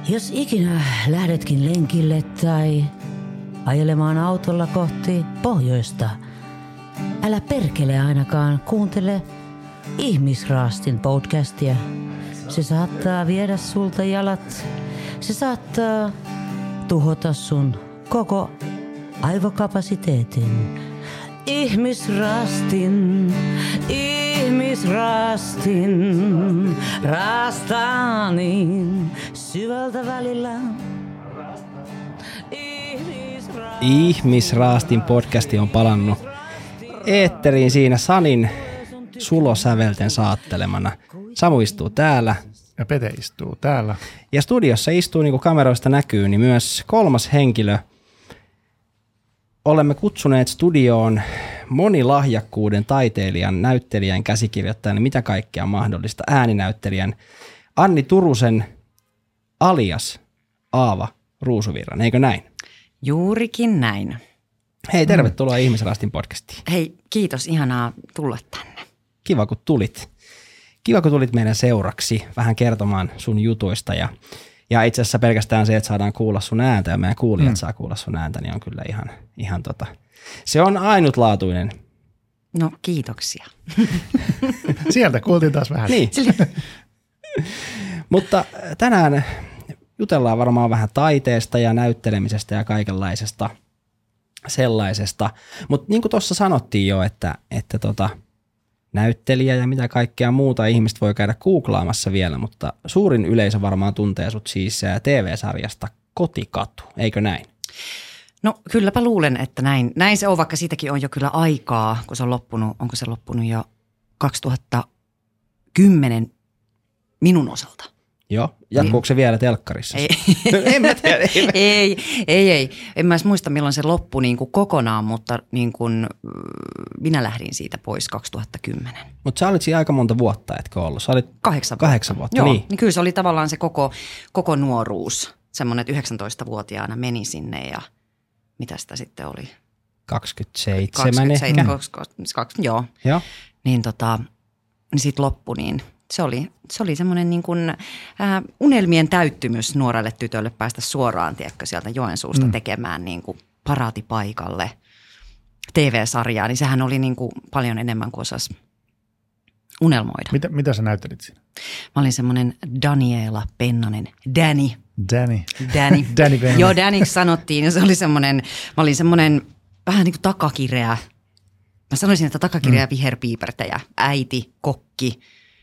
Jos ikinä lähdetkin lenkille tai ajelemaan autolla kohti pohjoista, älä perkele ainakaan kuuntele Ihmisraastin podcastia. Se saattaa viedä sulta jalat. Se saattaa tuhota sun koko aivokapasiteetin. Ihmisraastin, raastaa niin syvältä välillä. Ihmisraastin podcasti on palannut eetteriin siinä Sanin sulosävelten saattelemana. Samu istuu täällä. Ja Pete istuu täällä. Ja studiossa istuu, niin kuin kameroista näkyy, niin myös kolmas henkilö. Olemme kutsuneet studioon monilahjakkuuden taiteilijan, näyttelijän, käsikirjoittajan, mitä kaikkea mahdollista, ääninäyttelijän Anni Turusen alias Aava Ruusuvirran, eikö näin? Juurikin näin. Hei, tervetuloa Ihmisraastin podcastiin. Hei, kiitos, ihanaa tulla tänne. Kiva kun tulit. Kiva kun tulit meidän seuraksi vähän kertomaan sun jutuista ja itse asiassa pelkästään se, että saadaan kuulla sun ääntä ja meidän kuulijat saa kuulla sun ääntä, niin on kyllä ihan se on ainutlaatuinen. No kiitoksia. Sieltä kuultiin taas vähän. Niin. Mutta tänään jutellaan varmaan vähän taiteesta ja näyttelemisestä ja kaikenlaisesta sellaisesta. Mutta niin kuin tuossa sanottiin jo, että näyttelijä ja mitä kaikkea muuta ihmiset voi käydä googlaamassa vielä, mutta suurin yleisö varmaan tuntee sut siis TV-sarjasta Kotikatu, eikö näin? No kylläpä luulen, että näin se on, vaikka siitäkin on jo kyllä aikaa, kun se on loppunut, onko se loppunut jo 2010 minun osalta. Joo, jatkuuko se vielä telkkarissa? Ei. En mä tiedä. Ei. En mä edes muista, milloin se loppui niin kuin kokonaan, mutta niin kuin minä lähdin siitä pois 2010. Mutta sä olit siinä aika monta vuotta, etkö ollut? Sä olit 8 vuotta. Joo, niin kyllä se oli tavallaan se koko nuoruus. Semmoinen, että 19-vuotiaana meni sinne ja mitä sitä sitten oli? 27 ehkä. Joo. Niin niin sit loppui niin. Se oli semmoinen niin kuin unelmien täyttymys nuorelle tytölle päästä suoraan, tiedätkö, sieltä Joensuusta tekemään niin kuin paraatipaikalle TV-sarjaa, niin sehän oli niin kuin paljon enemmän kuin osasi unelmoida. Mitä sä näyttelit siinä? Mä olin semmoinen Daniela Pennanen, Danny. Pennanen. Joo, Dannyksi sanottiin ja se oli semmoinen, mä olin semmoinen vähän niin kuin takakireä. Mä sanoisin, että takakireä viherpiipertäjä, äiti, kokki.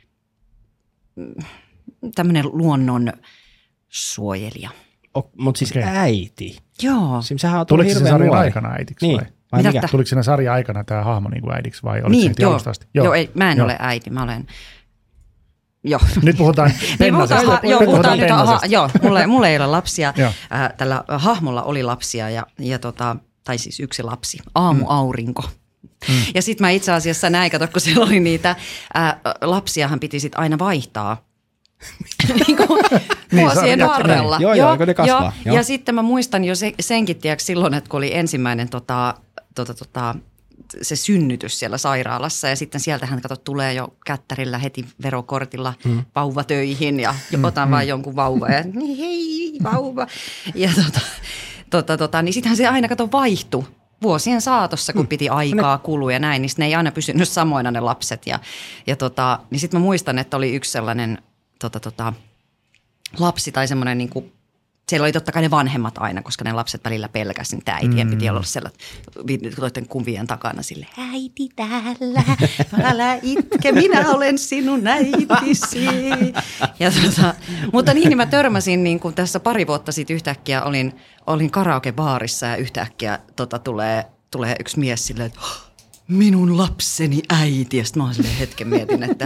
Tämmöinen luonnon suojelija. Mutta siis äiti. Joo. Sehän on tuliko se sarjan aikana äitiksi niin. vai mikä? Tuliko siinä sarjan aikana tämä hahmo niin kuin äidiksi vai oliko se heti alusta asti? Joo, ei, mä en ole äiti, mä olen... Joo. Nyt puhutaan Pennasesta. Joo, mulla ei ole lapsia. Tällä hahmolla oli lapsia tai siis yksi lapsi, aamuaurinko. Ja sitten mä itse asiassa näin, kato, kun siellä oli niitä lapsiahan piti sitten aina vaihtaa vuosien varrella. Joo, kun ne kasvaa. Ja sitten mä muistan jo senkin tiedätkö silloin, että kun oli ensimmäinen se synnytys siellä sairaalassa ja sitten sieltähän tulee jo kättärillä heti verokortilla vauvatöihin ja otan vaan jonkun vauva ja hei vauva. Ja niin sittenhän se aina vaihtui. Vuosien saatossa, kun piti aikaa kulua ja näin, niin ne ei aina pysynyt samoina ne lapset. Niin sitten mä muistan, että oli yksi sellainen lapsi tai semmoinen, niin kuin, siellä oli totta kai ne vanhemmat aina, koska ne lapset välillä pelkäsivät, niin tämä äitien piti olla sellainen kuvien takana sille, äiti täällä, älä itke, minä olen sinun äitisi. Mutta niin mä törmäsin, niin kuin tässä pari vuotta sitten yhtäkkiä olin karaokebaarissa ja yhtäkkiä tulee yksi mies silleen, että minun lapseni äiti. Ja sitten mä silleen hetken mietin, että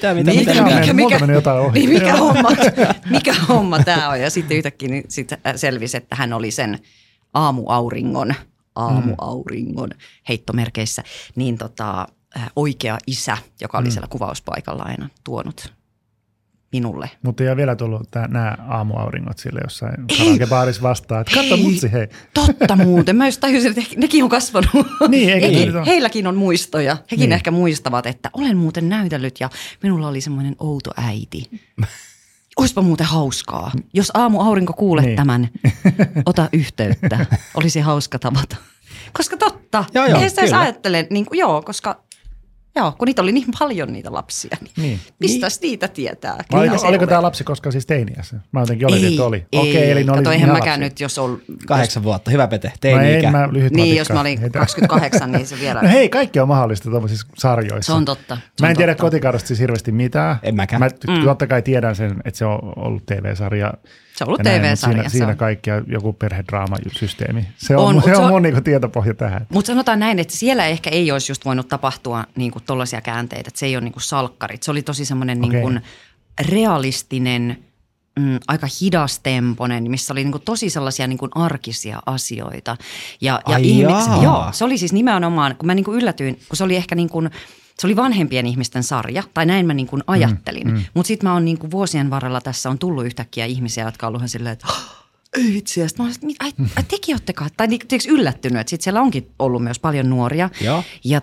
mikä homma tämä on. Ja sitten yhtäkkiä selvisi, että hän oli sen aamuauringon heittomerkeissä, niin oikea isä, joka oli siellä kuvauspaikalla aina tuonut minulle. Mutta ei ole vielä tullut nämä aamuauringot sille jossain karaokebaarissa vastaan, että katso mutsi, hei. Totta muuten. Mä just tajusin, että nekin on kasvanut. Niin, heilläkin on muistoja. Hekin ehkä muistavat, että olen muuten näytellyt ja minulla oli semmoinen outo äiti. Oispa muuten hauskaa. Jos aamuaurinko kuulet tämän, ota yhteyttä. Olisi hauska tavata. Koska totta, eihän sitä edes ajattele, niin kuin, koska kun niitä oli niin paljon niitä lapsia, niin mistäs niitä tietää? Oliko tämä lapsi koskaan siis teiniässä? Mä jotenkin oletin, että oli. Okei, eli ne oli eihän mäkään nyt, jos on... 8 vuotta, hyvä Pete, teini-ikä. Niin, jos mä olin 28, niin se vielä... No hei, kaikki on mahdollista tuollaisissa sarjoissa. Se on totta. Mä en tiedä Kotikadusta siis hirveästi mitään. En mäkään. Mä totta kai tiedän sen, että se on ollut TV-sarja. Se on ollut TV-sarja. Siinä kaikkia joku perhedraamasysteemi. Se on mun niinku tietopohja tähän. Mutta sanotaan näin, että siellä ehkä ei olisi just voinut tapahtua niinku tollaisia käänteitä, että se ei ole niinku salkkarit. Se oli tosi semmoinen niinku realistinen, aika hidastempoinen, missä oli niinku tosi sellaisia niinku arkisia asioita. Ja se oli siis nimenomaan, kun mä niinku yllätyin, kun se oli ehkä niinku... Se oli vanhempien ihmisten sarja, tai näin mä niin kuin ajattelin. Mutta sitten mä oon niin kuin vuosien varrella tässä on tullut yhtäkkiä ihmisiä, jotka on ollut silleen, että ei vitsi. Ja sitten mä oon, että tekin oottekaan, tai tietysti yllättynyt, että sitten siellä onkin ollut myös paljon nuoria. Joo. Ja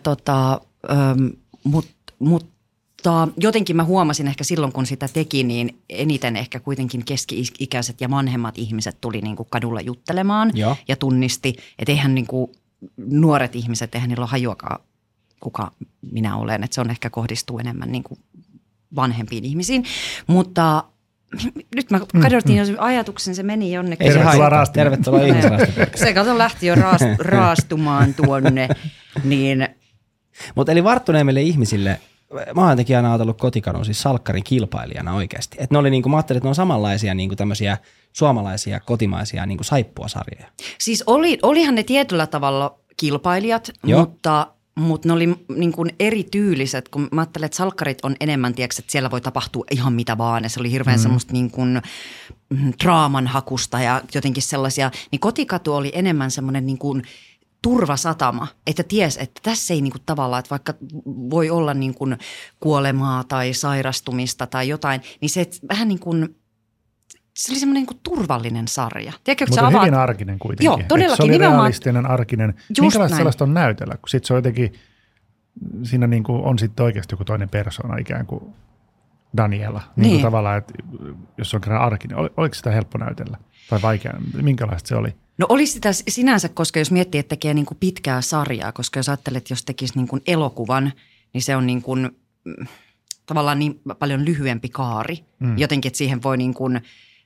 mutta jotenkin mä huomasin ehkä silloin, kun sitä teki, niin eniten ehkä kuitenkin keski-ikäiset ja vanhemmat ihmiset tuli niin kuin kadulla juttelemaan ja tunnisti, että eihän niin kuin nuoret ihmiset, eihän niillä ole hajuakaan, kuka minä olen, että se on ehkä kohdistuu enemmän niin kuin vanhempiin ihmisiin, mutta nyt mä kadottiin jos ajatuksen, se meni jonnekin. Ei se haittaa, tervetuloa ihmisraasta. Se kato lähti jo raastumaan tuonne, niin. Mutta eli varttuneemmille ihmisille, mä oon jotenkin aina ajatellut Kotikadun siis salkkarin kilpailijana oikeasti. Että ne oli niinku, mä ajattelin, että ne on samanlaisia niinku tämmöisiä suomalaisia, kotimaisia niinku saippuasarjoja. Siis olihan ne tietyllä tavalla kilpailijat, mutta ne oli niin kuin erityyliset, kun mä ajattelen, että salkkarit on enemmän, tiedätkö, että siellä voi tapahtua ihan mitä vaan. Ja se oli hirveän semmoista niin kuin draamanhakusta ja jotenkin sellaisia. Niin Kotikatu oli enemmän semmoinen niin kuin turvasatama, että ties, että tässä ei niin kuin tavallaan, että vaikka voi olla niin kuin kuolemaa tai sairastumista tai jotain, niin se vähän niin kuin... Se oli semmoinen niin turvallinen sarja. Mutta hyvin arkinen kuitenkin. Joo, todellakin. Se oli realistinen, arkinen. Minkälaista sellaista on näytellä? Kun sitten se on jotenkin, siinä niin kuin on sitten oikeasti joku toinen persona ikään kuin Daniela. Niin kuin tavallaan, että jos se on kerran arkinen. Oliko sitä helppo näytellä? Tai vaikea? Minkälaista se oli? No olisi sitä sinänsä, koska jos miettii, että tekee niin kuin pitkää sarjaa, koska jos ajattelet, jos tekisi niin kuin elokuvan, niin se on niin kuin, tavallaan niin paljon lyhyempi kaari. Jotenkin, että siihen voi niin kuin...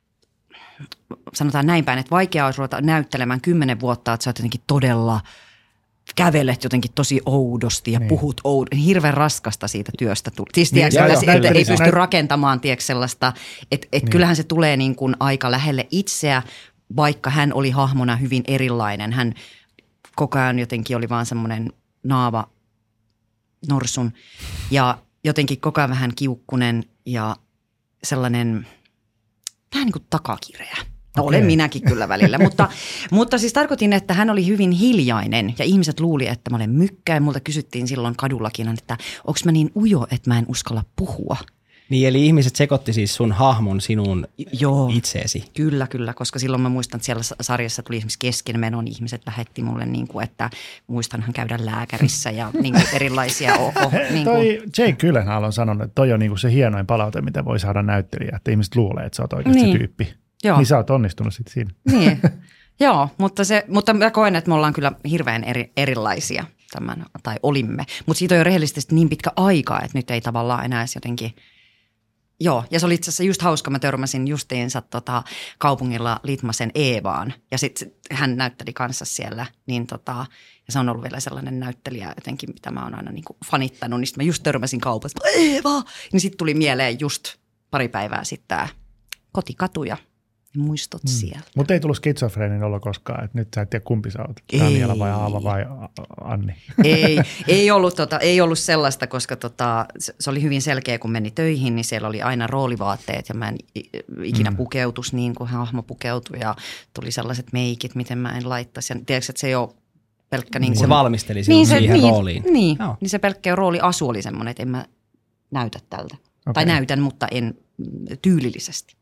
Sanotaan näin päin, että vaikea olisi ruveta näyttelemään 10 vuotta, että sä oot jotenkin todella, kävelet jotenkin tosi oudosti ja puhut hirveän raskasta siitä työstä. Siis tiedätkö, ei pysty rakentamaan sellaista, että kyllähän se tulee niin kuin aika lähelle itseä, vaikka hän oli hahmona hyvin erilainen. Hän koko ajan jotenkin oli vaan semmoinen naava norsun ja jotenkin koko ajan vähän kiukkunen ja sellainen... Vähän niin kuin takakireä. No olen minäkin kyllä välillä, mutta siis tarkoitin, että hän oli hyvin hiljainen ja ihmiset luuli, että mä olen mykkä ja multa kysyttiin silloin kadullakin, että onko mä niin ujo, että mä en uskalla puhua. Niin eli ihmiset sekoitti siis sun hahmon sinun itseesi. Kyllä, koska silloin mä muistan, että siellä sarjassa tuli esimerkiksi keskenmenon ihmiset lähetti mulle, niin kuin, että muistanhan käydä lääkärissä ja niin kuin erilaisia. Niin toi Jake Gyllenhaal on sanonut, että toi on niin kuin se hienoin palaute, mitä voi saada näyttelijä, että ihmiset luulee, että sä oot oikeasti se tyyppi. Joo. Niin sä oot onnistunut sitten siinä. Niin, joo, mutta mä koen, että me ollaan kyllä hirveän erilaisia tai olimme. Mutta siitä on jo rehellisesti niin pitkä aika, että nyt ei tavallaan enää edes jotenkin... Joo, ja se oli itse asiassa just hauska, mä törmäsin justiinsa kaupungilla Litmasen Eevaan ja sitten hän näytteli kanssa siellä, niin ja se on ollut vielä sellainen näyttelijä jotenkin, mitä mä oon aina niin kuin fanittanut, niin sitten mä just törmäsin kaupassa, Eeva, niin sitten tuli mieleen just pari päivää sitten tämä Kotikatu ja muistot siellä. Mutta ei tullut skitsofreenin olo koskaan, että nyt sä et tiedä kumpi sä oot, Daniela vai Aava vai Anni. Ei ollut sellaista, koska se oli hyvin selkeä, kun meni töihin, niin siellä oli aina roolivaatteet ja mä en ikinä pukeutus niin kuin hahmo pukeutui ja tuli sellaiset meikit, miten mä en laittaisi. Ja tiedätkö, että se ei ole pelkkä niin kuin... Se valmisteli siihen rooliin. Niin se pelkkä rooliasu oli semmoinen, että en mä näytä tältä. Okay. Tai näytän, mutta en tyylillisesti.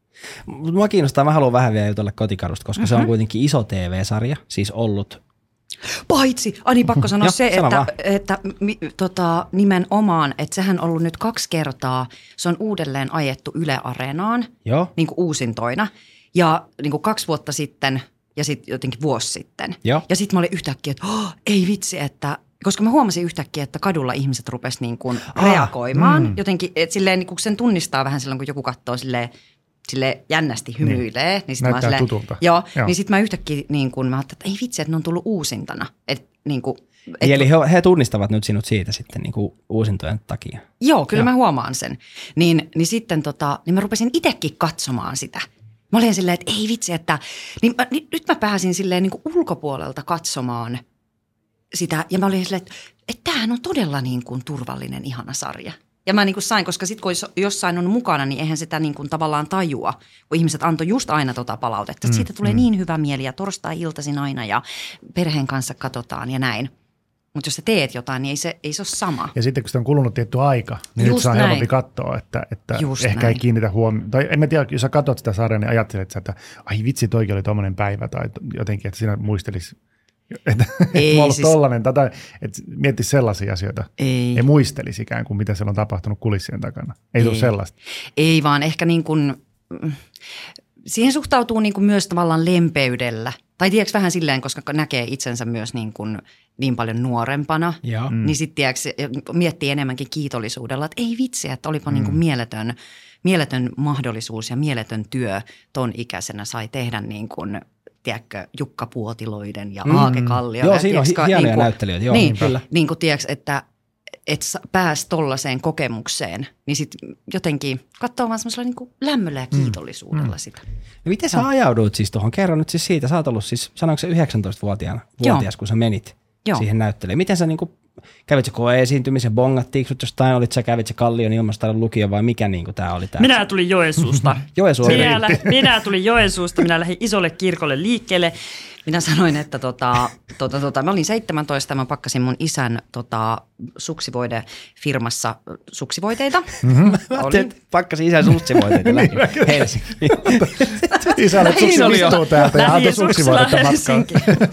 Mua kiinnostaa, mä haluan vähän vielä jutella Kotikadusta, koska se on kuitenkin iso TV-sarja, siis ollut Paitsi, pakko sanoa se, että nimenomaan, että sehän on ollut nyt 2 kertaa, se on uudelleen ajettu Yle Areenaan, niin kuin uusintoina, ja niin kuin 2 vuotta sitten ja sitten jotenkin vuosi sitten. Joo. Ja sitten mä olin yhtäkkiä, että ei vitsi, että koska mä huomasin yhtäkkiä, että kadulla ihmiset rupes niin kuin reagoimaan. Jotenkin, että silleen niin kuin sen tunnistaa vähän silloin, kun joku katsoo silleen jännästi hymyilee. Niin näyttää tutulta. Joo. Niin sitten mä yhtäkkiä niin kuin, mä ajattelin, että ei vitsi, että ne on tullut uusintana. Eli he tunnistavat nyt sinut siitä sitten niin kuin uusintojen takia. Joo, kyllä mä huomaan sen. Niin sitten niin mä rupesin itsekin katsomaan sitä. Mä olin silleen, että ei vitsi, että nyt mä pääsin silleen niin kuin ulkopuolelta katsomaan sitä. Ja mä olin silleen, että tämähän on todella niin kuin turvallinen, ihana sarja. Ja mä niin kuin sain, koska sitten kun jossain on mukana, niin eihän sitä niin kuin tavallaan tajua, kun ihmiset antoi just aina palautetta. Että siitä tulee niin hyvä mieli ja torstai-iltaisin aina ja perheen kanssa katsotaan ja näin. Mutta jos sä teet jotain, niin ei se ole sama. Ja sitten kun sitä on kulunut tietty aika, niin just nyt saa helpompi katsoa, että ehkä ei kiinnitä huomioon. Tai en mä tiedä, jos sä katsot sitä sarjaa, niin ajattelet sä, että ai vitsi, toikin oli tommoinen päivä tai jotenkin, että sinä muistelisi, että mä ollut tollainen. Että miettisi sellaisia asioita. Ei muistelisi ikään kuin, mitä siellä on tapahtunut kulissien takana. Ei tule sellaista. Ei vaan ehkä niin kuin, siihen suhtautuu niin kuin myös tavallaan lempeydellä. Tai tiedätkö vähän silleen, koska näkee itsensä myös niin paljon nuorempana, niin sitten miettii enemmänkin kiitollisuudella, että ei vitsi, että olipa niin kuin mieletön mahdollisuus ja mieletön työ ton ikäisenä sai tehdä niin kuin, tiedätkö, Jukka Puotiloiden ja Aake Kallio. Joo, siinä on hienoja näyttelijöitä. Joo, kyllä. Niin kuin tiedätkö, että pääsi tollaiseen kokemukseen, niin sitten jotenkin katsoo vaan semmoisella niin kuin lämmöllä ja kiitollisuudella sitä. No miten sä ajauduit siis tuohon? Kerro nyt siis siitä. Sä oot ollut siis, sanoinko se 19-vuotias, kun sä menit siihen näyttelyyn. Miten sä niinku, kävit sä koe-esiintymisen, bongattiinko sut jostain, kävit sä Kallion ilmastotaidon lukio vai mikä niinku tää oli tää? Minä tulin Joensuusta. Minä tulin Joensuusta, minä lähdin isolle kirkolle liikkeelle. Minä sanoin, että mä olin 17, mä pakkasin mun isän suksivoidefirmassa suksivoiteita. Pakkasin isän suksivoiteita Helsinkiin. Isälle suksivistuu täältä ja antoi suksivoitetta matkaan.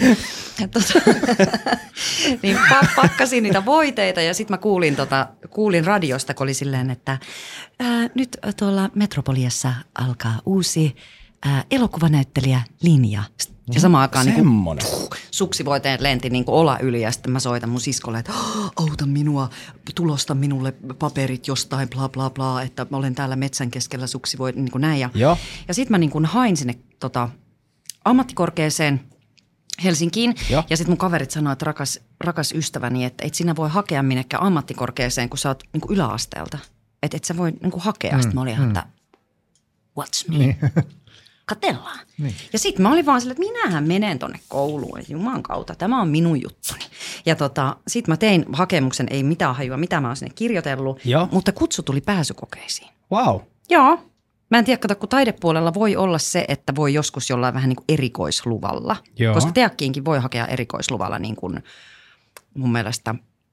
Niin pakkasin niitä voiteita ja sitten mä kuulin radiosta, kun oli silleen, että nyt tuolla Metropoliassa alkaa uusi elokuvanäyttelijä linja. Ja samaan aikaan niin suksivoiteet lenti niin ola yli ja sitten mä soitan mun siskolle, että auta minua, tulosta minulle paperit jostain, bla bla bla, että mä olen täällä metsän keskellä suksivoiteet, niin kuin näin. Ja sitten mä niin kuin hain sinne ammattikorkeeseen Helsinkiin ja sitten mun kaverit sanoi, että rakas ystäväni, että et sinä voi hakea minnekään ammattikorkeeseen, kun sä oot niin kuin yläasteelta. Että et sä voi niin kuin hakea. Sitten mä olin ihan, että what's me? Niin. Katellaan. Niin. Ja sitten mä olin vaan silleen, että minähän menen tonne kouluun, että Jumalan kautta, tämä on minun juttuni. Ja sitten mä tein hakemuksen, ei mitään hajua, mitä mä oon sinne kirjoitellut, mutta kutsu tuli pääsykokeisiin. Wow. Joo. Mä en tiedä, kun taidepuolella voi olla se, että voi joskus jollain vähän niin kuin erikoisluvalla. Joo. Koska teakkiinkin voi hakea erikoisluvalla niin kuin mun mielestä,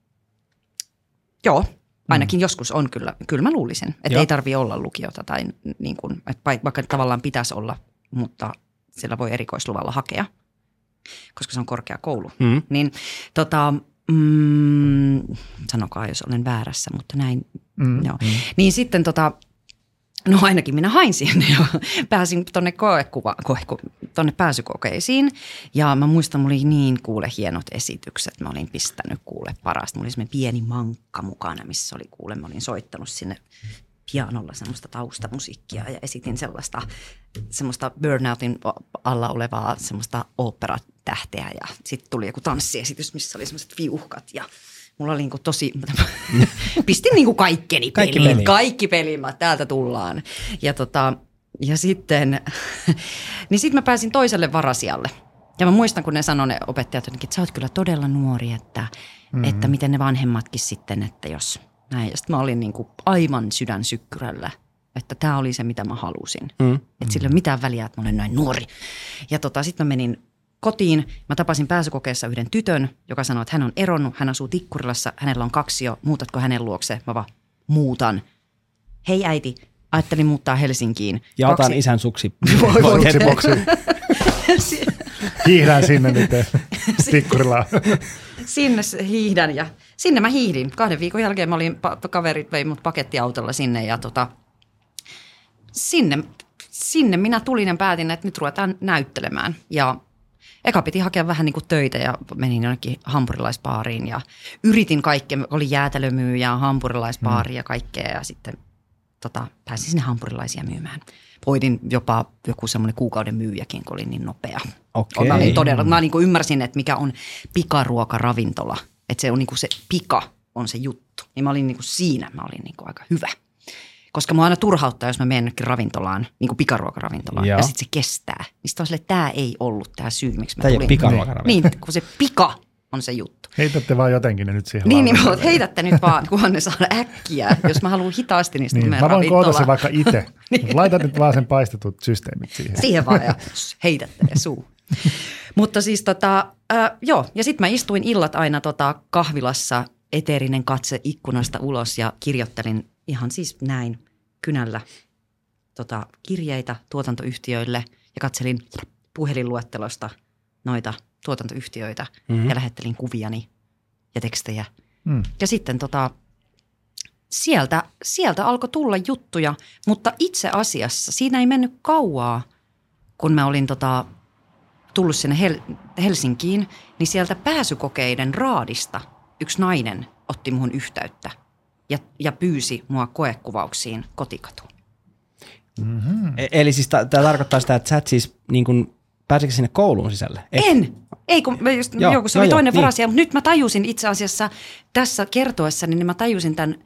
ainakin joskus on kyllä mä luulisin, että ei tarvitse olla lukiota tai niin kuin, että vaikka tavallaan pitäisi olla, mutta sillä voi erikoisluvalla hakea, koska se on korkeakoulu. Niin sanokaa, jos olen väärässä, mutta näin, Niin sitten no ainakin minä hain sinne ja pääsin tuonne pääsykokeisiin ja mä muistan, mulla oli niin hienot esitykset. Mä olin pistänyt parasta. Mulla oli semmoinen pieni mankka mukana, missä oli mä olin soittanut sinne pianolla semmoista taustamusiikkia ja esitin semmoista burnoutin alla olevaa semmoista oopperatähteä ja sitten tuli joku tanssiesitys, missä oli semmoiset viuhkat ja mulla oli niinku tosi, pistin niinku kaikkeni peliin. Kaikki peliin, täältä tullaan. Ja sitten, niin sitten mä pääsin toiselle varasijalle. Ja mä muistan, kun ne sanoi ne opettajat jotenkin, että sä oot kyllä todella nuori, että miten ne vanhemmatkin sitten, että jos näin. Ja sitten mä olin niinku aivan sydän sykkyrällä, että tää oli se, mitä mä halusin. Että sillä ei ole mitään väliä, että mä olen näin nuori. Ja sitten mä menin kotiin. Mä tapasin pääsykokeessa yhden tytön, joka sanoi, että hän on eronnut, hän asuu Tikkurilassa, hänellä on 2 jo, muutatko hänen luokse? Mä vaan muutan. Hei äiti, ajattelin muuttaa Helsinkiin. Ja otan isän suksiboksi. Hiihdään sinne nyt. Tikkurilaa. Sinne hiihdän ja sinne mä hiihdin. 2 viikon jälkeen mä olin, kaverit vei mut pakettiautolla sinne ja sinne minä tulin ja päätin, että nyt ruvetaan näyttelemään. Ja eka piti hakea vähän niin kuin töitä ja menin jonnekin hampurilaisbaariin ja yritin kaikkea. Oli jäätelömyyjä, hampurilaisbaari ja kaikkea ja sitten pääsin sinne hampurilaisia myymään. Hoidin jopa joku semmoinen kuukauden myyjäkin, kun oli niin nopea. Okei. Mä niin kuin ymmärsin, että mikä on pikaruokaravintola. Että se on niin kuin se pika on se juttu. Niin mä olin niin kuin siinä, mä olin niin kuin aika hyvä. Koska mua aina turhauttaa, jos mä menen nytkin ravintolaan, niin kuin pikaruokaravintolaan, ja sitten se kestää. Niin sitten on silleen, että tämä ei ollut tämä syy, miksi mä tulin. Tämä ei ole pikaruokaravintola. Niin, kun se pika on se juttu. Heitätte vaan jotenkin ne nyt siihen Niin, heitätte nyt vaan, kunhan ne saa äkkiä. Jos mä haluan hitaasti, niin sitten mä voin koota se vaikka itse. Niin. Laitat nyt vaan sen paistetut systeemit siihen. Siihen vaan ja heitätte ja suu. Mutta siis joo, ja sitten mä istuin illat aina kahvilassa, eteerinen katse ikkunasta ulos ja kirjoittelin ihan siis näin kynällä kirjeitä tuotantoyhtiöille ja katselin puhelinluettelosta noita tuotantoyhtiöitä ja lähettelin kuviani ja tekstejä. Ja sitten sieltä alkoi tulla juttuja, mutta itse asiassa siinä ei mennyt kauaa, kun mä olin tullut sinne Helsinkiin, niin sieltä pääsykokeiden raadista yksi nainen otti muhun yhteyttä ja pyysi mua koekuvauksiin Kotikatuun. Mm-hmm. Eli siis tämä tarkoittaa sitä, että sä et siis niin kuin, pääsikö sinne kouluun sisälle? Ei, kun se oli toinen varasia, mutta nyt mä tajusin itse asiassa tässä kertoessani, niin mä tajusin tämän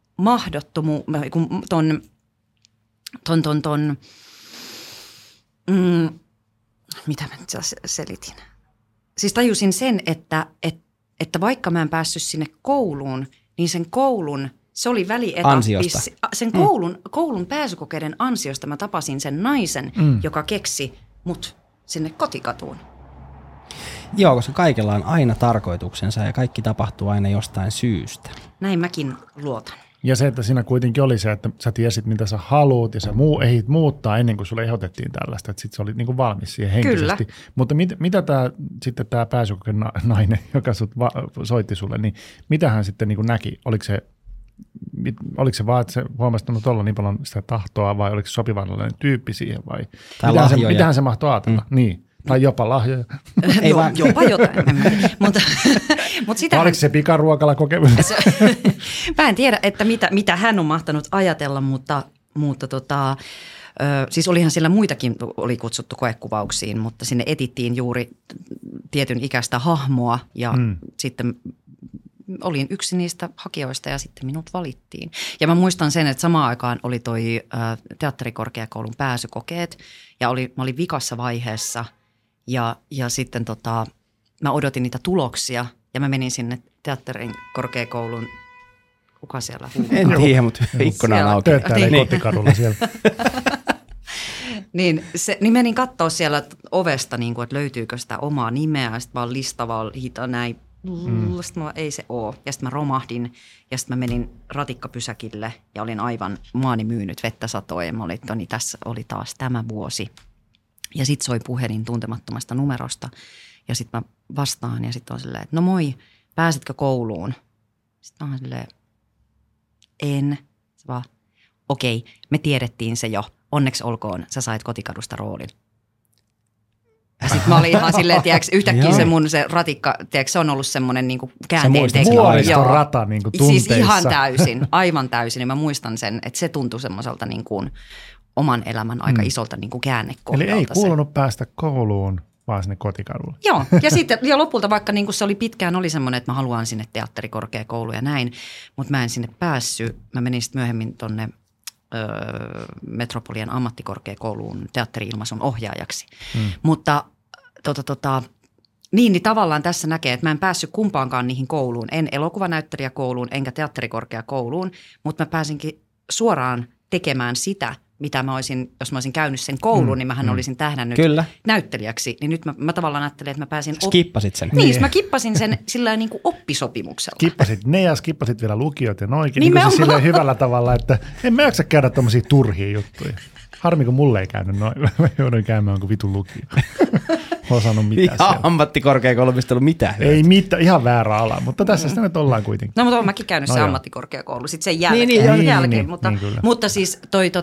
mitä mä nyt selitin? Siis tajusin sen, että vaikka mä en päässyt sinne kouluun, niin sen koulun, se oli välietappi. Sen koulun pääsykokeiden ansiosta mä tapasin sen naisen, joka keksi mut sinne Kotikatuun. Joo, koska kaikella on aina tarkoituksensa ja kaikki tapahtuu aina jostain syystä. Näin mäkin luotan. Ja se, että siinä kuitenkin oli se, että sä tiesit, mitä sä haluut ja sä ehdit muuttaa ennen kuin sulle ehdotettiin tällaista, että sit sä olit niinku valmis siihen henkisesti. Kyllä. Mutta mitä tämä pääsykokenainen, joka soitti sulle, niin mitä hän sitten niinku näki? Oliko se vaan, että se huomasi, että olla niin paljon sitä tahtoa vai oliko se sopivanlainen tyyppi siihen vai mitähän se mahtoi ajatella? Niin. Tai jopa lahjoja. Ei vaan. Jopa jotain. Oliko se pikaruokala kokemus? Mä en tiedä, että mitä hän on mahtanut ajatella, mutta siis olihan siellä muitakin oli kutsuttu koekuvauksiin, mutta sinne etittiin juuri tietyn ikäistä hahmoa ja sitten olin yksi niistä hakijoista ja sitten minut valittiin. Ja mä muistan sen, että samaan aikaan oli toi teatterikorkeakoulun pääsykokeet ja mä olin vikassa vaiheessa ja sitten mä odotin niitä tuloksia ja mä menin sinne teatterin korkeakoulun. Kuka siellä huutaa? En tiedä, mutta ikkuna on auki. Tööttäilee Kotikadulla siellä. niin menin katsoa siellä ovesta, niin kuin, että löytyykö sitä omaa nimeä. Sitten vaan lista vaan hita näin. Sitten ei se ole. Ja sitten mä romahdin ja sitten mä menin ratikkapysäkille ja olin aivan maani myynyt, vettä satoi. Ja mä olin, että tässä oli taas tämä vuosi. Ja sitten soi puhelin tuntemattomasta numerosta. Ja sitten mä vastaan ja sitten on silleen, että no moi, pääsitkö kouluun? Sitten mä oon silleen, en. Vaan, okei, me tiedettiin se jo. Onneksi olkoon, sä sait Kotikadusta roolin. Ja sitten mä olin ihan silleen, tiedätkö, yhtäkkiä se ratikka, tiedätkö, se on ollut semmoinen niinku käänteentekijä. Vuoristorata niinku tunteissa. Siis ihan täysin, aivan täysin. Ja mä muistan sen, että se tuntui semmoiselta niinku oman elämän aika isolta niinku käännekohdalta. Eli ei kuulunut päästä kouluun, vaan sinne Kotikadulle. Joo, ja sitten ja lopulta vaikka niinku se oli pitkään oli semmoinen, että mä haluan sinne teatterikorkeakouluun ja näin, mutta mä en sinne päässyt. Mä menin sitten myöhemmin tonne Metropolian ammattikorkeakouluun teatteri-ilmaisun ohjaajaksi. Mutta niin tavallaan tässä näkee, että mä en päässyt kumpaankaan niihin kouluun. En elokuvanäyttelijäkouluun enkä teatterikorkeakouluun, mutta mä pääsinkin suoraan tekemään sitä, mitä mä olisin, jos mä olisin käynyt sen koulun, niin mähän olisin tähdännyt näyttelijäksi. Niin nyt mä tavallaan ajattelin, että mä pääsin... Skippasit sen. Niin, mä kippasin sen sillä niin kuin oppisopimuksella. Skippasit ne ja skippasit vielä lukiot ja noikin. Niin siis silleen hyvällä tavalla, että en mä jaksa käydä tommosia turhia juttuja. Harmi, kun mulle ei käynyt noin. Mä joudun käymään kuin vitun lukio. osannut mitään siellä. Ammattikorkeakoulu, mitään hyötyä. Ei mitään, ihan väärä ala, mutta tässä sitä nyt ollaan kuitenkin. No mutta olen mäkin käynyt se ammattikorkeakoulu sitten sen jälkeen. Mutta siis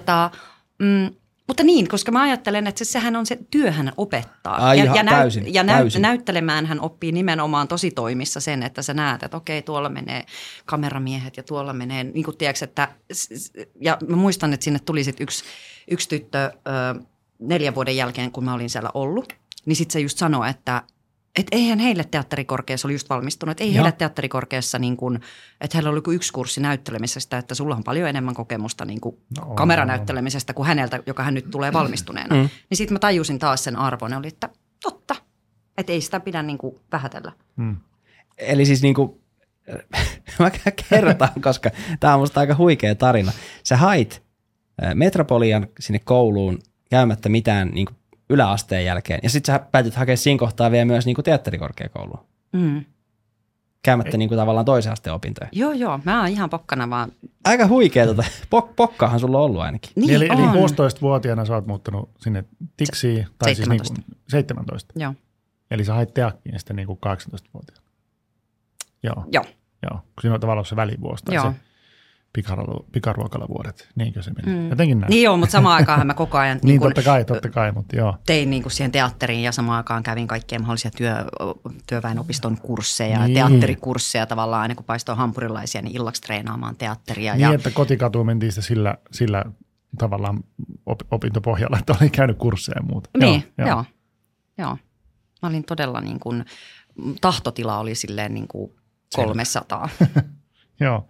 mutta niin, koska mä ajattelen, että sehän on se työhän opettaa. Täysin. Näyttelemään hän oppii nimenomaan tositoimissa sen, että sä näet, että okei, tuolla menee kameramiehet ja tuolla menee, niin kuin tiedätkö, että, ja mä muistan, että sinne tuli sitten yksi tyttö 4 vuoden jälkeen, kun mä olin siellä ollut, niin sitten se just sanoi, että eihän heille teatterikorkeassa, oli just valmistunut, että ei heille teatterikorkeassa, niin kuin, että heillä oli yksi kurssi näyttelemisestä, että sulla on paljon enemmän kokemusta niin kuin kameranäyttelemisestä kuin häneltä, joka hän nyt tulee valmistuneena. Niin sitten mä tajusin taas sen arvon, oli, että totta, että ei sitä pidä niin kuin vähätellä. Eli siis niin kuin, mä kertaan, koska tämä on musta aika huikea tarina. Sä hait Metropolian sinne kouluun käymättä mitään niin kuin yläasteen jälkeen. Ja sitten sä päätit hakea siinä kohtaa vielä myös niinku teatterikorkeakouluun. Käymättä niinku tavallaan toisen asteen opintoja. Joo. Mä oon ihan pokkana vaan. Aika huikea. Pokkaahan sulla on ollut ainakin. Niin eli 16-vuotiaana sä oot muuttanut sinne Tiksiin. Tai 17. Siis niinku 17. Joo. Eli sä hait teakkiin sitten niinku 18-vuotiaana. Joo. Kun siinä on tavallaan se välivuosi tai se pikaruokalavuodet, niinkö se meni? Jotenkin näin. Niin joo, mutta samaan aikaan mä koko ajan niin totta kai, mutta joo. Tein niin kuin siihen teatteriin ja samaan aikaan kävin kaikkia mahdollisia työväenopiston kursseja ja teatterikursseja tavallaan aina kun paistoi hampurilaisia, niin illaksi treenaamaan teatteria. Niin, että kotikatuun mentiin sitä sillä tavallaan opintopohjalla, että oli käynyt kursseja ja muuta. Niin, joo. Mä olin todella niin kuin, tahtotila oli silleen niin kuin 300. Joo.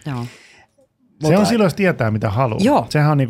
Se on silloin, jos tietää, mitä haluaa. Joo.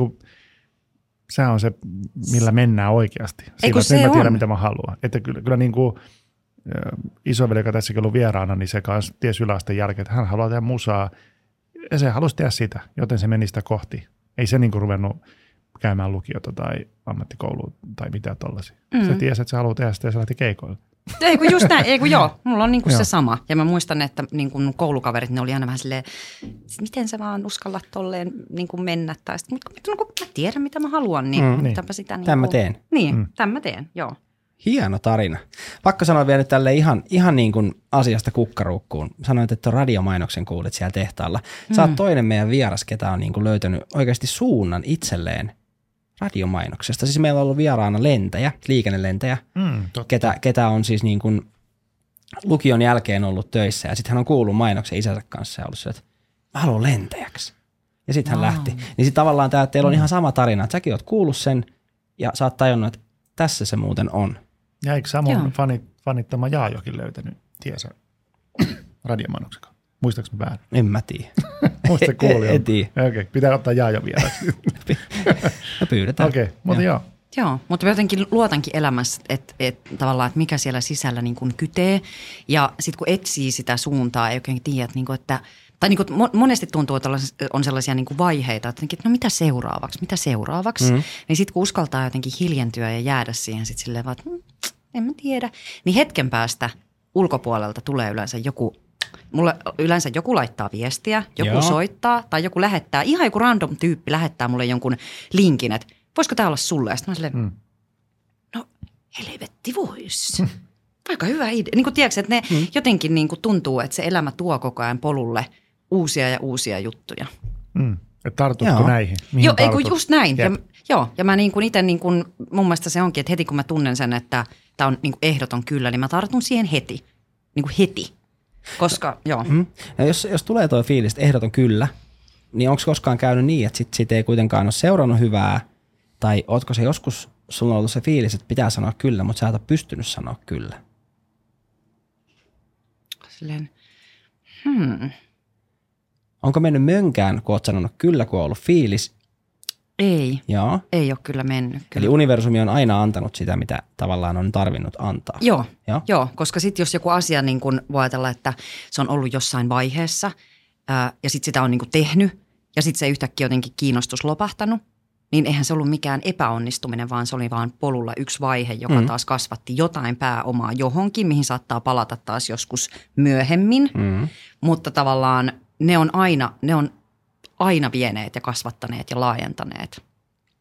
Sehän on se, millä mennään oikeasti. Silloin, mä tiedän, mitä mä haluan. Että kyllä niin kuin isoveli, joka tässäkin ollut vieraana, niin se kanssa tiesi yläasteen jälkeen, että hän haluaa tehdä musaa. Ja se halusi tehdä sitä, joten se meni sitä kohti. Ei se niin kuin ruvennut käymään lukiota tai ammattikoulua tai mitään tollaisia. Se tiesi, että se haluaa tehdä sitä ja se lähti keikoille. Ei kun just näin, joo. Mulla on niinku se sama. Ja mä muistan, että niinku koulukaverit, ne oli aina vähän silleen, miten sä vaan uskallat tolleen niinku mennä. Mutta mä tiedän, mitä mä haluan, niin mitäpä sitä niinku. Tämän mä teen. Niin, tämän mä teen, joo. Hieno tarina. Pakko sanoa vielä nyt tälle ihan niin kuin asiasta kukkaruukkuun. Sanoit, että radiomainoksen kuulit siellä tehtaalla. Sä oot toinen meidän vieras, ketä on niin kuin löytänyt oikeasti suunnan itselleen radiomainoksesta. Siis meillä on ollut vieraana liikennelentäjä, ketä on siis niin kuin lukion jälkeen ollut töissä. Ja sitten hän on kuullut mainoksen isänsä kanssa ja ollut se, että mä haluan lentäjäksi. Ja sitten hän lähti. Niin sitten tavallaan tämä, että teillä on ihan sama tarina, että säkin oot kuullut sen ja sä oot tajunnut, että tässä se muuten on. Ja eikö Samon fanittama Jaajokin löytänyt tiesä radiomainoksen kanssa? Muistaaks mä väärin? En mä tiedä. Muista kuulijaa. En tiedä. Okei, pitää ottaa Jaajo vieraksi. No pyydetään. Okei, mutta joo. Joo, mutta mä jotenkin luotankin elämässä, että tavallaan, että mikä siellä sisällä niin kuin kytee. Ja sitten kun etsii sitä suuntaa, ei oikein tiedä, että, niin kuin, että tai niin kuin monesti tuntuu, että on sellaisia niin kuin vaiheita, että no mitä seuraavaksi. Niin sitten kun uskaltaa jotenkin hiljentyä ja jäädä siihen sitten silleen vaan, että en mä tiedä. Niin hetken päästä ulkopuolelta tulee yleensä joku laittaa viestiä, joku soittaa tai joku lähettää, ihan joku random tyyppi lähettää mulle jonkun linkin, että voisiko tämä olla sulle? Ja sitten mä silleen, no helvetti vois. Aika hyvä idea. Niin kuin tiedätkö, että ne jotenkin niin kuin tuntuu, että se elämä tuo koko ajan polulle uusia ja uusia juttuja. Että tartutko näihin? Joo, ei kun just näin. Ja mä niin kuin itse, niin kuin, mun mielestä se onkin, että heti kun mä tunnen sen, että tämä on niin kuin ehdoton kyllä, niin mä tartun siihen heti. Niin kuin heti. Koska, joo. No jos tulee tuo fiilis, että ehdoton kyllä, niin onko koskaan käynyt niin, että sit ei kuitenkaan ole seurannut hyvää, tai ootko se joskus, sulla on ollut se fiilis, että pitää sanoa kyllä, mutta sä et ole pystynyt sanoa kyllä? Silleen, Onko mennyt mönkään, kun oot sanonut kyllä, kun on ollut fiilis? Ei. Joo. Ei ole kyllä mennyt. Kyllä. Eli universumi on aina antanut sitä, mitä tavallaan on tarvinnut antaa. Joo, koska sitten jos joku asia niin kun voi ajatella, että se on ollut jossain vaiheessa ja sitten sitä on niin kun tehnyt ja sitten se yhtäkkiä jotenkin kiinnostus lopahtanut, niin eihän se ollut mikään epäonnistuminen, vaan se oli vaan polulla yksi vaihe, joka taas kasvatti jotain pääomaa johonkin, mihin saattaa palata taas joskus myöhemmin. Mutta tavallaan ne on aina vieneet ja kasvattaneet ja laajentaneet.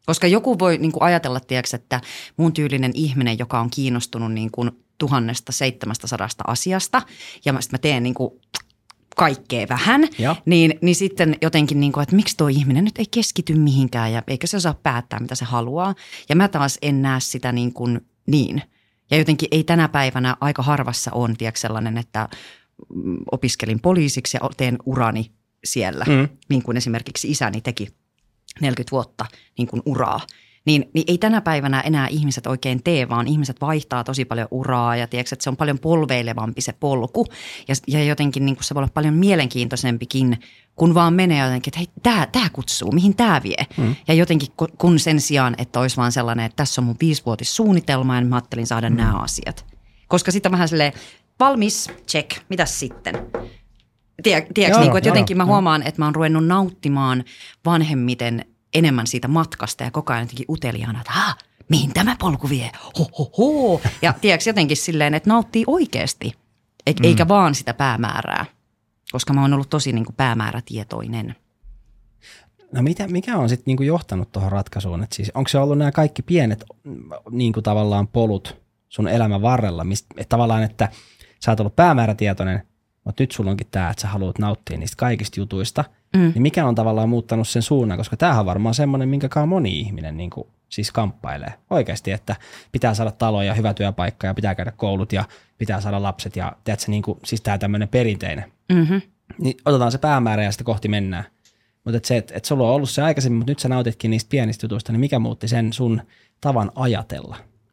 Koska joku voi niin kuin ajatella, tiedätkö, että mun tyylinen ihminen, joka on kiinnostunut niin kuin 1700 asiasta ja mä teen niin kuin kaikkea vähän, niin sitten jotenkin, niin kuin, että miksi tuo ihminen nyt ei keskity mihinkään ja eikä se osaa päättää, mitä se haluaa. Ja mä taas en näe sitä niin. Ja jotenkin ei tänä päivänä aika harvassa on, tiedätkö, sellainen, että opiskelin poliisiksi ja teen urani siellä, niin kuin esimerkiksi isäni teki 40 vuotta niin kuin uraa. Niin ei tänä päivänä enää ihmiset oikein tee, vaan ihmiset vaihtaa tosi paljon uraa ja tiedätkö, että se on paljon polveilevampi se polku. Ja jotenkin niin kuin se voi olla paljon mielenkiintoisempikin, kun vaan menee jotenkin, että hei, tämä kutsuu, mihin tämä vie. Ja jotenkin kun sen sijaan, että olisi vaan sellainen, että tässä on mun 5-vuotissuunnitelma ja mä ajattelin saada nämä asiat. Koska sitten vähän silleen, valmis, check, mitäs sitten? Tiedätkö, niin kuin, että jotenkin mä huomaan, että mä oon ruvennut nauttimaan vanhemmiten enemmän siitä matkasta ja koko ajan jotenkin uteliaana, että mihin tämä polku vie? Ho. Ja tiedätkö jotenkin silleen, että nauttii oikeasti, eikä vaan sitä päämäärää, koska mä oon ollut tosi niin kuin päämäärätietoinen. No mikä on sitten niin kuin johtanut tuohon ratkaisuun? Että siis, onko se ollut nämä kaikki pienet niin kuin tavallaan polut sun elämän varrella, että tavallaan, että sä oot ollut päämäärätietoinen, mutta nyt sulla onkin tämä, että sä haluat nauttia niistä kaikista jutuista, niin mikä on tavallaan muuttanut sen suunnan, koska tämähän on varmaan semmoinen, minkäkaan moni ihminen niin kuin, siis kamppailee oikeasti, että pitää saada talo ja hyvä työpaikka ja pitää käydä koulut ja pitää saada lapset ja tiedätkö, niin kuin, siis tämä tämmöinen perinteinen. Niin otetaan se päämäärä ja sitten kohti mennään. Mutta se, että sulla on ollut se aikaisemmin, mutta nyt sä nautitkin niistä pienistä jutuista, niin mikä muutti sen sun tavan ajatella?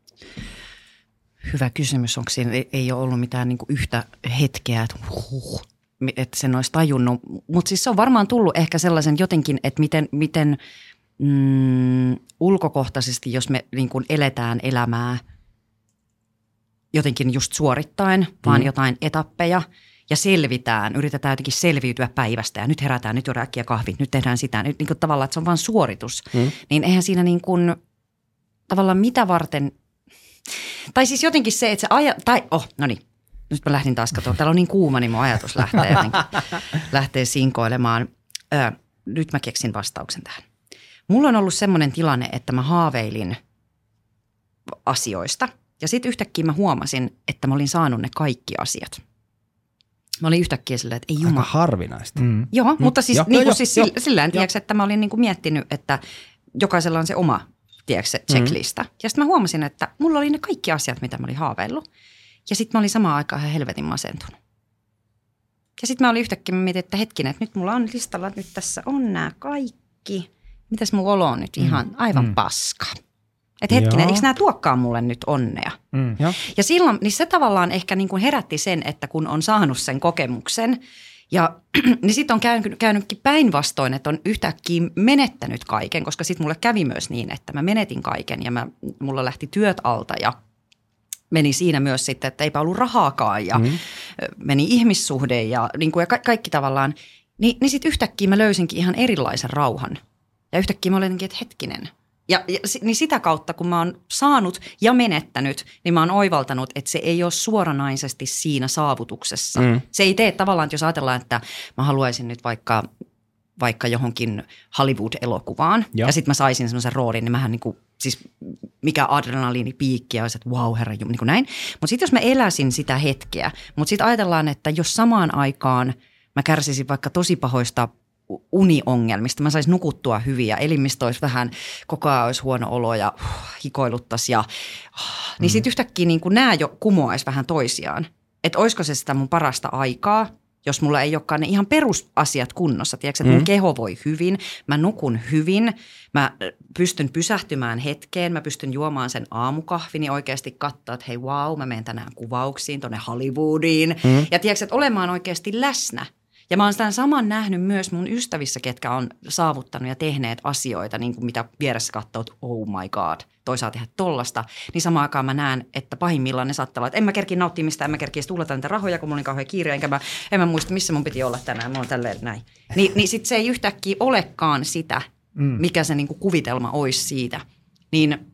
Hyvä kysymys. Onko siinä ei ole ollut mitään niin kuin yhtä hetkeä, että sen olisi tajunnut. Mutta siis se on varmaan tullut ehkä sellaisen jotenkin, että miten ulkokohtaisesti, jos me niin kuin eletään elämää jotenkin just suorittaen, vaan jotain etappeja ja selvitään, yritetään jotenkin selviytyä päivästä ja nyt herätään, nyt juodaan äkkiä kahvit, nyt tehdään sitä. Nyt niin kuin tavallaan, että se on vaan suoritus. Niin eihän siinä niin kuin tavallaan mitä varten. Tai siis jotenkin se, että se no niin, nyt mä lähdin taas katsomaan. Täällä on niin kuuma, niin mun ajatus lähtee sinkoilemaan. Nyt mä keksin vastauksen tähän. Mulla on ollut semmoinen tilanne, että mä haaveilin asioista ja sitten yhtäkkiä mä huomasin, että mä olin saanut ne kaikki asiat. Mä olin yhtäkkiä silleen, että ei jumala. Aika harvinaista. Joo, mutta siis, sillä tiedätkö, että mä olin niin kuin miettinyt, että jokaisella on se oma, tiedätkö, se checklista. Ja sitten mä huomasin, että mulla oli ne kaikki asiat, mitä mä olin haaveillut. Ja sitten mä olin samaan aikaan ihan helvetin masentunut. Ja sitten mä olin yhtäkkiä, mä mietin, että hetkinen, että nyt mulla on listalla, että nyt tässä on nämä kaikki. Mitäs mun olo on nyt ihan aivan paska. Että hetkinen, eikö nämä tuokkaan mulle nyt onnea? Ja silloin, niin se tavallaan ehkä niin kuin herätti sen, että kun on saanut sen kokemuksen, ja niin sitten on käynytkin päinvastoin, että on yhtäkkiä menettänyt kaiken, koska sitten mulle kävi myös niin, että mä menetin kaiken ja mulla lähti työt alta ja meni siinä myös sitten, että eipä ollut rahaakaan ja meni ihmissuhde ja, niin kuin, ja kaikki tavallaan. Niin sitten yhtäkkiä mä löysinkin ihan erilaisen rauhan ja yhtäkkiä mä olin, että hetkinen. Niin sitä kautta, kun mä oon saanut ja menettänyt, niin mä oon oivaltanut, että se ei ole suoranaisesti siinä saavutuksessa. Se ei tee tavallaan, että jos ajatellaan, että mä haluaisin nyt vaikka johonkin Hollywood-elokuvaan ja sitten mä saisin semmoisen roolin, niin mähän niinku, siis mikä adrenaliinipiikki ja olisi, että wow, herra niin kuin näin. Mutta sitten jos mä eläsin sitä hetkeä, mutta sitten ajatellaan, että jos samaan aikaan mä kärsisin vaikka tosi pahoista uniongelmista. Mä saisin nukuttua hyvin ja elimistö olisi vähän, koko ajan olisi huono olo ja hikoiluttaisi. Niin sitten yhtäkkiä niin nämä jo kumoaisi vähän toisiaan. Että olisiko se sitä mun parasta aikaa, jos mulla ei olekaan ne ihan perusasiat kunnossa. Tiedätkö, että mun keho voi hyvin, mä nukun hyvin, mä pystyn pysähtymään hetkeen, mä pystyn juomaan sen aamukahvini oikeasti katsoa, että hei wow, mä menen tänään kuvauksiin tonne Hollywoodiin. Ja tiedätkö, että olemaan oikeasti läsnä. Ja mä oon sitä saman nähnyt myös mun ystävissä, ketkä on saavuttanut ja tehneet asioita, niin kuin mitä vieressä katsoo, että oh my god, toi saa tehdä tollasta. Niin samaan aikaan mä näen, että pahimmillaan ne saattaa olla, että en mä kerkiä nauttia mistään, en mä kerkiä tullata niitä rahoja, kun mulla on kauhean kiire, en mä muista, missä mun piti olla tänään, mulla on tälleen näin. Niin sit se ei yhtäkkiä olekaan sitä, mikä se niin kuin kuvitelma olisi siitä. Niin,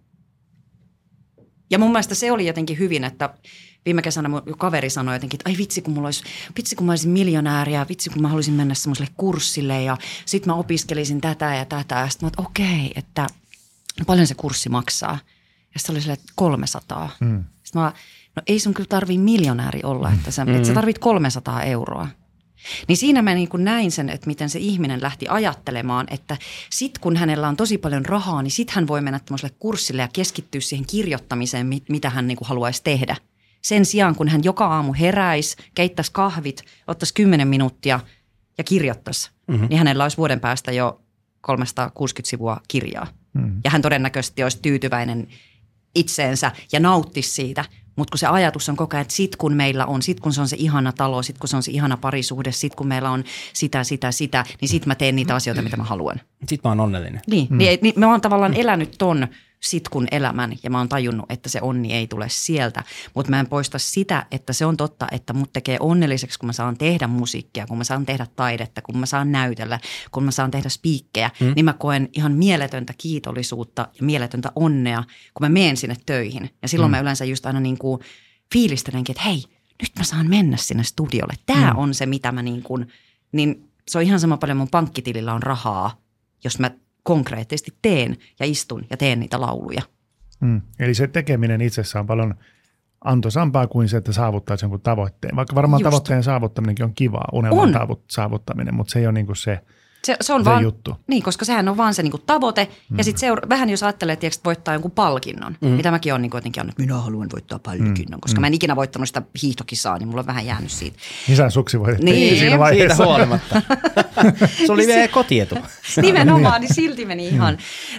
ja mun mielestä se oli jotenkin hyvin, että viime kesänä mun kaveri sanoi jotenkin, että ai vitsi kun mä olisin miljonääri ja vitsi kun mä haluaisin mennä semmoiselle kurssille ja sit mä opiskelisin tätä ja tätä. Ja sit mä okei, että paljon se kurssi maksaa. Ja sitten oli silleen, että 300. Sitten mä no ei sun kyllä tarvii miljonääri olla, että sä tarvit 300 euroa. Niin siinä mä niin kuin näin sen, että miten se ihminen lähti ajattelemaan, että sit kun hänellä on tosi paljon rahaa, niin sit hän voi mennä tämmöiselle kurssille ja keskittyä siihen kirjoittamiseen, mitä hän niin kuin haluaisi tehdä. Sen sijaan, kun hän joka aamu heräisi, keittäisi kahvit, ottaisi 10 minuuttia ja kirjoittaisi, niin hänellä olisi vuoden päästä jo 360 sivua kirjaa. Ja hän todennäköisesti olisi tyytyväinen itseensä ja nauttisi siitä. Mutta kun se ajatus on koko ajan, että sit kun meillä on, sit kun se on se ihana talo, sit kun se on se ihana parisuhde, sit kun meillä on sitä, niin sit mä teen niitä asioita, mitä mä haluan. Sit mä oon onnellinen. Niin mä oon tavallaan elänyt ton sitkun elämän ja mä oon tajunnut, että se onni ei tule sieltä. Mutta mä en poista sitä, että se on totta, että mut tekee onnelliseksi, kun mä saan tehdä musiikkia, kun mä saan tehdä taidetta, kun mä saan näytellä, kun mä saan tehdä spiikkejä. Niin mä koen ihan mieletöntä kiitollisuutta ja mieletöntä onnea, kun mä menen sinne töihin. Ja silloin mä yleensä just aina niin kuin fiilistelenkin, että hei, nyt mä saan mennä sinne studiolle. Tää on se, mitä mä niin kuin, niin se on ihan sama paljon mun pankkitilillä on rahaa, jos mä konkreettisesti teen ja istun ja teen niitä lauluja. Eli se tekeminen itsessään on paljon antoisampaa kuin se, että saavuttaisi jonkun tavoitteen. Vaikka varmaan tavoitteen saavuttaminenkin on kivaa, unelman saavuttaminen, mutta se ei ole niin kuin se on vaan juttu. Niin, koska sehän on vaan se niinku tavoite. Ja sitten vähän jos ajattelee, että voittaa jonkun palkinnon, mitä mäkin olen niinku jotenkin annut, minä haluan voittaa palkinnon, koska mä en ikinä voittanut sitä hiihtokisaa, niin mulla on vähän jäänyt siitä. Isän suksi voitettiin siinä vaiheessa. Siitä huolimatta. Se oli vielä kotietu. Nimenomaan, niin silti meni ihan.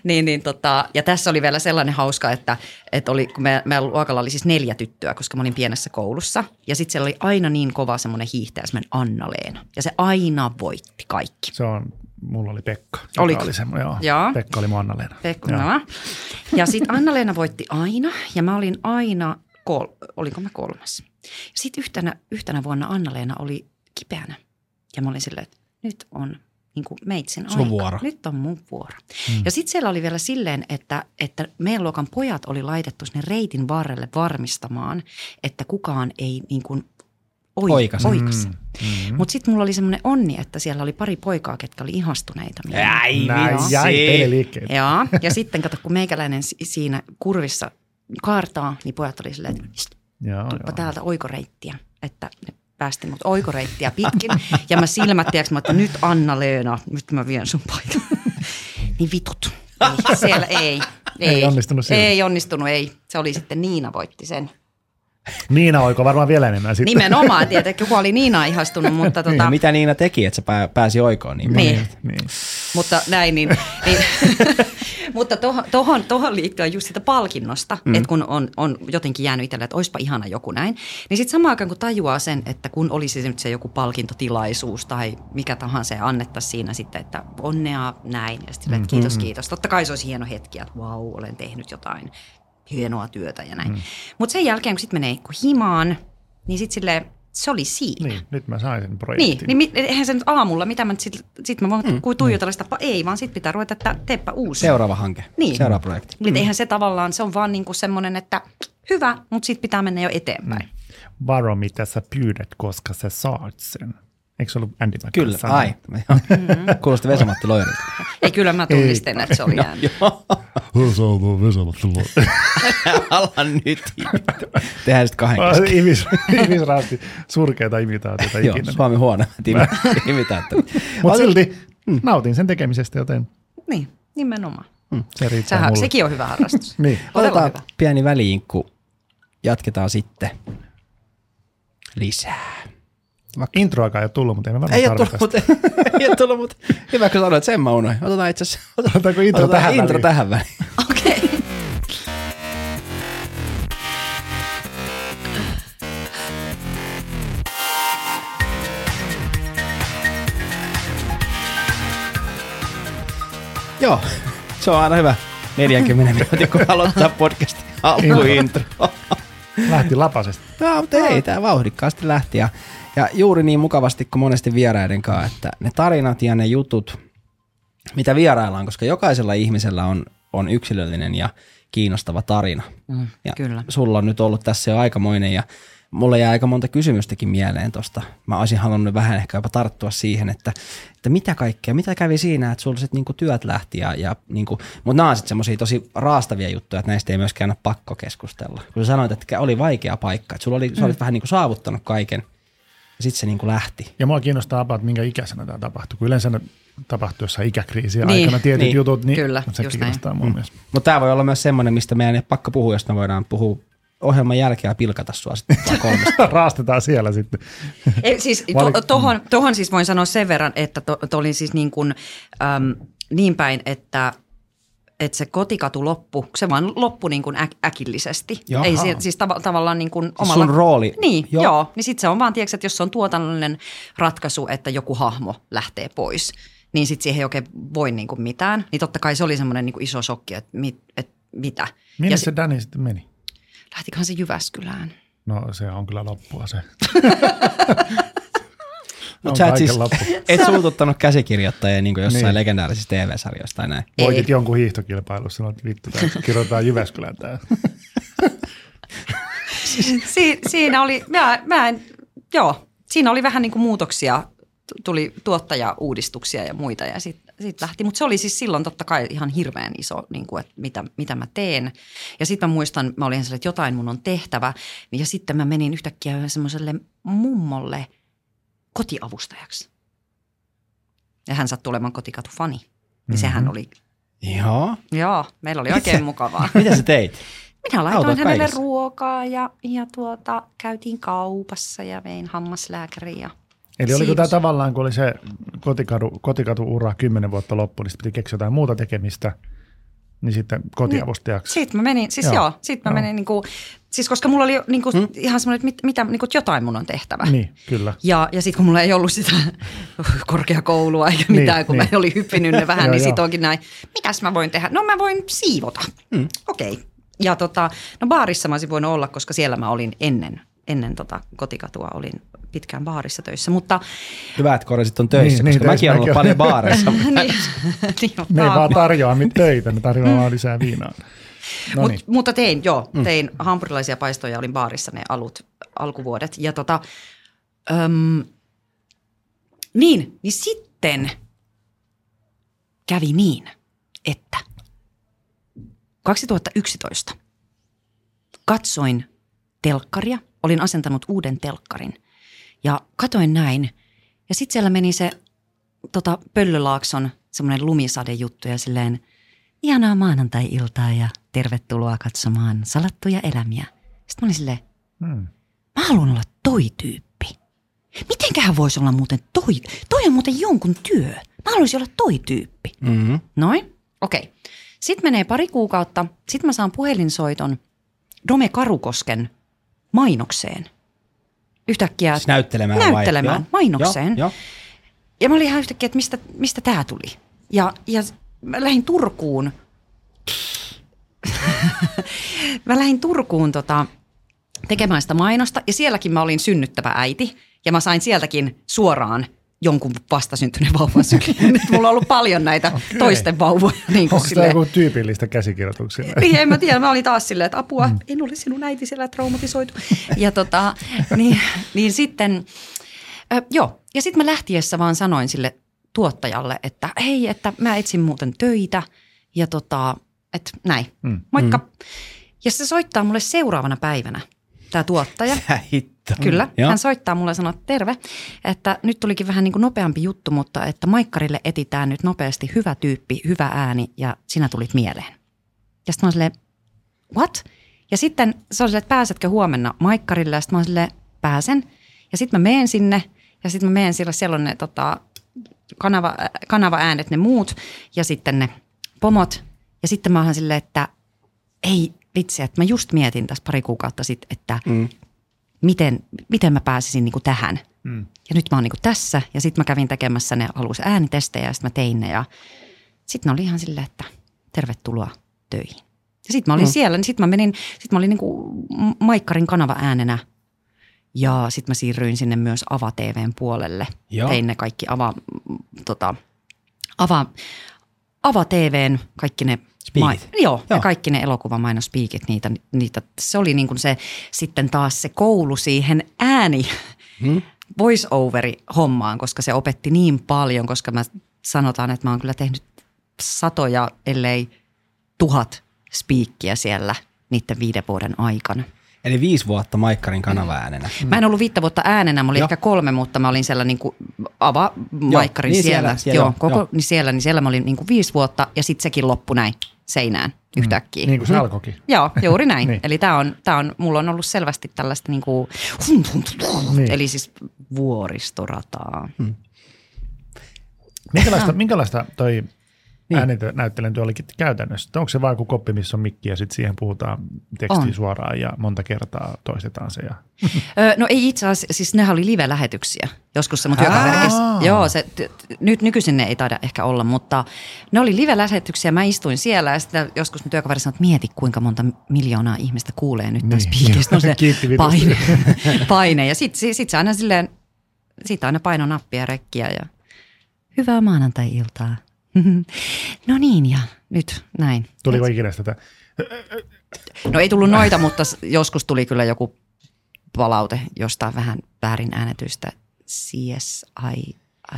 Ja tässä oli vielä sellainen hauska, että oli, kun meidän luokalla oli siis 4 tyttöä, koska mä olin pienessä koulussa. Ja sitten siellä oli aina niin kova semmoinen hiihtäjä, semmoinen Anna-Leena. Ja se aina voitti kaikki. Mulla oli Pekka. Oliko? Semmoinen, joo. Pekka oli mun Anna-Leena. Ja sitten Anna-Leena voitti aina ja mä olin aina, olinko mä 3. Ja sitten yhtenä vuonna Anna-Leena oli kipeänä ja mä olin silleen, että nyt on niin kuin meitsin aika. Vuoro. Nyt on mun vuoro. Ja sitten siellä oli vielä silleen, että meidän luokan pojat oli laitettu sinne reitin varrelle varmistamaan, että kukaan ei niin kuin oikasi. Mutta sitten mulla oli semmoinen onni, että siellä oli pari poikaa, ketkä oli ihastuneita. Jäi teille liikkeelle. Ja sitten kato, kun meikäläinen siinä kurvissa kaartaa, niin pojat oli silleen, että tuppa täältä oikoreittiä, että ne päästi mut oikoreittiä pitkin. Ja mä silmät, tiedätkö, että nyt Anna-Leena, nyt mä vien sun paikan. Niin vitut. Siellä ei onnistunut siellä. Ei onnistunut, ei. Se oli sitten Niina voitti sen. Niina oiko varmaan vielä enemmän sitten. Nimenomaan, tietenkin kuka oli Niina ihastunut, mutta niin, mitä Niina teki, että se pääsi oikoon niin. Mutta näin, niin mutta tohon liittyen just sitä palkinnosta, että kun on jotenkin jäänyt itselle, että olisipa ihana joku näin, niin sitten samaan aikaan kun tajuaa sen, että kun olisi se nyt se joku palkintotilaisuus tai mikä tahansa ja annettaisiin siinä sitten, että onnea näin ja sitten kiitos. Totta kai se olisi hieno hetki, että vau, olen tehnyt jotain hienoa työtä ja näin. Mutta sen jälkeen, kun sitten menee himaan, niin sitten silleen, se oli siinä. Niin, nyt mä sain sen projektin. Niin eihän se nyt aamulla, mitä mä sit mä voin tuijotella sitä, ei vaan sit pitää ruveta, että teepä uusi. Seuraava hanke, seuraava projekti. Niin eihän se tavallaan, se on vaan niinku semmoinen, että hyvä, mutta sit pitää mennä jo eteenpäin. Varo, mitä sä pyydät, koska sä saat sen. Eikö se ollut Andy McCall? Kyllä, ai. Kuulosti Vesa-Matti Loirilta. Ei, kyllä mä tunnistin, että se oli jäänyt. Se on Vesa-Matti Loirilta. Ala nyt. Tehdään sitten 2 kesken. Ihmisraasti surkeita imitaatioita ikinä. Joo, Suomi huono imitaattori. Mutta silti nautin sen tekemisestä, joten... Niin, nimenomaan. Se riittää mulle. Sekin on hyvä harrastus. Niin. Otetaan pieni väliinkku. Jatketaan sitten lisää. Introakaan ei ole tullut, mutta emme varmaan tarvita sitä. Ei ole tullut, mutta hyvä kun sanoit, sen mä unoin. Otetaan itse asiassa. Otetaanko intro tähän väliin? Okei. Okay. Joo, se on aina hyvä 40 minuutin, kun aloittaa podcastin alkuintro. Lähti lapasesti. No, mutta ei, tämä vauhdikkaasti lähti. Ja juuri niin mukavasti kuin monesti vieraiden kanssa, että ne tarinat ja ne jutut, mitä vieraillaan, koska jokaisella ihmisellä on yksilöllinen ja kiinnostava tarina. Ja kyllä. sulla on nyt ollut tässä jo aikamoinen ja mulla jäi aika monta kysymystäkin mieleen tosta. Mä olisin halunnut vähän ehkä jopa tarttua siihen, että mitä kaikkea, mitä kävi siinä, että sulla sitten niinku työt lähti ja niinku, mutta nämä on sitten semmoisia tosi raastavia juttuja, että näistä ei myöskään ole pakko keskustella. Kun sä sanoit, että oli vaikea paikka, että sä olit vähän niinku saavuttanut kaiken ja sitten se niinku lähti. Ja mua kiinnostaa että minkä ikäisenä tämä tapahtui. Kun yleensä tapahtuu jossain ikäkriisiä aikana tietyt jutut, niin kyllä, se kiinnostaa mun mielestä. Mutta tämä voi olla myös semmoinen, mistä meidän ei pakko puhua, josta me voidaan puhua ohjelman jälkeen ja pilkata sua sitten kolmesta. Raastetaan siellä sitten. Siis tohon siis voin sanoa sen verran, että oli siis niin päin, että se kotikatu loppu, se vaan loppui niin kuin äkillisesti. Jaha. Ei siis tavallaan niin kuin omalla... Sun rooli. Niin, joo. Niin sitten se on vaan, tiedätkö, että jos se on tuotannollinen ratkaisu, että joku hahmo lähtee pois, niin sitten siihen ei oikein voi niin kuin mitään. Niin totta kai se oli semmoinen niin kuin iso shokki, että mitä. Minne se Dani sitten meni? Lähtikohan se Jyväskylään? No se on kyllä loppua se. Mutta sä et suututtanut käsikirjoittajia niin kuin jossain legendaarisissa TV-sarjoissa tai näin. Voitit jonkun hiihtokilpailussa, sanoit, että vittu, kirjoitetaan Jyväskylään tää. Siinä oli, siinä oli vähän niin kuin muutoksia, tuli tuottajauudistuksia ja muita ja sitten lähti. Mutta se oli siis silloin totta kai ihan hirveän iso, niin kuin, että mitä mä teen. Ja sitten mä muistan, mä olin sellainen, että jotain mun on tehtävä. Ja sitten mä menin yhtäkkiä semmoiselle mummolle kotiavustajaksi. Ja hän sattui olemaan kotikatu-fani. Ja sehän oli... Joo, meillä oli oikein mukavaa. Mitä sä teit? Minä laitoin hänelle ruokaa ja käytiin kaupassa ja vein hammaslääkäriin. Eli oliko tämä tavallaan, kun oli se kotikatu-ura 10 vuotta loppu, niin sitten piti keksiä jotain muuta tekemistä, niin sitten kotiavustajaksi. Sitten mä menin, menin niin kuin, siis koska mulla oli niin kuin ihan semmoinen, että mitä, niin kuin, jotain mun on tehtävä. Niin, kyllä. Ja sitten kun mulla ei ollut sitä korkeakoulua eikä mitään, kun mä olin hyppinyt ne vähän, niin sitten onkin näin, mitäs mä voin tehdä? No mä voin siivota. Okei. Ja no baarissa mä olisin voinut olla, koska siellä mä olin ennen kotikatua olin pitkään baarissa töissä, mutta... Hyvä, että korjasit on töissä, koska mäkin olen ollut paljon baareissa. Ne ei vaan tarjoa töitä, ne tarjoaa vaan lisää viinaa. Mutta tein hampurilaisia paistoja, olin baarissa ne alkuvuodet. Ja niin sitten kävi niin, että 2011 katsoin telkkaria, olin asentanut uuden telkkarin ja katoin näin. Ja sitten siellä meni se Pöllölaakson semmoinen lumisadejuttu ja silleen ihanaa maanantai-iltaa ja tervetuloa katsomaan salattuja elämiä. Sitten mä olin silleen, mä haluan olla toi tyyppi. Mitenköhän voisi olla muuten toi? Toi on muuten jonkun työ. Mä haluaisin olla toi tyyppi. Mm-hmm. Noin, okei. Sitten menee pari kuukautta. Sitten mä saan puhelinsoiton Dome Karukosken mainokseen. Yhtäkkiä siis näyttelemään mainokseen. Jo. Ja mä olin ihan yhtäkkiä, että mistä tää tuli. Ja mä lähdin Turkuun. Tekemään sitä mainosta ja sielläkin mä olin synnyttävä äiti. Ja mä sain sieltäkin suoraan jonkun vastasyntyneen vauvan syliin. Mulla on ollut paljon näitä toisten vauvoja. Niin onko tämä joku tyypillistä käsikirjoituksia? Niin, en mä tiedä. Mä olin taas silleen, että apua, en ole sinun äiti siellä traumatisoitu. Ja niin sitten, Ja sitten mä lähtiessä vaan sanoin sille tuottajalle, että hei, että mä etsin muuten töitä. Ja että näin, moikka. Ja se soittaa mulle seuraavana päivänä, tämä tuottaja. Kyllä, hän soittaa mulle ja sanoo, että terve, että nyt tulikin vähän niin kuin nopeampi juttu, mutta että Maikkarille etitään nyt nopeasti hyvä tyyppi, hyvä ääni ja sinä tulit mieleen. Ja sitten mä oon silleen, what? Ja sitten se on silleen, että pääsetkö huomenna Maikkarille ja sitten mä oon silleen, pääsen. Ja sitten mä menen sinne ja sitten mä menen siellä on ne kanava-äänet, ne muut ja sitten ne pomot. Ja sitten mä oon silleen, että ei vitsi, että mä just mietin tässä pari kuukautta sitten, että miten mä pääsisin niinku tähän. Ja nyt mä oon niinku tässä ja sitten mä kävin tekemässä ne äänitestejä ja sitten mä tein ne ja sitten ne oli ihan silleen, että tervetuloa töihin. Ja sitten mä olin siellä, niin sitten mä olin niinku Maikkarin kanava-äänenä ja sitten mä siirryin sinne myös Ava-TVn puolelle. Joo. Tein ne kaikki Ava-TVn, kaikki ne Joo, ja kaikki ne elokuvamainospiikit, niitä, se oli niin kuin se sitten taas se koulu siihen voice-overi-hommaan, koska se opetti niin paljon, koska mä sanotaan, että mä oon kyllä tehnyt satoja, ellei 1000 spiikkiä siellä niiden 5 vuoden aikana. Eli 5 vuotta Maikkarin kanava-äänenä. Mä en ollut 5 vuotta äänenä, mä olin ehkä 3, mutta mä olin siellä niinku Maikkarin niin siellä. Niin siellä mä olin niinku 5 vuotta ja sitten sekin loppui näin seinään yhtäkkiä. Niin kuin se alkoikin. Joo, juuri näin. Niin. Eli mulla on ollut selvästi tällaista niinku, eli siis vuoristorataa. Minkälaista toi äänitönäyttelijän työ olikin käytännössä? Onko se vaan joku koppi, missä on mikki ja sitten siihen puhutaan tekstiin suoraan ja monta kertaa toistetaan se? Ja... No ei itse asiassa, siis nehän oli live-lähetyksiä joskus se mun työkaverikissa. Joo, nykyisin ne ei taida ehkä olla, mutta ne oli live-lähetyksiä. Mä istuin siellä ja sitten joskus mun työkaveri sanoi, että mieti kuinka monta miljoonaa ihmistä kuulee nyt tässä piikistä. No se paine. Ja sitten se aina silleen, siitä aina paino nappia rekkiä ja hyvää maanantai-iltaa. No niin, ja nyt näin. Tuliko ikinä tätä? No ei tullut noita, mutta joskus tuli kyllä joku palaute jostain vähän väärin äänetystä. CSI.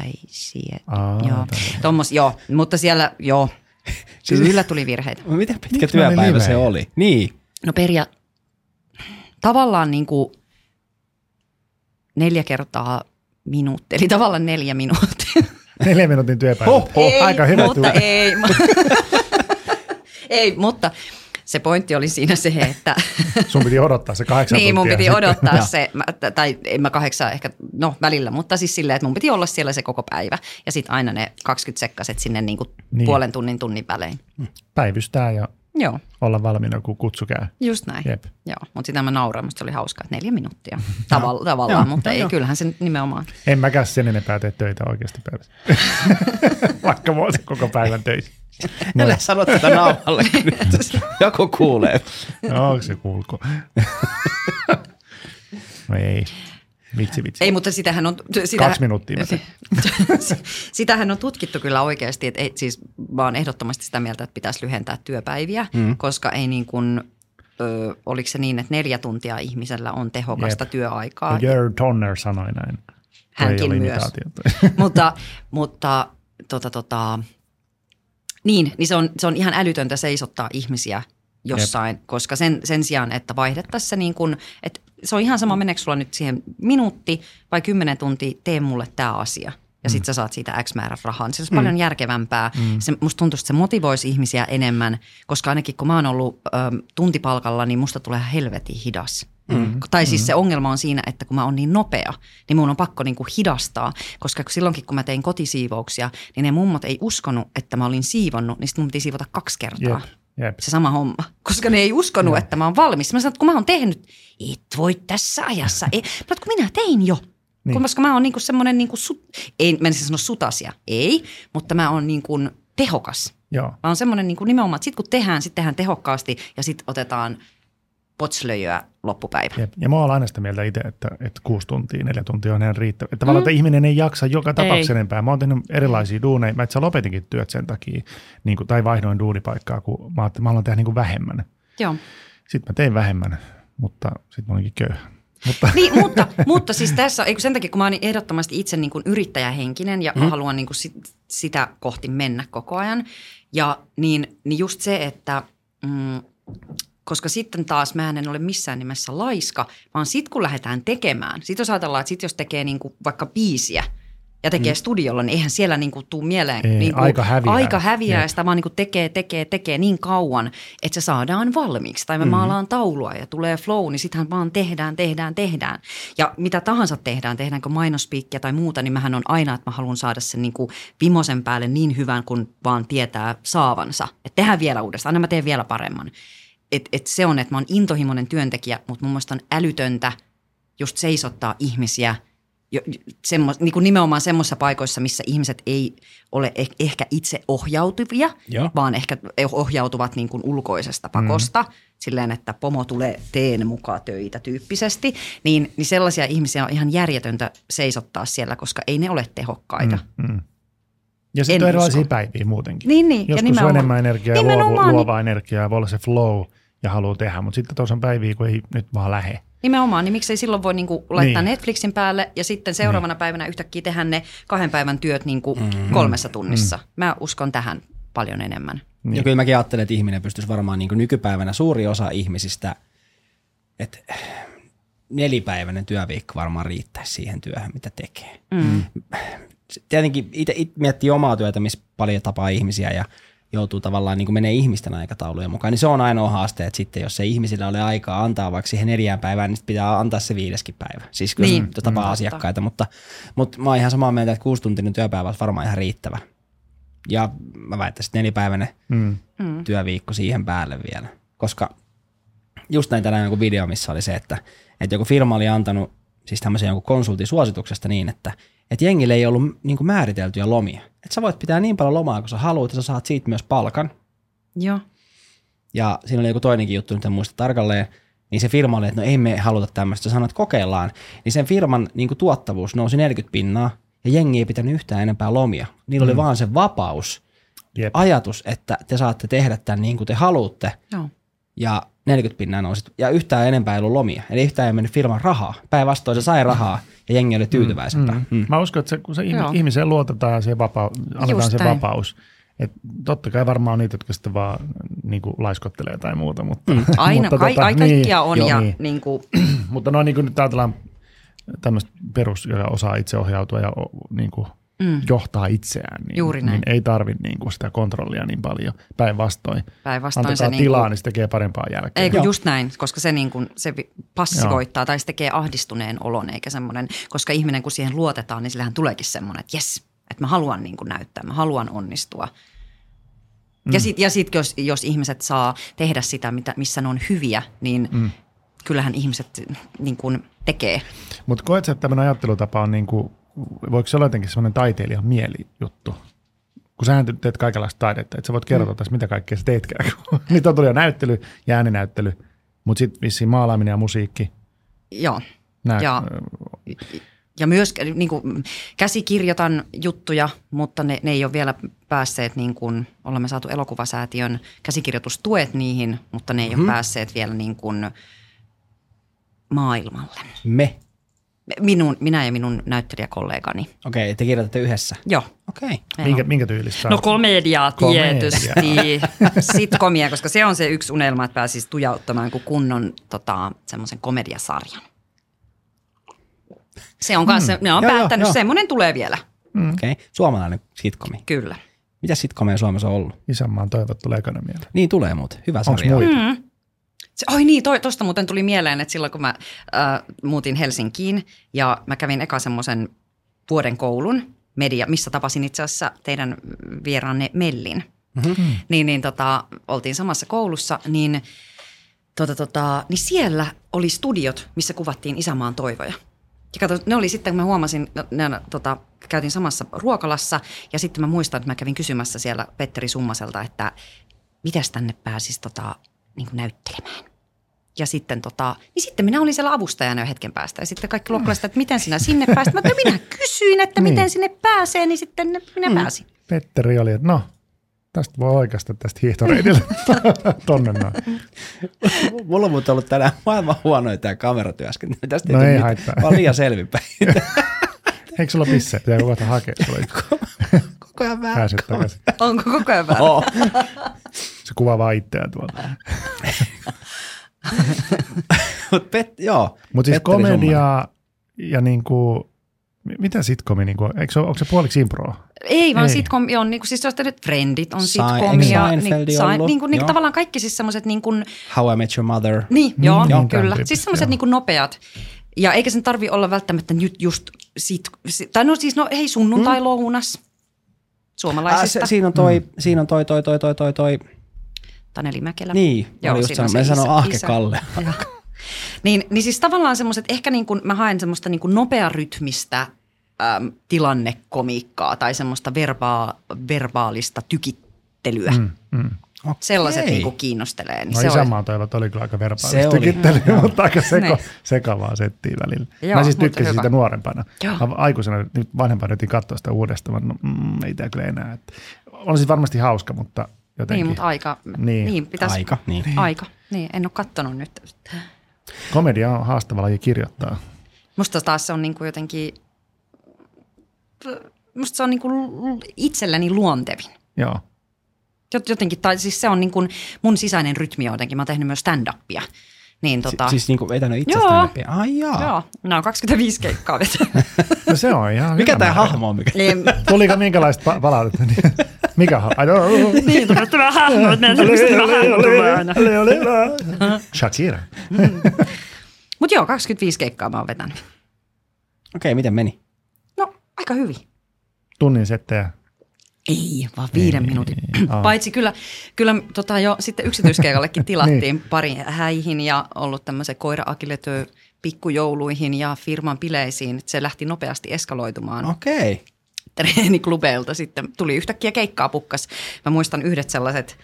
Joo, mutta siellä, kyllä tuli virheitä. Miten pitkä työpäivä se oli? Niin. No tavallaan niin kuin 4 kertaa minuutti, eli tavallaan 4 minuuttia. 4 minuutin työpäivä. Aika hyvä mutta ei, mutta se pointti oli siinä se, että... Sun piti odottaa se 8 tuntia. Niin, mun piti odottaa se, tai en mä 8 ehkä, välillä, mutta siis silleen, että mun piti olla siellä se koko päivä. Ja sitten aina ne 20 sekkaset sinne niin kuin puolen tunnin välein. Päivystää ja olla valmiina, kun kutsu käy. Just näin, joo. Mutta sitä mä nauroin, musta oli hauskaa, että 4 minuuttia tavallaan, mutta ei, kyllähän se nimenomaan. En mäkään sen enempää tee töitä oikeasti päivässä. Vaikka mä olisin koko päivän töissä. Älä sano tätä nauhalle, nyt joku kuulee. No, onko se kuulko? No ei. Vitsi. Ei, mutta sitähän on... 2 minuuttia. Sitähän on tutkittu kyllä oikeasti, että siis mä oon ehdottomasti sitä mieltä, että pitäisi lyhentää työpäiviä, koska ei niin kuin, oliko se niin, että 4 tuntia ihmisellä on tehokasta työaikaa. Jörg Tonner sanoi näin. Hänkin myös. mutta niin se on ihan älytöntä seisottaa ihmisiä jossain, koska sen sijaan, että vaihdettaisiin se niin kuin, että se on ihan sama, meneekö sulla nyt siihen minuutti vai 10 tuntia, tee mulle tämä asia. Ja sitten sä saat siitä X määrän rahaa. Se olisi paljon järkevämpää. Musta tuntuu, että se motivoisi ihmisiä enemmän, koska ainakin kun mä oon ollut tuntipalkalla, niin musta tulee helvetin hidas. Tai siis se ongelma on siinä, että kun mä oon niin nopea, niin mun on pakko niinku hidastaa. Koska silloinkin, kun mä tein kotisiivouksia, niin ne mummot ei uskonut, että mä olin siivonnut, niin sitten mun piti siivota 2 kertaa. Jep. Se sama homma, koska ne ei uskonut, että mä oon valmis. Mä sanoin, että kun mä oon tehnyt, et voi tässä ajassa. Mutta kun minä tein jo, koska mä oon niinku semmoinen, niinku ei menisin sanoa sutasia, ei, mutta mä oon niinku tehokas. Joo. Mä oon semmoinen niinku nimenomaan, että sit kun tehdään tehokkaasti ja sit otetaan potslöjyä loppupäivä. Jep. Ja mä oon aina sitä mieltä itse, että 6 tuntia, 4 tuntia on ihan riittävä. Että tavallaan ihminen ei jaksa joka tapauksessa enempää. Mä oon tehnyt erilaisia duuneja. Mä itse lopetinkin työt sen takia, niin kuin, tai vaihdoin duunipaikkaa, kun mä ajattelin, mä haluan tehdä niin kuin vähemmän. Joo. Sitten mä tein vähemmän, mutta sitten mä olinkin köyhä. Niin, mutta siis tässä, sen takia kun mä oon ehdottomasti itse niin kuin yrittäjähenkinen ja mä haluan niin kuin sitä kohti mennä koko ajan. Ja niin just se, että... koska sitten taas mä en ole missään nimessä laiska, vaan sitten kun lähdetään tekemään, sitten jos ajatellaan, että jos tekee niinku vaikka biisiä ja tekee studiolla, niin eihän siellä niinku tule mieleen. Niinku, aika häviää ja sitä vaan niinku tekee niin kauan, että se saadaan valmiiksi. Tai me maalaan taulua ja tulee flow, niin sittenhän vaan tehdään. Ja mitä tahansa tehdäänkö mainospiikkiä tai muuta, niin mähän on aina, että mä haluan saada sen niinku vimosen päälle niin hyvän, kun vaan tietää saavansa. Että tehdään vielä uudestaan, aina mä teen vielä paremman. Et se on, että mä oon intohimoinen työntekijä, mutta mun mielestä on älytöntä just seisottaa ihmisiä niin kuin nimenomaan semmoisissa paikoissa, missä ihmiset ei ole ehkä itse ohjautuvia, vaan ehkä ohjautuvat niin kuin ulkoisesta pakosta, silleen, että pomo tulee teen mukaan töitä tyyppisesti, niin sellaisia ihmisiä on ihan järjetöntä seisottaa siellä, koska ei ne ole tehokkaita. Ja sitten on erilaisia päiviä muutenkin. Niin. Joskus on enemmän energiaa ja luovaa energiaa, voi olla se flow ja haluaa tehdä, mutta sitten tuossa on päiviä, kun ei nyt vaan lähe. Nimenomaan, niin miksei silloin voi niinku laittaa Netflixin päälle ja sitten seuraavana päivänä yhtäkkiä tehdä ne 2 päivän työt niinku 3 tunnissa. Mä uskon tähän paljon enemmän. Ja kyllä mäkin ajattelen, että ihminen pystyisi varmaan niin kuin nykypäivänä suuri osa ihmisistä, että 4-päiväinen työviikko varmaan riittäisi siihen työhön, mitä tekee. Tietenkin itse miettii omaa työtä, missä paljon tapaa ihmisiä ja joutuu tavallaan niin kuin menee ihmisten aikataulujen mukaan, niin se on ainoa haaste, että sitten jos ei ihmisillä ole aikaa antaa vaikka siihen 4 päivään, niin pitää antaa se 5. päivä. Siis kyllä se tapaa asiakkaita, mutta mä oon ihan samaa mieltä, että 6-tuntinen työpäivä on varmaan ihan riittävä. Ja mä väittäisin, että 4-päiväinen työviikko siihen päälle vielä. Koska just näin tänään joku video, missä oli se, että joku firma oli antanut siis tämmöisen jonkun konsultin suosituksesta niin, että jengille ei ollut niin kuin määriteltyjä lomia. Että sä voit pitää niin paljon lomaa, kun sä haluat, ja sä saat siitä myös palkan. Joo. Ja siinä oli joku toinenkin juttu, nyt en muista tarkalleen, niin se firma oli, että no ei me haluta tämmöistä, sä sanoit, että kokeillaan. Niin sen firman niin kuin tuottavuus nousi 40%, ja jengi ei pitänyt yhtään enempää lomia. Niillä oli vaan se vapaus, ajatus, että te saatte tehdä tämän niin kuin te haluatte. Joo. Ja 40% nousi. Ja yhtään enempää ei ollut lomia. Eli yhtään ei mennyt firman rahaa. Päinvastoin se sai rahaa ja jengi oli tyytyväisempää. Mä uskon, että kun se ihmiseen luotetaan ja annetaan se vapaus. Että totta kai varmaan on niitä, jotka sitten vaan niin kuin laiskottelee tai muuta. Mutta, aina, kaikkia on. Joo, ja niin. Niin kuin. Mutta no niin kuin nyt ajatellaan tämmöistä perus, joka osaa itse ohjautua ja niin kuin johtaa itseään, niin ei tarvitse niin kuin sitä kontrollia niin paljon. Päinvastoin antakaa se tilaa, niin se tekee parempaa jälkeä. Eikö just näin, koska se, niin kuin, se passivoittaa tai se tekee ahdistuneen olon, eikä semmoinen, koska ihminen kun siihen luotetaan, niin sillähän tuleekin semmoinen, että jes, että mä haluan niin kuin näyttää, mä haluan onnistua. Ja sit jos ihmiset saa tehdä sitä, missä ne on hyviä, niin kyllähän ihmiset niin kuin tekee. Mutta koet sä, että tämmöinen ajattelutapa on niin kuin, voiko se olla jotenkin semmoinen taiteilijan mielijuttu? Kun sähän teet kaikenlaista taidetta, että sä voit kertoa tässä, mitä kaikkea sä teetkään. Niitä on tuli jo näyttely ja ääninäyttely, mutta sitten vissiin maalaaminen ja musiikki. Joo. Ja myös niin kuin, käsikirjoitan juttuja, mutta ne ei ole vielä päässeet, niin kuin, olemme saatu elokuvasäätiön käsikirjoitustuet niihin, mutta ne ei ole päässeet vielä niin kuin, maailmalle. Minä ja minun näyttelijäkollegani. Okei, te kirjoitatte yhdessä? Joo. Okei. Minkä tyylistä? No komediaa tietysti. Sitcomia, koska se on se yksi unelma, että pääsisi tujauttamaan kuin kunnon semmoisen komediasarjan. Se on kanssa, ne on päättänyt, semmoinen tulee vielä. Okei. Suomalainen sitcomi. Kyllä. Mitä sitcomeja Suomessa on ollut? Isänmaan toivot tulee ekana mieleen. Niin tulee muuten. Hyvä sarja. Onko muita? Oi niin, tosta muuten tuli mieleen, että silloin kun mä muutin Helsinkiin ja mä kävin eka semmoisen vuoden koulun media, missä tapasin itse asiassa teidän vieraanne Mellin. Niin oltiin samassa koulussa, niin siellä oli studiot, missä kuvattiin Isänmaan toivoja. Ja kato, ne oli sitten, kun mä huomasin, käytiin samassa ruokalassa ja sitten mä muistan, että mä kävin kysymässä siellä Petteri Summaselta, että mitäs tänne pääsisi niin kuin näyttelemään. Ja sitten, niin sitten minä olin siellä avustajana jo hetken päästä. Ja sitten kaikki luokkalaiset, että miten sinä sinne pääsit. Minä kysyin, että miten sinne pääsee, niin sitten minä pääsin. Petteri oli, että no, tästä voi oikeasta tästä hiihtoreidillä tonne noin. Mulla on muuten ollut tänään maailman huonoin tämä kameratyöskentely. No ei haittaa. Mä oon liian selvinpäin. Eikö sulla pisse? Pitääkö kohta hakea? Koko ajan vähän. Pääset takaisin. Onko koko ajan vähän? Se kuvaa vaan itseään tuolla. Mutta siis komediaa ja niinku, mitä sitcomi, niinku, onko se puoliksi improa? Ei, vaan sitcom on, niinku, siis jos nyt Friendit on sitcomia. Niinku tavallaan kaikki siis semmoiset niin kuin How I Met Your Mother. Niin, kyllä. Siis semmoiset niin kuin nopeat. Ja eikä sen tarvitse olla välttämättä just sunnuntai-lounas suomalaisista. Siinä on toi. Taneli Mäkelä. Niin, joo, just mä sanon Ahke Kalle. niin siis tavallaan semmoiset, ehkä niin kuin mä haen semmoista niin kuin nopearytmistä tilannekomiikkaa tai semmoista verbaalista tykittelyä. Sellaiset niinku kiinnostelee. Niin no isänmaan toivot oli kyllä aika verpailusta mutta aika sekavaa settiä välillä. Joo, mä siis tykkäsin siitä nuorempana. Aikuisena nyt vanhempana yritin katsoa sitä uudestaan, ei tämä kyllä enää. Että on siis varmasti hauska, mutta jotenkin. Niin, mutta aika. Niin, pitäisi. Aika. Niin, en ole katsonut nyt. Komedia on haastava laji kirjoittaa. Musta taas se on niinku jotenkin, musta se on niinku itselleni luontevin. Joo. Jotenkin, tai siis se on niin kuin mun sisäinen rytmi jotenkin. Mä oon tehnyt myös stand-upia. Niin, siis niin kuin vetänyt itse stand-upia? Ai jaa. Joo, mä oon 25 keikkaa vetänyt. No se on ihan mikä tää hahmo on? Tuliko minkälaista palautetta? Mikä hahmo? Niin, tämä hahmo, että meidän tämä hahmo tulee aina. Shakira. Mut joo, 25 keikkaa mä oon vetänyt. Okei, miten meni? No, aika hyvin. Tunnin settejä. Ei, vaan 5 minuutin. Paitsi kyllä jo sitten yksityiskeikallekin tilattiin pari häihin ja ollut tämmöisen koira-akiletyö pikkujouluihin ja firman bileisiin. Se lähti nopeasti eskaloitumaan. Okei. Treeniklubeilta sitten tuli yhtäkkiä keikkaa pukkas. Mä muistan yhdet sellaiset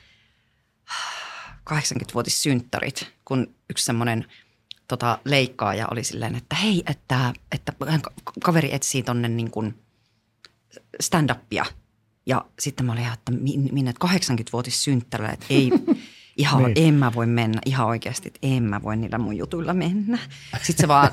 80-vuotissynttärit, kun yksi semmoinen leikkaaja oli silleen, että hei, että kaveri etsii tonne niin kuin stand-upia. Ja sitten mä olin ihan, että minne 80-vuotissynttärillä, että ei, ihan, niin. En mä voi mennä ihan oikeasti, että en mä voi niillä mun jutuilla mennä. Sitten se vaan,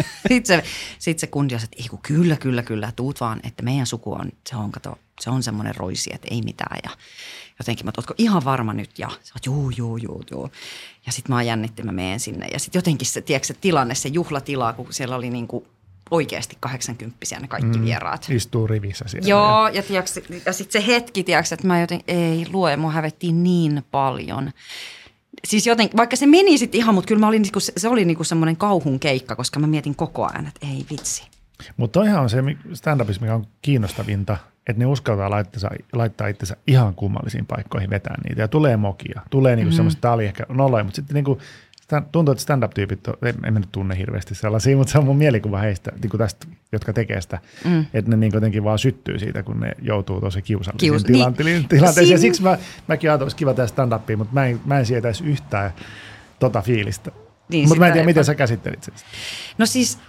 sit se kundi että ei kun kyllä, tuut vaan, että meidän suku on, se on semmoinen roisi, että ei mitään. Ja jotenkin mä ootko ihan varma nyt ja sä oot juu. Ja sitten mä jännitti, mä menen sinne. Ja sitten jotenkin se, tiedätkö, se tilanne, se juhlatila, kun siellä oli niinku oikeasti 80-vuotiaita ne kaikki vieraat. Istuu rivissä siellä. Joo, ja sitten se hetki, tiedätkö, että mä jotenkin, ei luoja, mua hävettiin niin paljon. Siis jotenkin, vaikka se meni sitten ihan, mutta kyllä mä olin, se oli niinku semmoinen kauhun keikka, koska mä mietin koko ajan, että ei vitsi. Mutta toihan on se stand-upissa, mikä on kiinnostavinta, että ne uskaltaa laittaa itsensä ihan kummallisiin paikkoihin vetää niitä. Ja tulee mokia, tulee niinku semmoista, tää oli ehkä noloja, mutta sitten niinku tuntuu, että stand-up-tyypit, en mä nyt tunne hirveästi sellaisia, mutta se on mun mielikuva heistä, niin kuin tästä, jotka tekee sitä, että ne niin jotenkin vaan syttyy siitä, kun ne joutuu tosi kiusallisiin tilanteeseen. Ja siksi mäkin ajattelin, että kiva tehdä stand-upia, mutta mä en sietäisi yhtään fiilistä. Niin, mutta mä en tiedä, miten sä käsittelit sen. No siis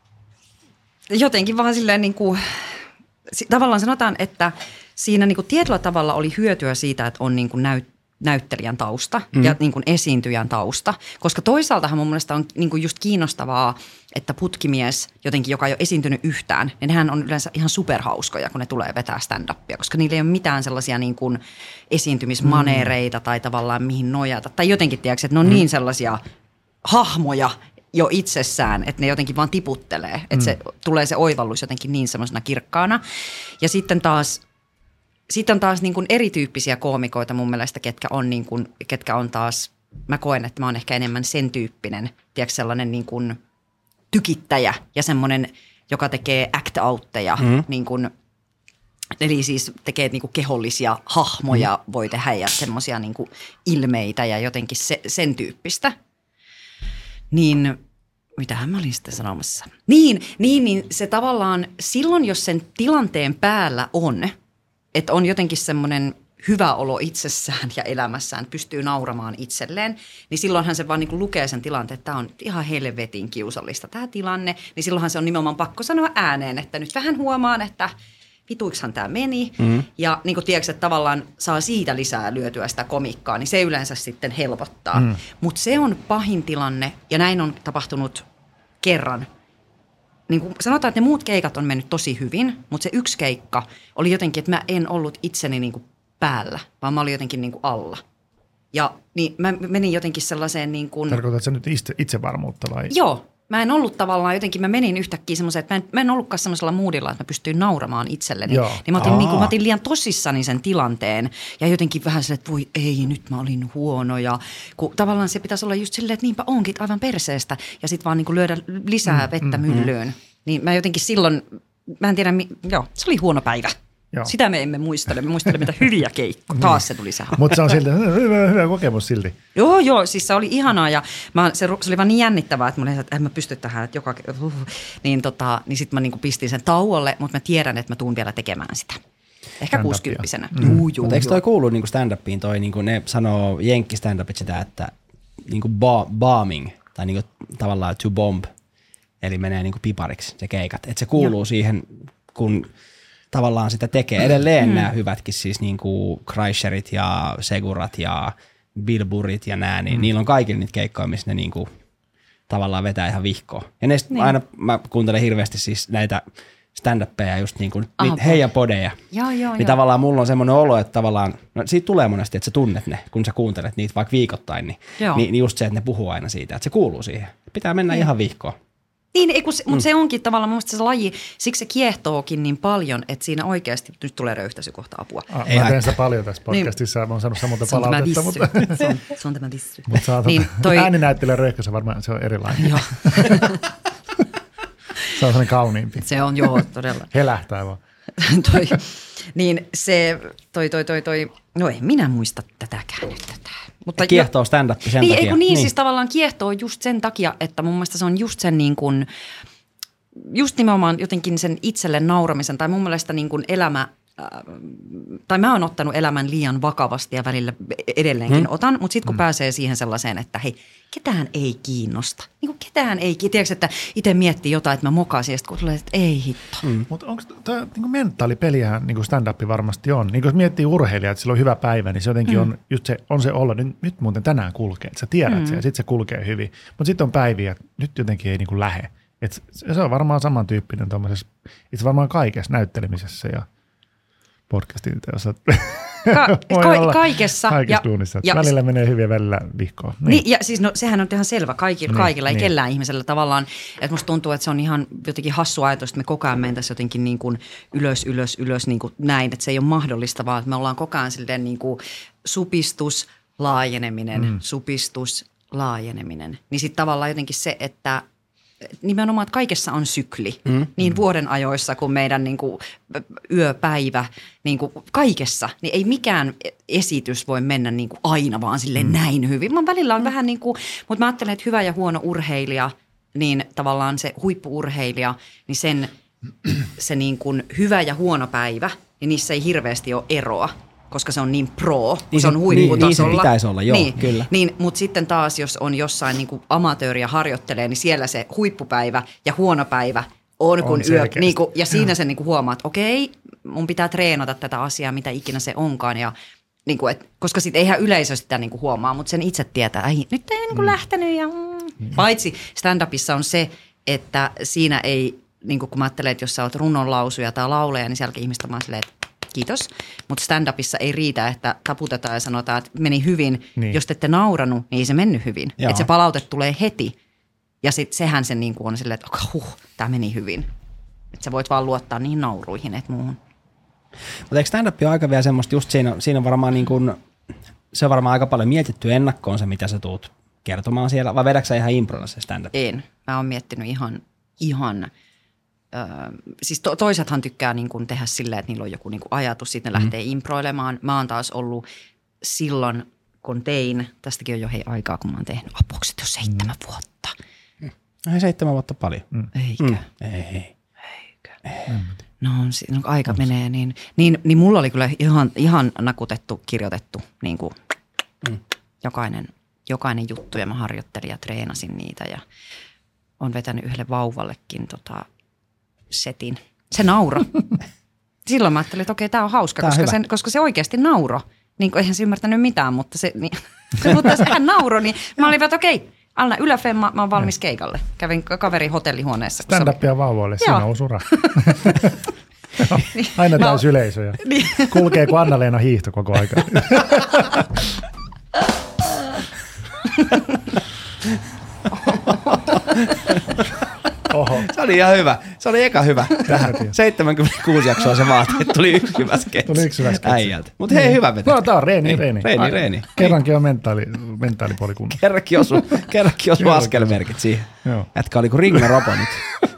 jotenkin vaan silleen niin kuin, tavallaan sanotaan, että siinä niin kuin tietyllä tavalla oli hyötyä siitä, että on niin kuin näyttelijän tausta ja niin kuin esiintyjän tausta, koska toisaaltahan mun mielestä on niin kuin just kiinnostavaa, että putkimies jotenkin, joka ei ole esiintynyt yhtään, niin nehän on yleensä ihan superhauskoja, kun ne tulee vetää stand-upia, koska niillä ei ole mitään sellaisia niin kuin esiintymismaneereita tai tavallaan mihin nojata. Tai jotenkin, tiedätkö, että ne on niin sellaisia hahmoja jo itsessään, että ne jotenkin vaan tiputtelee, että se tulee se oivallus jotenkin niin semmoisena kirkkaana. Ja sitten taas niin kuin erityyppisiä koomikoita mun mielestä, ketkä on taas, mä koen, että mä oon ehkä enemmän sen tyyppinen, tiedätkö, sellainen niin kuin tykittäjä ja semmoinen, joka tekee act-outteja, niin kuin, eli siis tekee niin kuin kehollisia hahmoja voi tehdä ja semmoisia niin kuin ilmeitä ja jotenkin sen tyyppistä. Niin, mitähän mä olin sitten sanomassa? Niin se tavallaan silloin, jos sen tilanteen päällä on, että on jotenkin semmoinen hyvä olo itsessään ja elämässään, pystyy nauramaan itselleen, niin silloinhan se vaan niin kuin lukee sen tilanteen, että tämä on ihan helvetin kiusallista tämä tilanne, niin silloinhan se on nimenomaan pakko sanoa ääneen, että nyt vähän huomaan, että vituiksihan tämä meni. Ja niin kuin tiedätkö, että tavallaan saa siitä lisää lyötyä sitä komikkaa, niin se yleensä sitten helpottaa. Mutta se on pahin tilanne, ja näin on tapahtunut kerran. Niin kuin sanotaan, että ne muut keikat on mennyt tosi hyvin, mutta se yksi keikka oli jotenkin, että mä en ollut itseni niin kuin päällä, vaan mä olin jotenkin niin kuin alla. Ja niin mä menin jotenkin sellaiseen niin kuin... Tarkoitatko sä nyt itsevarmuutta vai? Joo. Mä en ollut tavallaan jotenkin, mä menin yhtäkkiä semmoiseen, että mä en ollutkaan semmoisella moodilla, että mä pystyin nauramaan itselleni. Joo. Niin mä otin liian tosissani sen tilanteen ja jotenkin vähän silleen, että voi ei, nyt mä olin huono. Ja kun tavallaan se pitäisi olla just silleen, että niinpä onkin aivan perseestä ja sitten vaan niin kuin lyödä lisää vettä myllyyn. Niin mä jotenkin silloin, mä en tiedä, se oli huono päivä. Joo. Sitä me emme muistele. Me muistelemme mitä hyviä keikkoja. Taas se tuli se hahmo. Mutta se on silti hyvä kokemus silti. Joo, siis se oli ihanaa ja se oli vaan niin jännittävää, että en mä pysty tähän, että niin sitten mä niinku pistin sen tauolle, mutta mä tiedän, että mä tuun vielä tekemään sitä. Ehkä 60-vuotiaana. Mutta eikö toi kuulu niinku stand-upiin toi, niinku ne sanoo jenkki stand-upit sitä, että niinku bombing tai niinku tavallaan to bomb, eli menee niinku pipariksi se keikat. Että se kuuluu siihen, kun tavallaan sitä tekee. Edelleen nämä hyvätkin siis niinku Kreischerit ja Segurat ja Bilburit ja nää, niin niillä on kaikilla niitä keikkoja, missä ne niinku tavallaan vetää ihan vihkoa. Ja ne aina mä kuuntelen hirveästi siis näitä stand-uppeja just niin kuin heidän podeja. Niin tavallaan mulla on semmoinen olo, että tavallaan, no siitä tulee monesti, että sä tunnet ne, kun sä kuuntelet niitä vaikka viikoittain, niin just se, että ne puhuu aina siitä, että se kuuluu siihen. Pitää mennä ihan vihkoon. Niin, mutta se onkin tavallaan mun mielestä se laji, siksi se kiehtookin niin paljon, että siinä oikeasti, nyt tulee röyhtäisy kohta apua. Mä teen sitä paljon tässä podcastissa, mä oon saanut samalta palautetta. Se on tämä vissy. Mutta ääninäyttelijän röyhkäisy varmaan, se on erilainen. Joo. Se on sellainen kauniimpi. Se on, todella. Helähtää vaan. Niin se, no ei minä muista tätäkään nyt tätä. Mutta kiehtoo stand-up sen takia. Niin, siis tavallaan kiehtoo just sen takia, että mun mielestä se on just sen niin kuin, just nimenomaan jotenkin sen itselle nauramisen tai mun mielestä niin kuin elämä, tai mä oon ottanut elämän liian vakavasti ja välillä edelleenkin otan, mutta sitten kun pääsee siihen sellaiseen, että hei, ketään ei kiinnosta. Niin kuin ketään ei kiinnosta. Tiedätkö, että itse miettii jotain, että mä mokasin ja sitten kun tulee, että ei hitto. Mutta onko tämä niin mentaalipelihän niin stand-up varmasti on? Niin jos miettii urheilijaa, että sillä on hyvä päivä, niin se jotenkin on just se, on se olla, nyt muuten tänään kulkee. Että sä tiedät sen ja sitten se kulkee hyvin. Mutta sitten on päiviä, että nyt jotenkin ei niin kuin lähe. Et se on varmaan samantyyppinen tuommoisessa, itse varmaan kaikessa näyttelemisessä ja podcastin teossa. Kaikessa. Kaikessa duunissa. Välillä menee hyvin ja välillä vihkoon. Niin, ja siis no, sehän on ihan selvä kaikilla, ei kellään ihmisellä tavallaan. Että musta tuntuu, että se on ihan jotenkin hassu ajatus, että me koko ajan mentäisiin jotenkin niin kuin ylös niin kuin näin. Että se ei ole mahdollista, vaan että me ollaan koko ajan silleen niin kuin supistus, laajeneminen. Niin sitten tavallaan jotenkin se, että nimenomaan, että kaikessa on sykli. Niin vuoden ajoissa kuin meidän niin kuin yöpäivä, niin kuin kaikessa. Niin ei mikään esitys voi mennä niin kuin aina vaan silleen näin hyvin. Mä välillä on vähän niin kuin, mutta mä ajattelen, että hyvä ja huono urheilija, niin tavallaan se huippu-urheilija, niin se niin kuin hyvä ja huono päivä, niin niissä ei hirveästi ole eroa. Koska se on niin pro, niin se on huipputasolla. Niin se pitäisi olla, joo, kyllä. Niin, mutta sitten taas, jos on jossain niin kuin amatööriä harjoittelee, niin siellä se huippupäivä ja huono päivä on kun yö. Niin kuin, ja siinä sen niin kuin huomaa, että okei, mun pitää treenata tätä asiaa, mitä ikinä se onkaan. Ja, niin kuin, koska sitten eihän yleisö sitä niin kuin huomaa, mutta sen itse tietää, että nyt ei niin kuin lähtenyt. Ja, Paitsi stand-upissa on se, että siinä ei, niin kuin kun mä ajattelen, että jos sä oot runonlausuja tai lauleja, niin sielläkin ihmistä vaan silleen, että kiitos, mutta stand-upissa ei riitä, että taputetaan ja sanotaan, että meni hyvin. Niin. Jos te ette nauranut, niin ei se mennyt hyvin. Että se palaute tulee heti ja sitten sehän se niin kuin on silleen, että tämä meni hyvin. Että sä voit vaan luottaa niihin nauruihin, et muuhun. Mutta eikö stand-up ole aika vielä semmoista, just siinä on varmaan niin kuin, se on varmaan aika paljon mietitty ennakkoon se, mitä sä tuut kertomaan siellä, vai vedätkö sä ihan improlla se stand-up? En. Mä oon miettinyt ihan siis toisethan tykkää niin kuin tehdä silleen, että niillä on joku niin kuin ajatus, sitten ne lähtee improilemaan. Mä oon taas ollut silloin, kun tein, tästäkin on jo aikaa, kun mä oon tehnyt apokset jo 7 vuotta. Ei 7 vuotta paljon. Eikö? Eikö? No aika menee, niin mulla oli kyllä ihan nakutettu, kirjoitettu niin kuin jokainen juttu ja mä harjoittelin ja treenasin niitä ja on vetänyt yhdelle vauvallekin setin. Se nauro. Silloin mä ajattelin, että okei, tää on hauska, koska se oikeasti nauro. Niin kuin eihän se ymmärtänyt mitään, mutta mutta sehän nauro, niin mä olin, että okei, Alna yläfemma, mä oon valmis keikalle. Kävin kaverin hotellihuoneessa. Stand-upia vauvoille, siinä on sura. Aina täys yleisöjä. Kulkee kuin Anna-Leena hiihto koko aika. Oho. Se oli ihan hyvä. Se oli eka hyvä. 76 jaksoa se vaati, että tuli yksi hyvä sketsi äijältä. Mutta hei, hyvä vetä. No, tää on reeni. Kerrankin on mentaalipuoli kunnossa. Kerrankin osu askelmerkit siihen. Jätkä oli kuin Ringo Ropo nyt.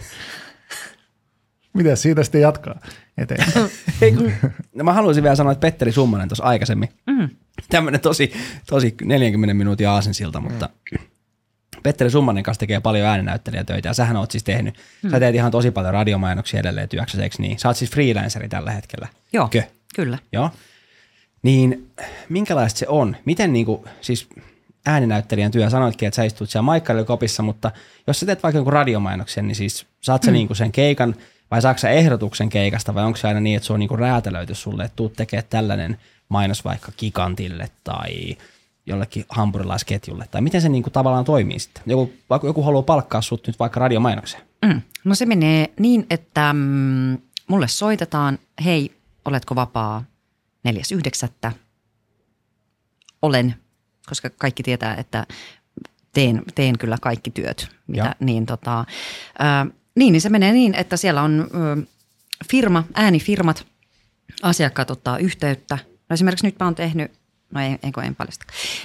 Mitäs siitä sitten jatkaa eteenpäin? Mä haluaisin vielä sanoa, että Petteri Summanen tuossa aikaisemmin. Tämmöinen tosi 40 minuutin aasinsilta, mutta Petteri Summanen kanssa tekee paljon ääninäyttelijätöitä ja sähän oot siis tehnyt. Sä teet ihan tosi paljon radiomainoksia edelleen työksessä, eikö niin? Sä oot siis freelanceri tällä hetkellä. Joo. kyllä. Joo. Niin minkälaista se on? Miten niinku, siis ääninäyttelijän työ, sanoitkin, että sä istut siellä maikkarilukopissa, mutta jos sä teet vaikka jonkun radiomainoksen, niin siis saat sä niinku sen keikan vai saatko sä ehdotuksen keikasta vai onko se aina niin, että se on niinku räätälöity sulle, että tuut tekemään tällainen mainos vaikka Gigantille tai jollekin hampurilaisketjulle tai miten se niinku tavallaan toimii sitten? Joku haluaa palkkaa sut nyt vaikka radiomainokseen. No se menee niin, että mulle soitetaan, hei, oletko vapaa 4.9. Olen, koska kaikki tietää, että teen kyllä kaikki työt. Niin se menee niin, että siellä on äänifirmat, asiakkaat ottaa yhteyttä. No esimerkiksi nyt mä oon tehnyt, no en paljasta.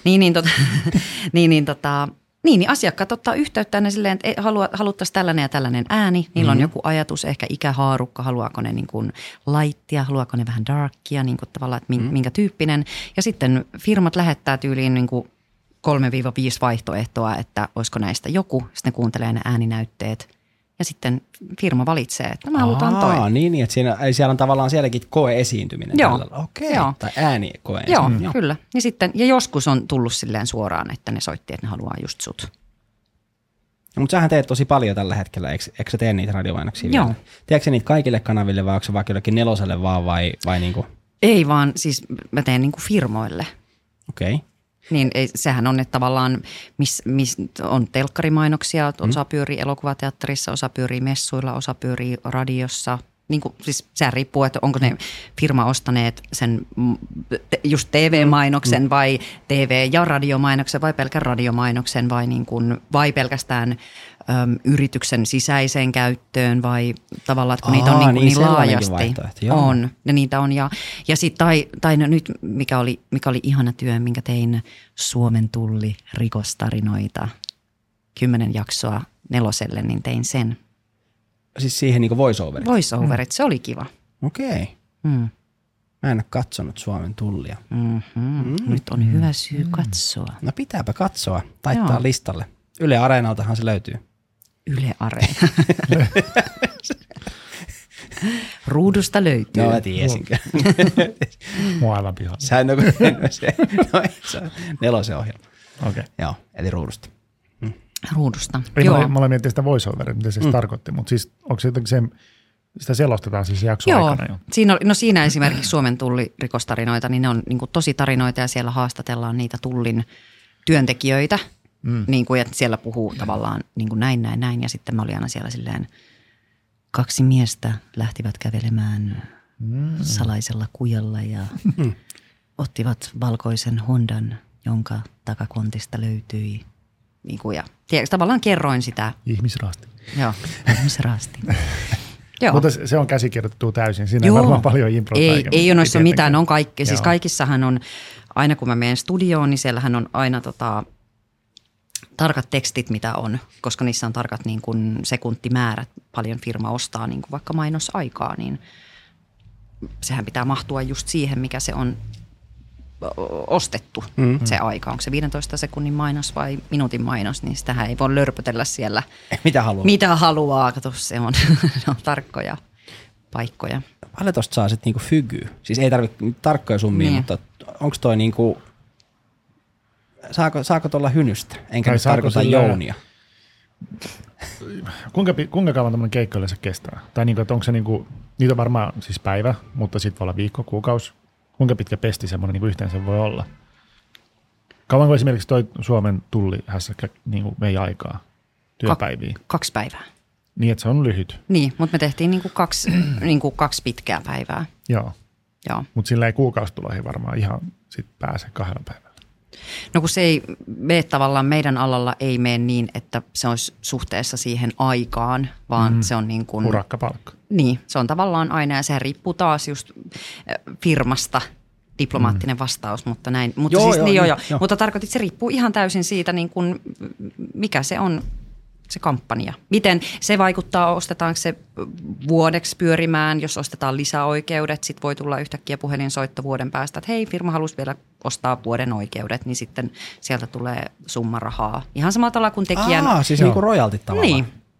Niin, asiakkaat ottaa yhteyttä ne silleen, että haluttaisiin tällainen ja tällainen ääni. Niillä on joku ajatus, ehkä ikähaarukka, haluaako ne niin kuin lightia, haluaako ne vähän darkia, niin kuin tavallaan, että minkä tyyppinen. Ja sitten firmat lähettää tyyliin niin kuin 3-5 vaihtoehtoa, että olisiko näistä joku. Sitten ne kuuntelee ne ääninäytteet ja sitten firma valitsee, että me halutaan toi. Niin, että siellä on tavallaan sielläkin koe-esiintyminen. Joo. Okei, tai äänikoe. Joo, kyllä. Ja joskus on tullut silleen suoraan, että ne soitti, että ne haluaa just sut. No, mutta sähän teet tosi paljon tällä hetkellä, eikö sä tee niitä radiomainoksia vielä? Joo. Teekö sä niitä kaikille kanaville vai onko se vaikka jollekin 4 vaan vai niinku? Ei vaan, siis mä teen niinku firmoille. Okei. Niin sehän on, että tavallaan missä on telkkarimainoksia, osa pyörii elokuvateatterissa, osa pyörii messuilla, osa pyörii radiossa. Niin kuin, siis sehän riippuu, että onko ne firma ostaneet sen just TV-mainoksen vai TV- ja radiomainoksen vai pelkän radiomainoksen vai pelkästään yrityksen sisäiseen käyttöön vai tavallaan, että kun niitä on niin laajasti. On, ja niitä on. Ja sitten tai no nyt, mikä oli ihana työ, minkä tein Suomen Tulli rikostarinoita 10 jaksoa 4, niin tein sen. Siis siihen niin kuin voice-overit? Voice-overit, se oli kiva. Okei. Mä en ole katsonut Suomen Tullia. Nyt on hyvä syy katsoa. No pitääpä katsoa, taittaa listalle. Yle Areenaltahan se löytyy. Yle Areena. Ruudusta löytyy. No mä tiesinkö. Mua aivan pihalla. Se on 4 ohjelma. Okei. Joo, eli ruudusta. Ruudusta. Mä olen miettinyt sitä voice-overia, mitä se tarkoitti, mutta siis onko se jotenkin sitä selostetaan siis jakson aikana jo? Siinä esimerkiksi Suomen Tulli rikostarinoita, niin ne on niin kuin tosi tarinoita ja siellä haastatellaan niitä Tullin työntekijöitä. Niin kuin, että siellä puhuu tavallaan niin kuin näin. Ja sitten mä olin aina siellä silleen, 2 miestä lähtivät kävelemään salaisella kujalla ja ottivat valkoisen Hondan, jonka takakontista löytyi. Niin kuin, ja tavallaan kerroin sitä. Ihmisraasti. Joo, ihmisraasti. Mutta se on käsikirjoitettu täysin. Siinä ei varmaan paljon improta. Ei ole noissa mitään. On kaikki. Siis kaikissahan on, aina kun mä menen studioon, niin siellähän on aina tarkat tekstit, mitä on, koska niissä on tarkat niin kuin sekuntimäärät. Paljon firma ostaa niin kuin vaikka mainosaikaa, niin sehän pitää mahtua just siihen, mikä se on ostettu se aika. Onko se 15 sekunnin mainos vai minuutin mainos, niin sitähän ei voi lörpötellä siellä. Mitä haluaa, kato, se on tarkkoja paikkoja. Paljon tosta saa sitten niinku fygyä. Siis ei tarvitse tarkkoja summia, mutta onko toi niinku, saako tuolla hynystä? Enkä nyt tarkoita Jounia. Kuinka kauan tämmöinen keikka yleensä kestää? Tai niinku, että onko se niinku, niitä on varmaan siis päivä, mutta sitten voi olla viikko, kuukausi. Kuinka pitkä pesti semmoinen niin yhteensä voi olla? Kauanko esimerkiksi toi Suomen Tulli-hässäkkä niin vei aikaa työpäiviä? 2 päivää. Niin, että se on lyhyt. Niin, mutta me tehtiin niin kuin 2 pitkää päivää. Joo. Mutta sillä ei kuukausituloihin varmaan ihan sit pääse 2 päivällä. No kun se ei mene tavallaan, meidän alalla ei mene niin, että se olisi suhteessa siihen aikaan, vaan se on niin kuin urakkapalkka. Niin, se on tavallaan aina ja sehän riippuu taas just firmasta, diplomaattinen vastaus, mutta näin. Mutta Mutta tarkoitit, se riippuu ihan täysin siitä, niin kuin, mikä se on se kampanja. Miten se vaikuttaa, ostetaanko se vuodeksi pyörimään, jos ostetaan lisäoikeudet, sitten voi tulla yhtäkkiä puhelinsoitto vuoden päästä, että hei, firma halusi vielä ostaa vuoden oikeudet, niin sitten sieltä tulee summa rahaa. Ihan samalla tavalla kuin tekijän. Siis niin kuin royaltit tavallaan. Niin.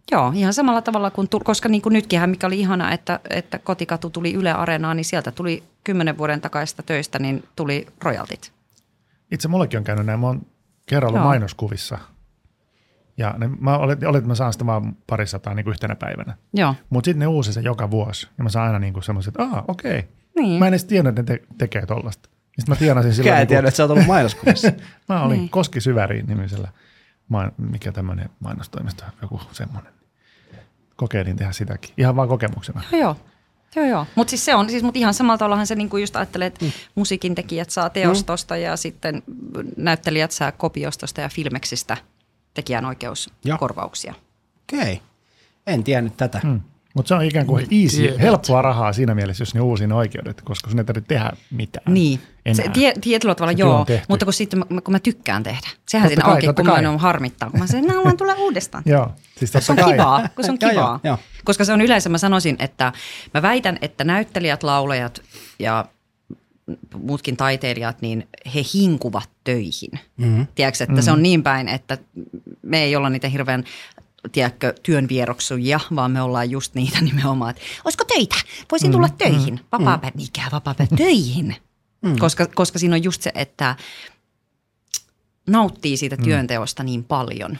Joo, ihan samalla tavalla kuin, koska niin kuin nytkinhän, mikä oli ihana, että Kotikatu tuli Yle Areenaan, niin sieltä tuli 10 vuoden takaisesta töistä, niin tuli royaltit. Itse mullekin on käynyt näin. Mä oon kerran ollut mainoskuvissa. Ja mä oletin, että mä saan sitä vaan 200 niin kuin yhtenä päivänä. Mutta sitten ne uusi sen joka vuosi. Ja mä saan aina niin semmoiset, että okei. Niin. Mä en edes tiennyt, että ne tekee tollaista. Sitten mä tienasin silloin. En tiedä, että sä oot ollut mainoskuvissa. Mä olin Koski Syväriin nimisellä, mikä tämmöinen mainostoimisto, joku semmoinen. Kokeilin tehdä sitäkin. Ihan vaan kokemuksena. Joo. Mutta siis se on, mut ihan samalla tavallahan se niinku just ajattelee, että musiikin tekijät saa teostosta ja sitten näyttelijät saa kopiostosta ja Filmeksistä tekijänoikeuskorvauksia. Okei. En tiennyt tätä. Mutta se on ikään kuin easy, helppoa rahaa siinä mielessä, jos ne uusin oikeudet, koska sun ei tarvitse tehdä mitään. Niin, tietyllä tavalla joo, mutta kun mä tykkään tehdä. Sehän siinä onkin, kun mä harmittaa, kun mä sanon, että haluan tulla uudestaan. Joo, siis totta se on kivaa, kun se on kivaa. Joo. Koska se on yleensä, mä sanoisin, että mä väitän, että näyttelijät, laulajat ja muutkin taiteilijat, niin he hinkuvat töihin. Tiedätkö, että se on niin päin, että me ei olla niitä hirveän tiedätkö, työn vieroksujia, vaan me ollaan just niitä nimenomaan, että olisiko töitä? Voisin tulla töihin. Vapaapäivä, töihin. Koska siinä on just se, että nauttii siitä työnteosta niin paljon.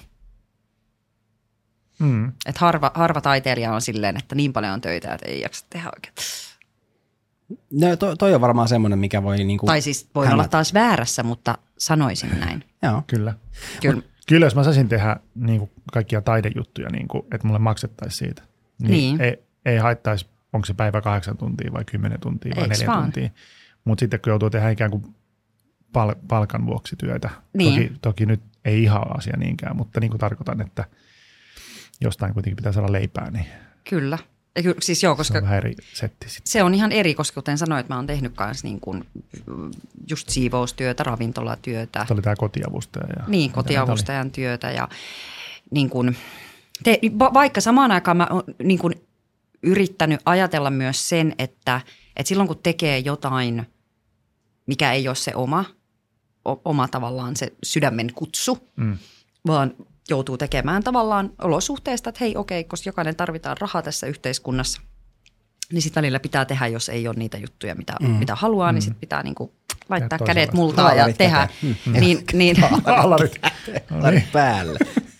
Että harva taiteilija on silleen, että niin paljon on töitä, että ei jaksa tehdä oikein. No, toi on varmaan semmoinen, mikä voi niinku tai siis voi olla taas väärässä, mutta sanoisin näin. Joo, kyllä. Kyllä, jos mä saisin tehdä niin kuin kaikkia taidejuttuja, niin kuin, että mulle maksettaisiin siitä, niin. Ei haittaisi, onko se päivä 8 tuntia vai 10 tuntia vai 4 tuntia. Mutta sitten kun joutuu tehdä ikään kuin palkan vuoksi työtä, toki nyt ei ihan asia niinkään, mutta niin kuin tarkoitan, että jostain kuitenkin pitää saada leipää. Niin kyllä. Siis joo, koska se on vähän eri setti sitten. Se on ihan eri, koska kuten sanoit, mä oon tehnyt myös niin kuin just siivoustyötä, ravintolatyötä. Tämä oli tämä kotiavustaja. Niin, kotiavustajan työtä ja niin kuin, vaikka samaan aikaan mä oon niin kuin yrittänyt ajatella myös sen, että silloin kun tekee jotain, mikä ei ole se oma tavallaan se sydämen kutsu, vaan joutuu tekemään tavallaan olosuhteista, että hei okei, koska jokainen tarvitaan rahaa tässä yhteiskunnassa, niin sitten välillä pitää tehdä, jos ei ole niitä juttuja, mitä haluaa, niin sitten pitää niinku laittaa kädet multaan ja tehdä. Haalarit päälle.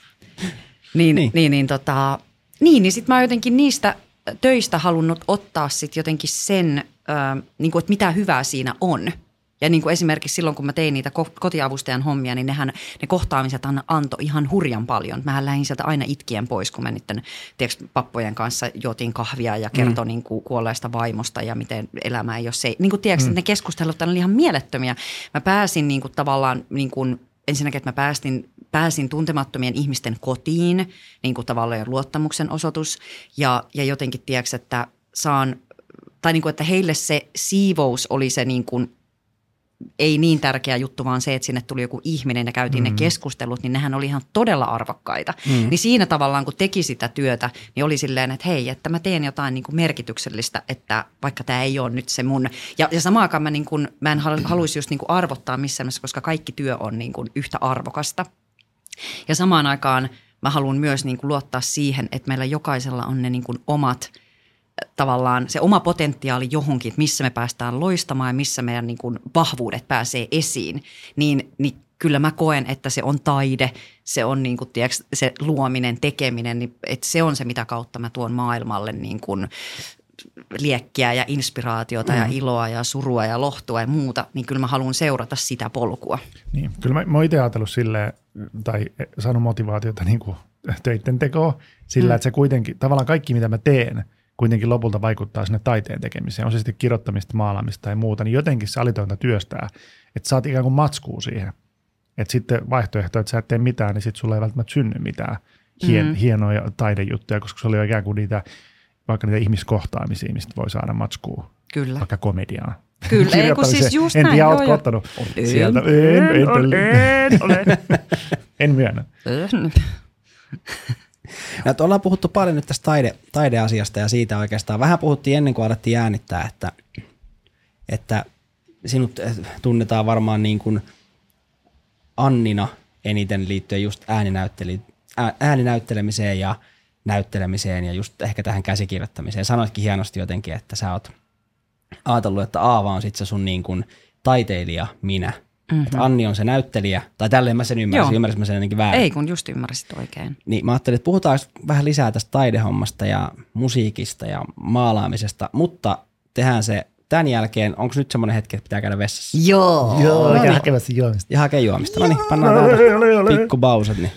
Niin sitten mä oon jotenkin niistä töistä halunnut ottaa sitten jotenkin sen, niinku, että mitä hyvää siinä on. Ja niin kuin esimerkiksi silloin, kun mä tein niitä kotiavustajan hommia, niin ne kohtaamiset antoi ihan hurjan paljon. Mähän lähdin sieltä aina itkien pois, kun mä niiden pappojen kanssa juotiin kahvia ja kertoi niin kuin kuolleesta vaimosta ja miten elämä ei ole se. Niin kuin tiedätkö, ne keskustelut oli ihan mielettömiä. Mä pääsin niin kuin tavallaan, niin kuin, ensinnäkin, että mä pääsin tuntemattomien ihmisten kotiin, niin kuin tavallaan luottamuksen osoitus. Ja jotenkin tiedätkö, että tai niin kuin, että heille se siivous oli se niin kuin, ei niin tärkeä juttu, vaan se, että sinne tuli joku ihminen ja käytiin ne keskustelut, niin nehän oli ihan todella arvokkaita. Niin siinä tavallaan, kun teki sitä työtä, niin oli silleen, että hei, että mä teen jotain niin kuin merkityksellistä, että vaikka tämä ei ole nyt se mun. Ja samaan aikaan mä en haluaisi just niin kuin arvottaa missään mielessä, koska kaikki työ on niin kuin yhtä arvokasta. Ja samaan aikaan mä haluan myös niin kuin luottaa siihen, että meillä jokaisella on ne niin kuin omat tavallaan se oma potentiaali johonkin, että missä me päästään loistamaan ja missä meidän niin kuin vahvuudet pääsee esiin, niin kyllä mä koen, että se on taide, se on niin kuin, tiedätkö, se luominen, tekeminen, niin että se on se, mitä kautta mä tuon maailmalle niin kuin liekkiä ja inspiraatiota ja iloa ja surua ja lohtua ja muuta, niin kyllä mä haluan seurata sitä polkua. Niin, kyllä mä oon itse ajatellut silleen, tai saanut motivaatiota niin kuin töitten tekoon sillä, että se kuitenkin, tavallaan kaikki mitä mä teen, kuitenkin lopulta vaikuttaa sinne taiteen tekemiseen, on se sitten kirjoittamista, maalaamista tai muuta, niin jotenkin se alitointa työstää, että saat ikään kuin matskuu siihen. Että sitten vaihtoehto, että sä et tee mitään, niin sitten sulla ei välttämättä synny mitään hienoja taidejuttuja, koska se oli ikään kuin vaikka niitä ihmiskohtaamisia, mistä voi saada matskua. Kyllä. Vaikka komediaa. Kyllä, ei kun siis just näin. En tiedä, ootko ottanut sieltä. En myönnä. No, ollaan puhuttu paljon nyt tästä taideasiasta ja siitä oikeastaan. Vähän puhuttiin ennen kuin alettiin äänittää, että sinut tunnetaan varmaan niin kuin Annina eniten liittyen just ääninäyttelemiseen näyttelemiseen ja just ehkä tähän käsikirjoittamiseen. Sanoitkin hienosti jotenkin, että sä oot ajatellut, että Aava on sit se sun niin kuin taiteilija minä. Että Anni on se näyttelijä, tai tälleen mä sen ymmärsin mä sen jotenkin väärin. Ei, kun just ymmärsit oikein. Niin mä ajattelin, että puhutaan vähän lisää tästä taidehommasta ja musiikista ja maalaamisesta, mutta tehdään se tämän jälkeen. Onko nyt semmoinen hetki, että pitää käydä vessassa? Joo, ja hakemässä juomista. Ja hakee juomista. No niin, pannaan täältä pikkubausat. Niin.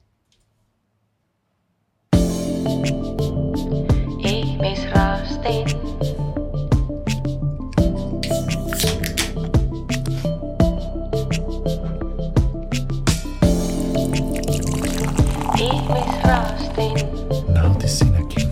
Ihmisraastin. Ihmisraastin. Nauti sinäkin.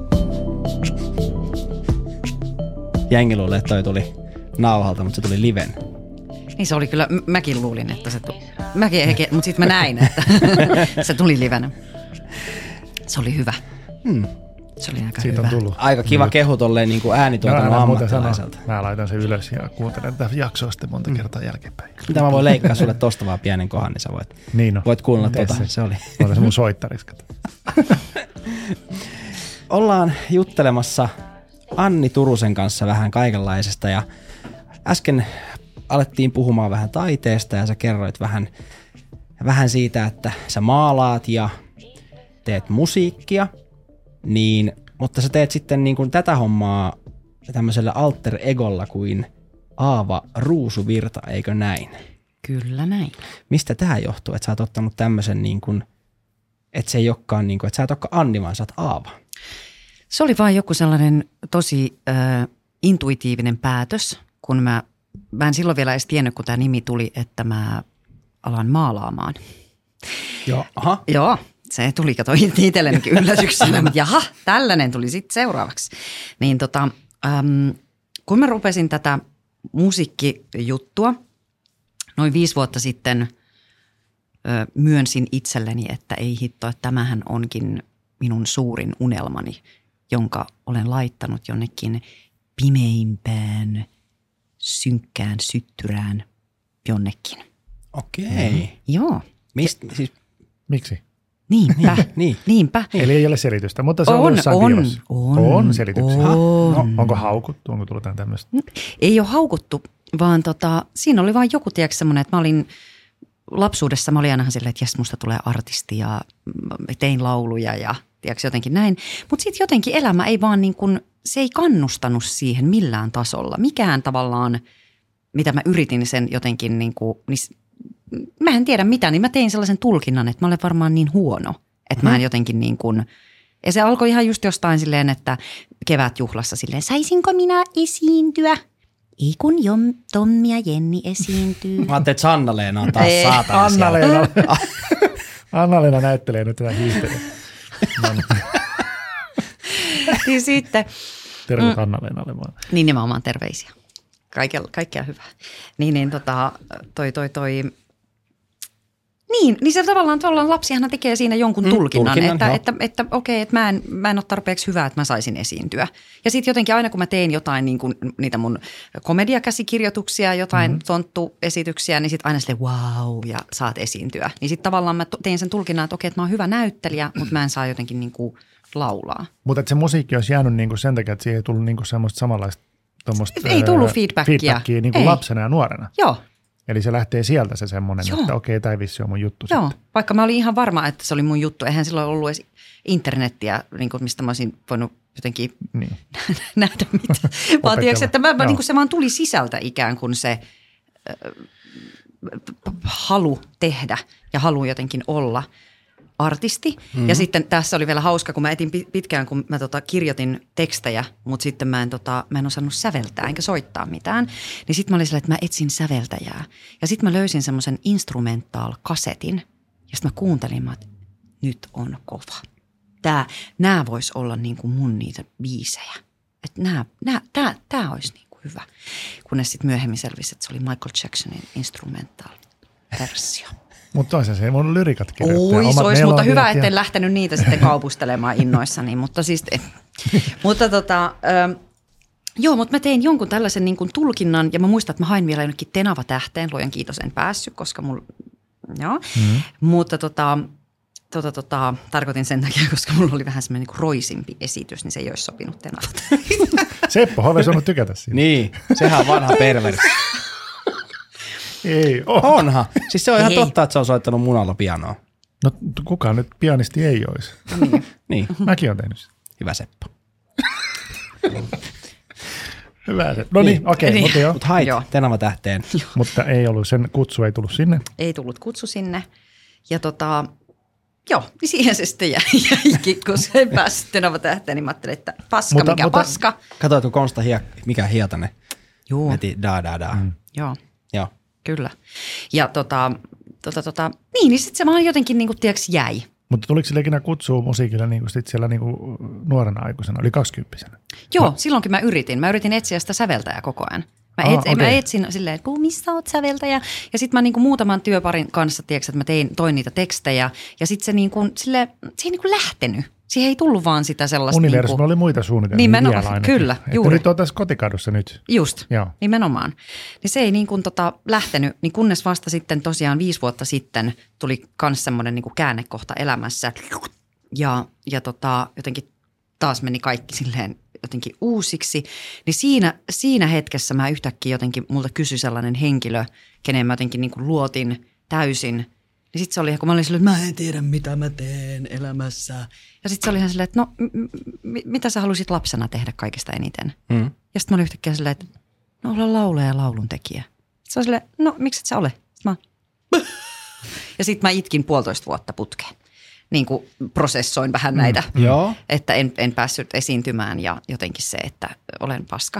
Jengi luulee, että toi tuli nauhalta, mutta se tuli liven. Niin se oli kyllä, mäkin luulin, että se tuli. Mutta sitten mä näin, että se tuli livenä. Se oli hyvä. Se oli aika Siitä hyvä. on tullut. Aika kiva kehu tolleen niin kuin äänituotannon ammattilaiselta. Mä laitan sen ylös ja kuuntelen tätä jaksoa sitten monta kertaa jälkeenpäin. Mitä mä voin leikkaa sulle tosta vaan pienen kohan, niin sä voit kuunnella tota. Se oli. Ota se mun soittariskat. Ollaan juttelemassa Anni Turusen kanssa vähän kaikenlaisesta ja äsken alettiin puhumaan vähän taiteesta ja sä kerroit vähän siitä, että sä maalaat ja teet musiikkia, mutta sä teet sitten niin kuin tätä hommaa tämmöisellä alter egolla kuin Aava Ruusuvirta, eikö näin? Kyllä näin. Mistä tää johtuu, että sä oot ottanut tämmöisen niin kuin, että se ei olekaan niin kuin, että sä et olekaan Anni, vaan sä oot Aava? Se oli vaan joku sellainen tosi intuitiivinen päätös, kun mä en silloin vielä edes tiennyt, kun tämä nimi tuli, että mä alan maalaamaan. Joo, aha. Joo, se tuli kato itsellenikin yllätyksenä, mutta jaha, tällainen tuli sitten seuraavaksi. Niin kun mä rupesin tätä musiikkijuttua, noin 5 vuotta sitten myönsin itselleni, että ei hitto, että tämähän onkin minun suurin unelmani, jonka olen laittanut jonnekin pimeimpään, synkkään syttyrään jonnekin. Okei. Joo. Miksi? Niinpä. Eli ei ole selitystä, mutta se on jossain piilossa. On selityksiä. No, onko haukuttu? Onko tullut jotain tämmöistä? Ei ole haukuttu, vaan siinä oli vaan joku, tiedätkö, semmoinen, että mä olin lapsuudessa, mä olin aina silleen, että jes, musta tulee artisti ja tein lauluja ja tiedätkö, jotenkin näin. Mutta sitten jotenkin elämä ei vaan niin kuin, se ei kannustanut siihen millään tasolla. Mikään tavallaan, mitä mä yritin sen jotenkin niin kuin, mä en tiedä mitä, niin mä tein sellaisen tulkinnan, että mä olen varmaan niin huono, että mä en jotenkin niin kuin, ja se alkoi ihan just jostain silleen, että kevätjuhlassa silleen, saisinko minä esiintyä? Ei kun Tommi ja Jenni esiintyy. Mä ajattelin, että Sanna-Leena on taas saatana Anna-Leena näyttelee nyt tätä hiihtelyä. Niin sitten. Tervetuloa Anna-Leenalle vaan. Niin nimenomaan terveisiä. Kaikkea hyvää. Niin se tavallaan lapsihan tekee siinä jonkun tulkinnan, että okei, että mä en ole tarpeeksi hyvä, että mä saisin esiintyä. Ja sitten jotenkin aina kun mä tein jotain niin kuin niitä mun komediakäsikirjoituksia, jotain tonttuesityksiä, niin sitten aina silleen wow ja saat esiintyä. Niin sitten tavallaan mä tein sen tulkinnan, että okei, että mä oon hyvä näyttelijä, mutta mä en saa jotenkin niin kuin laulaa. Mutta se musiikki olisi jäänyt niin kuin sen takia, että siihen ei tullut niin kuin semmoista samanlaista ei tullut feedbackia niin kuin lapsena ja nuorena. Joo. Eli se lähtee sieltä se semmoinen, että okei, tämä ei vissi ole mun juttu Joo, sitten. vaikka mä olin ihan varma, että se oli mun juttu. Eihän silloin ollut edes internettiä, niin kuin, mistä mä olisin voinut jotenkin nähdä mitä. Vaan tiedätkö, että niin kuin se vaan tuli sisältä ikään kuin se halu tehdä ja halu jotenkin olla artisti. Mm-hmm. Ja sitten tässä oli vielä hauska, kun mä etin pitkään, kun mä kirjoitin tekstejä, mutta sitten mä en osannut säveltää enkä soittaa mitään. Niin sitten mä olin sellainen, että mä etsin säveltäjää. Ja sitten mä löysin semmoisen instrumental-kasetin ja sitten mä kuuntelin, että nyt on kova. Nämä vois olla niin kuin mun niitä biisejä. Että tää olisi niin kuin hyvä. Kunnes sitten myöhemmin selvisi, että se oli Michael Jacksonin instrumental-versio. Mutta toisaalta se ei mun lyrikat kirjoittaa. Ois, mutta hyvä, etten lähtenyt niitä sitten kaupustelemaan innoissani. Mutta siis, joo, mutta mä tein jonkun tällaisen niin kuin tulkinnan ja mä muistan, että mä hain vielä jonnekin Tenava-tähteen. Luojan kiitos en päässyt, koska mulla, joo. Mutta tarkoitin sen takia, koska mulla oli vähän semmoinen niin roisimpi esitys, niin se ei olisi sopinut tenavata. Seppo Hove sanoi tykätä siitä. Niin, sehän on vanha perversi. Ei Onhan. Siis se on ihan totta, että se on soittanut munalla pianoa. No kukaan nyt pianisti ei olisi. Niin. Mäkin olen tehnyt sitä. Hyvä Seppo. Hyvä se. No niin, okei. Mutta hait Tenava tähteen. Mutta ei ollut, sen kutsu ei tullut sinne. Ei tullut kutsu sinne. Ja niin siihen se sitten jäikin, kun se ei päässyt Tenava tähteen, niin mä ajattelin, että mikä paska. Katoitko Konsta mikä hietainen? Joo. Veti da. Joo. Kyllä. Ja niin sitten se vaan jotenkin niin kuin tiedätkö jäi. Mutta tuliko sille ikinä kutsua musiikilla niin sit siellä niin kuin nuorena aikuisena, yli 20-vuotiaana? Joo, silloinkin mä yritin etsiä sitä säveltäjää koko ajan. Mä etsin silleen, että missä oot säveltäjä? Ja sitten mä niinku muutaman työparin kanssa, tiedätkö, että mä toin niitä tekstejä. Ja sitten se ei niinku lähtenyt. Siihen ei tullut vaan sitä sellaista. Universumilla oli muita suunnitelmia vielä ainakin. Kyllä, juuri. Nyt on tässä kotikadussa nyt. Just, joo. Nimenomaan. Niin se ei niin kuin lähtenyt, niin kunnes vasta sitten tosiaan 5 vuotta sitten tuli myös semmoinen niin kuin käännekohta elämässä. Ja jotenkin taas meni kaikki silleen jotenkin uusiksi. Niin siinä hetkessä mä yhtäkkiä jotenkin, multa kysyi sellainen henkilö, kenen mä jotenkin niin kuin luotin täysin. Ja sitten se oli, kun mä olin silleen, että mä en tiedä mitä mä teen elämässä. Ja sitten se oli ihan silleen, että no mitä sä halusit lapsena tehdä kaikesta eniten? Ja sitten mä olin yhtäkkiä silleen, että no olla laulaja ja lauluntekijä. Sitten se oli silleen, no miksi et sä ole? Ja sitten mä itkin 1,5 vuotta putkeen. Niin kuin prosessoin vähän näitä, että en päässyt esiintymään ja jotenkin se, että olen paska.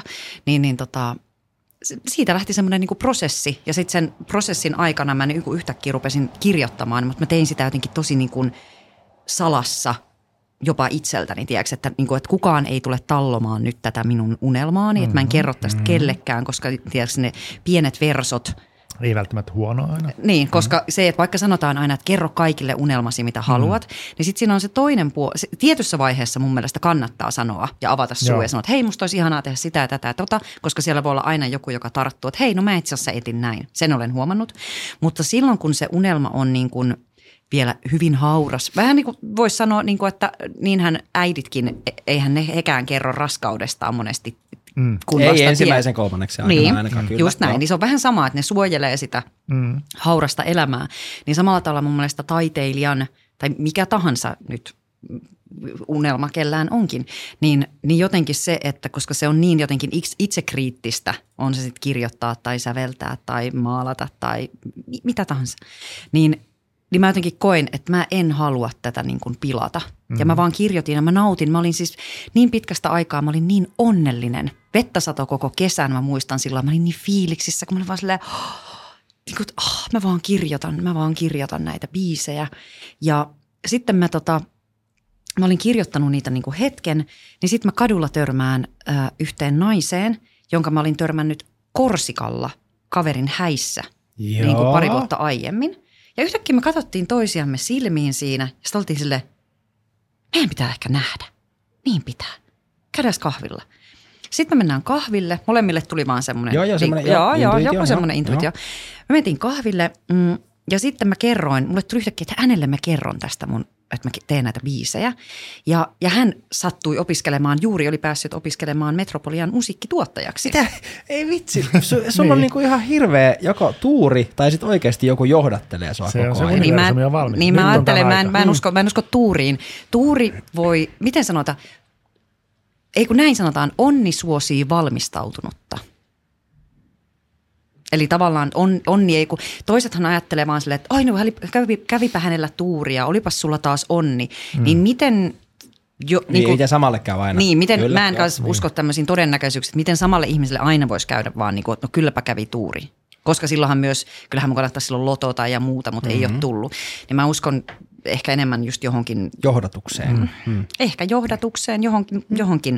Siitä lähti semmoinen niinku prosessi ja sitten sen prosessin aikana mä niinku yhtäkkiä rupesin kirjoittamaan, mutta mä tein sitä jotenkin tosi niinku salassa jopa itseltäni, tiedätkö, että kukaan ei tule tallomaan nyt tätä minun unelmaani, että mä en kerro tästä kellekään, koska tiedätkö, ne pienet versot ei välttämättä huonoa aina. Niin, koska se, että vaikka sanotaan aina, että kerro kaikille unelmasi, mitä haluat, niin sitten siinä on se toinen puoli. Tietyssä vaiheessa mun mielestä kannattaa sanoa ja avata suu ja sanoa, että hei, musta olisi ihanaa tehdä sitä ja tätä ja koska siellä voi olla aina joku, joka tarttuu, että hei, no mä itse asiassa etin näin. Sen olen huomannut. Mutta silloin, kun se unelma on niin kuin vielä hyvin hauras, vähän niin kuin voisi sanoa, niin kuin, että niinhän äiditkin, eihän ne hekään kerro raskaudestaan monesti. Ei ensimmäisen kolmanneksen aikana ainakaan kyllä. Just näin, niin se on vähän sama, että ne suojelee sitä haurasta elämää. Niin samalla tavalla mun mielestä taiteilijan tai mikä tahansa nyt unelma kellään onkin, niin jotenkin se, että koska se on niin jotenkin itsekriittistä, on se sitten kirjoittaa tai säveltää tai maalata tai mitä tahansa, niin mä jotenkin koin, että mä en halua tätä niin kuin pilata. Ja mä vaan kirjoitin ja mä nautin. Mä olin siis niin pitkästä aikaa, mä olin niin onnellinen. Vettä satoi koko kesän, mä muistan silloin. Mä olin niin fiiliksissä, kun mä olin vaan silleen, mä vaan kirjoitan näitä biisejä. Ja sitten mä olin kirjoittanut niitä niin kuin hetken, niin sitten mä kadulla törmään yhteen naiseen, jonka mä olin törmännyt Korsikalla kaverin häissä niin kuin 2 vuotta aiemmin. Ja yhtäkkiä me katsottiin toisiamme silmiin siinä ja sitten oltiin silleen, meidän pitää ehkä nähdä. Niin pitää. Käydään kahvilla. Sitten me mennään kahville. Molemmille tuli vaan semmoinen. Joku semmoinen intuitio. Me mentiin kahville ja sitten mä kerroin, mulle tuli yhtäkkiä, että hänelle mä kerron tästä että mä teen näitä biisejä. Ja hän sattui opiskelemaan, juuri oli päässyt opiskelemaan Metropolian musiikkituottajaksi. Mitä? Ei vitsi. Sulla on niinku ihan hirveä joko tuuri tai sitten oikeasti joku johdattelee sua koko ajan. Niin mä ajattelen, mä en usko tuuriin. Tuuri voi, miten sanotaan, ei kun näin sanotaan, onni suosii valmistautunutta. Eli tavallaan onni ei, kun toisethan ajattelee vaan silleen, että no kävipä hänellä tuuria, olipas sulla taas onni. Niin miten miten samalle käy aina. Niin, miten kyllä, mä en kanssa usko tämmöisiin todennäköisyyksiin, että miten samalle ihmiselle aina voisi käydä vaan niin kuin, että no kylläpä kävi tuuri. Koska silloinhan myös, kyllähän mun kannattaa silloin lotota ja muuta, mutta ei ole tullut. Niin mä uskon ehkä enemmän just johonkin. Johdatukseen. Ehkä johdatukseen, johonkin.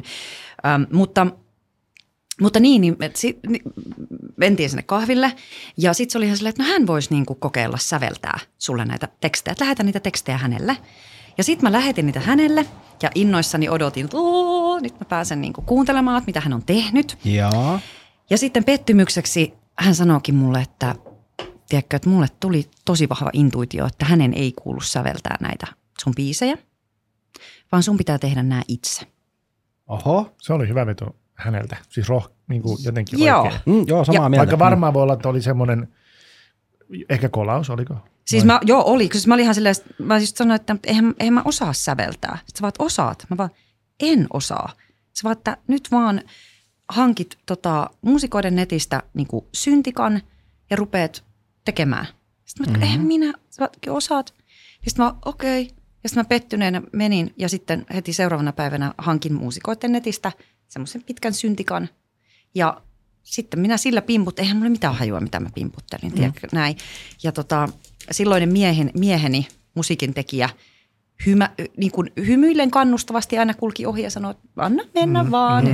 Mutta niin mentiin sinne kahville ja sitten se oli ihan silleen, että no hän voisi niinku kokeilla säveltää sulle näitä tekstejä, että lähetä niitä tekstejä hänelle. Ja sitten mä lähetin niitä hänelle ja innoissani odotin, että nyt mä pääsen niinku kuuntelemaan, mitä hän on tehnyt. Joo. Ja sitten pettymykseksi hän sanoikin mulle, että tiedätkö, että mulle tuli tosi vahva intuitio, että hänen ei kuulu säveltää näitä sun biisejä, vaan sun pitää tehdä nämä itse. Oho. Se oli hyvä veto häneltä. Siis niin kuin jotenkin oikein. Joo, samaa mieltä. Vaikka varmaan voi olla, että oli semmoinen, ehkä kolaus, oliko? Siis oli. Siis mä olin ihan silleen, mä just sanoin, että eihän mä osaa säveltää. Sitten sä vaan, osaat. Mä vaan, en osaa. Sä vaan, että nyt vaan hankit muusikoiden netistä niin kuin syntikan ja rupeat tekemään. Sitten mä eihän minä, sä osaat. Sitten mä okei. Ja sitten mä pettyneenä menin ja sitten heti seuraavana päivänä hankin muusikoiden netistä semmoisen pitkän syntikan. Ja sitten minä sillä eihän mulla mitään hajua, mitä mä pimputtelin, tiedätkö, näin. Ja silloinen mieheni, musiikin tekijä, niin kuin hymyillen kannustavasti aina kulki ohi ja sanoi, että anna mennä vaan.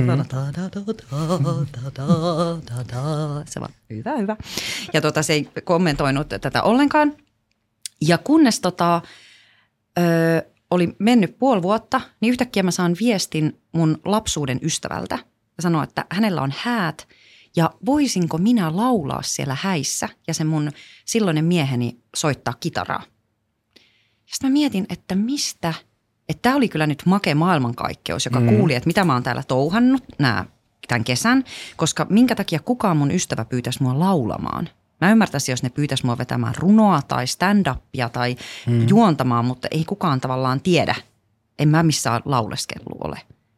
Se vaan, hyvä. Ja se ei kommentoinut tätä ollenkaan. Ja kunnes oli mennyt puoli vuotta, niin yhtäkkiä mä saan viestin mun lapsuuden ystävältä. Ja sanoi, että hänellä on häät ja voisinko minä laulaa siellä häissä ja se mun silloinen mieheni soittaa kitaraa. Ja sitten mä mietin, että mistä, että tämä oli kyllä nyt makea maailmankaikkeus, joka kuuli, että mitä mä oon täällä touhannut tämän kesän, koska minkä takia kukaan mun ystävä pyytäisi mua laulamaan. Mä ymmärtäisin, jos ne pyytäisi mua vetämään runoa tai stand-upia tai juontamaan, mutta ei kukaan tavallaan tiedä. En mä missään lauleskellut ole.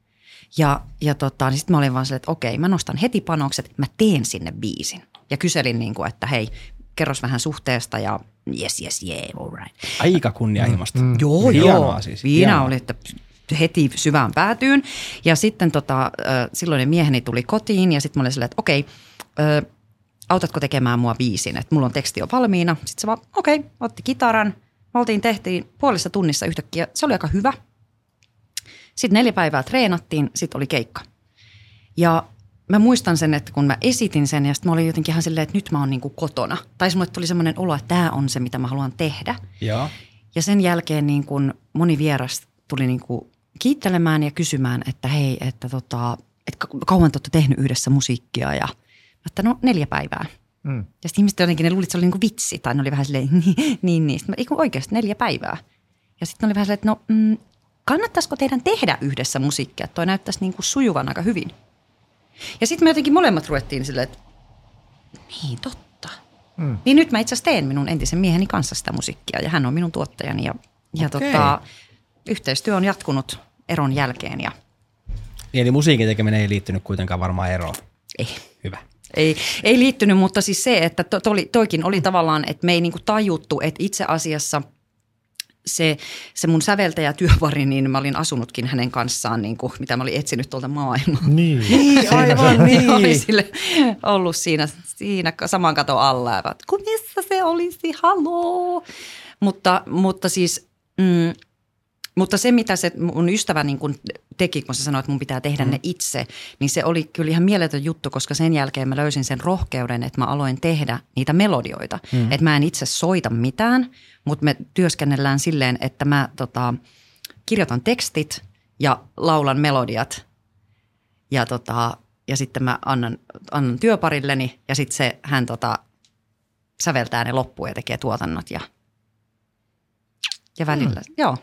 Niin sitten mä olin vaan silleen, että okei, mä nostan heti panokset, mä teen sinne biisin. Ja kyselin niin kuin, että hei, kerros vähän suhteesta ja yes, all right. Aika kunnianhimoista. Joo. Hienoa siis. Viina oli, että heti syvään päätyyn. Ja sitten silloinen mieheni tuli kotiin ja sitten mä olin silleen, että okei, autatko tekemään mua biisin, että mulla on teksti jo valmiina. Sitten se vaan, okei, otti kitaran. Me tehtiin puolessa tunnissa yhtäkkiä. Se oli aika hyvä. Sitten 4 päivää treenattiin, sitten oli keikka. Ja mä muistan sen, että kun mä esitin sen ja sitten mä olin jotenkin ihan silleen, että nyt mä oon niin kuin kotona. Tai mulle tuli semmoinen olo, että tää on se, mitä mä haluan tehdä. Ja sen jälkeen niin kuin moni vieras tuli niin kuin kiittelemään ja kysymään, että hei, että kauan te olette tehnyt yhdessä musiikkia ja että 4 päivää. Ja sitten ihmiset jotenkin ne luulivat, että se oli niin kuin vitsi. Tai ne oli vähän silleen, niin. Sitten ei kun oikeasti 4 päivää. Ja sitten ne oli vähän silleen, että kannattaisiko teidän tehdä yhdessä musiikkia? Toi näyttäisi niin kuin sujuvan aika hyvin. Ja sitten me jotenkin molemmat ruvettiin silleen, että niin totta. Niin nyt mä itse asiassa teen minun entisen mieheni kanssa sitä musiikkia ja hän on minun tuottajani. Ja yhteistyö on jatkunut eron jälkeen. Eli musiikin tekeminen ei liittynyt kuitenkaan varmaan eroon. Ei. Hyvä. Ei liittynyt, mutta siis se, että toikin oli tavallaan, että me ei niinku tajuttu, että itse asiassa se mun säveltäjätyöpari, niin mä olin asunutkin hänen kanssaan, niin kuin, mitä mä olin etsinyt tuolta maailmaa. Niin, aivan niin. Oli sille ollut siinä saman katon alla, että kun missä se olisi, haloo. Mutta siis... Mutta se, mitä se mun ystävä niin kun teki, kun se sanoi, että mun pitää tehdä ne itse, niin se oli kyllä ihan mieletön juttu, koska sen jälkeen mä löysin sen rohkeuden, että mä aloin tehdä niitä melodioita. Että mä en itse soita mitään, mutta me työskennellään silleen, että mä kirjoitan tekstit ja laulan melodiat ja sitten mä annan työparilleni ja sitten hän säveltää ne loppuun ja tekee tuotannot ja välillä, joo.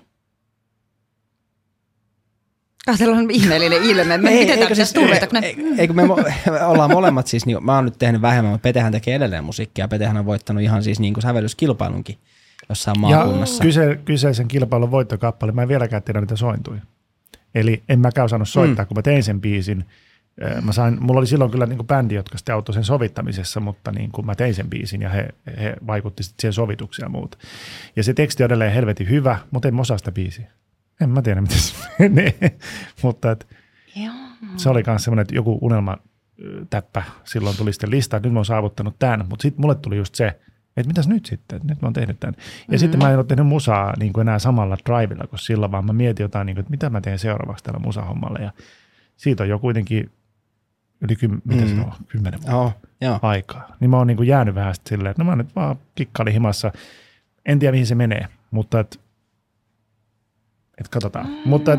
Teillä on ihmeellinen ilme. Miten tämä pitäisi tulla? Eikö me ollaan molemmat siis, niin mä oon nyt tehnyt vähemmän, mutta Petehän tekee edelleen musiikkia. Petehän on voittanut ihan siis niin kuin sävellyskilpailunkin jossain maakunnassa. Ja kyseisen kilpailun voittokappale, mä en vieläkään tiedä, mitä sointui. Eli en mäkään osannut soittaa, kun mä tein sen biisin. Mulla oli silloin kyllä niin kuin bändi, jotka sitten auttoi sen sovittamisessa, mutta niin kuin mä tein sen biisin ja he vaikutti sitten siihen sovitukseen ja muuta. Ja se teksti on edelleen helvetin hyvä, mutta en osaa sitä biisiä. En mä tiedä, miten se menee, mutta se oli myös semmoinen, että joku unelmatäppä silloin tuli sitten listaa, että nyt mä oon saavuttanut tämän, mutta sitten mulle tuli just se, että mitäs nyt sitten, että nyt mä oon tehnyt tämän. Ja sitten mä en ole tehnyt musaa niin kuin enää samalla drivilla kuin silloin, vaan mä mietin jotain, niin kuin, että mitä mä teen seuraavaksi tällä musahommalle ja siitä on jo kuitenkin yli 10 vuotta aikaa. Niin mä oon niin kuin jäänyt vähän sitten silleen, että no mä nyt vaan kikkailin himassa, en tiedä mihin se menee, mutta että katsotaan. Mutta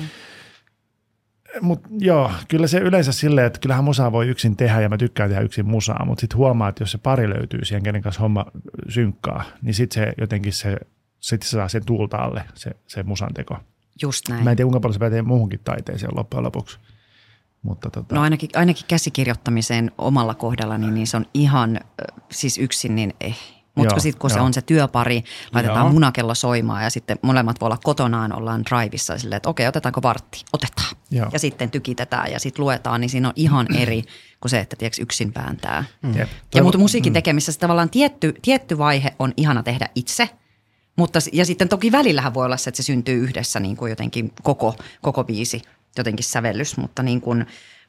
joo, kyllä se yleensä silleen, että kyllähän musaa voi yksin tehdä ja mä tykkään tehdä yksin musaa, mutta sitten huomaa, että jos se pari löytyy siihen, kenen kanssa homma synkkaa, niin sitten se jotenkin se sitten se saa sen tuulta alle, se musanteko. Just näin. Mä en tiedä, kuinka paljon se pätee muuhunkin taiteeseen loppujen lopuksi. Mutta No ainakin käsikirjoittamiseen omalla kohdallani, niin se on ihan siis yksin, niin Mutta sitten kun se on se työpari, laitetaan munakello soimaan ja sitten molemmat voi olla kotonaan, ollaan drivissa silleen, että okei, otetaanko vartti? Otetaan. Joo. Ja sitten tykitetään ja sitten luetaan, niin siinä on ihan eri kuin se, että tiedätkö, yksin vääntää. Ja mutta musiikin tekemisessä tavallaan tietty vaihe on ihana tehdä itse, mutta ja sitten toki välillähän voi olla se, että se syntyy yhdessä niin kuin jotenkin koko biisi, jotenkin sävellys, mutta niin kuin,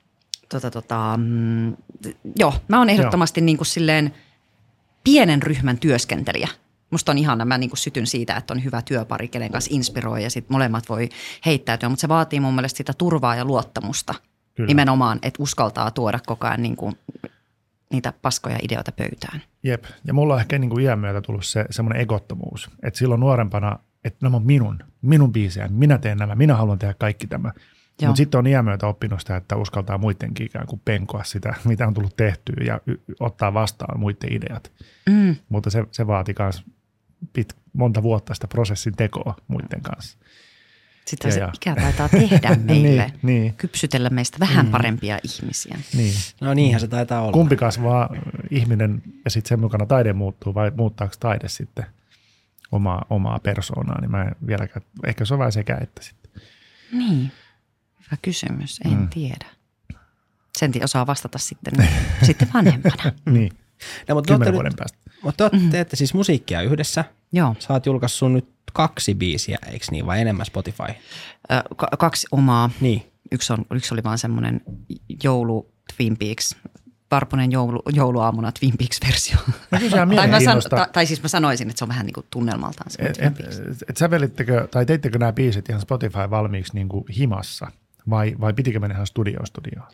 mä oon ehdottomasti niin kuin silleen pienen ryhmän työskentelijä. Musta on ihana, mä niin kuin sytyn siitä, että on hyvä työpari, kenen kanssa inspiroi ja sitten molemmat voi heittäytyä, mutta se vaatii mun mielestä sitä turvaa ja luottamusta. Kyllä. Nimenomaan, että uskaltaa tuoda koko ajan niin kuin niitä paskoja ideoita pöytään. Jep, ja mulla on ehkä niin kuin iän myötä tullut semmoinen egottomuus, että silloin nuorempana, että nämä on minun biisejä, minä teen nämä, minä haluan tehdä kaikki tämä. Mutta sitten on iän myötä oppinut sitä, että uskaltaa muidenkin ikään kuin penkoa sitä, mitä on tullut tehtyä ja ottaa vastaan muiden ideat. Mutta se vaati myös monta vuotta sitä prosessin tekoa muiden kanssa. Sitten se ikä taitaa tehdä meille, kypsytellä meistä vähän parempia ihmisiä. Niin. No niinhän se taitaa olla. Kumpi kasvaa ihminen ja sitten sen mukana taide muuttuu vai muuttaako taide sitten omaa persoonaa, niin mä en vieläkään, ehkä se on vähän sekä että sitten. Niin. Hyvä kysymys, en tiedä. Sen osaa vastata sitten vanhempana. Niin, no, 10 vuoden päästä. Mutta te teette siis musiikkia yhdessä. Joo. Sä oot julkaissut nyt 2 biisiä, eikö niin, vai enemmän Spotify? 2 omaa. Niin. Yksi oli vaan semmoinen joulu Twin Peaks, Varpunen jouluaamuna Twin Peaks-versio. Tai siis mä sanoisin, että se on vähän niin kuin tunnelmaltaan se Twin Peaks. Sävelittekö tai teittekö nämä biisit ihan Spotify valmiiksi niin kuin himassa vai pitikö mennä ihan studioon?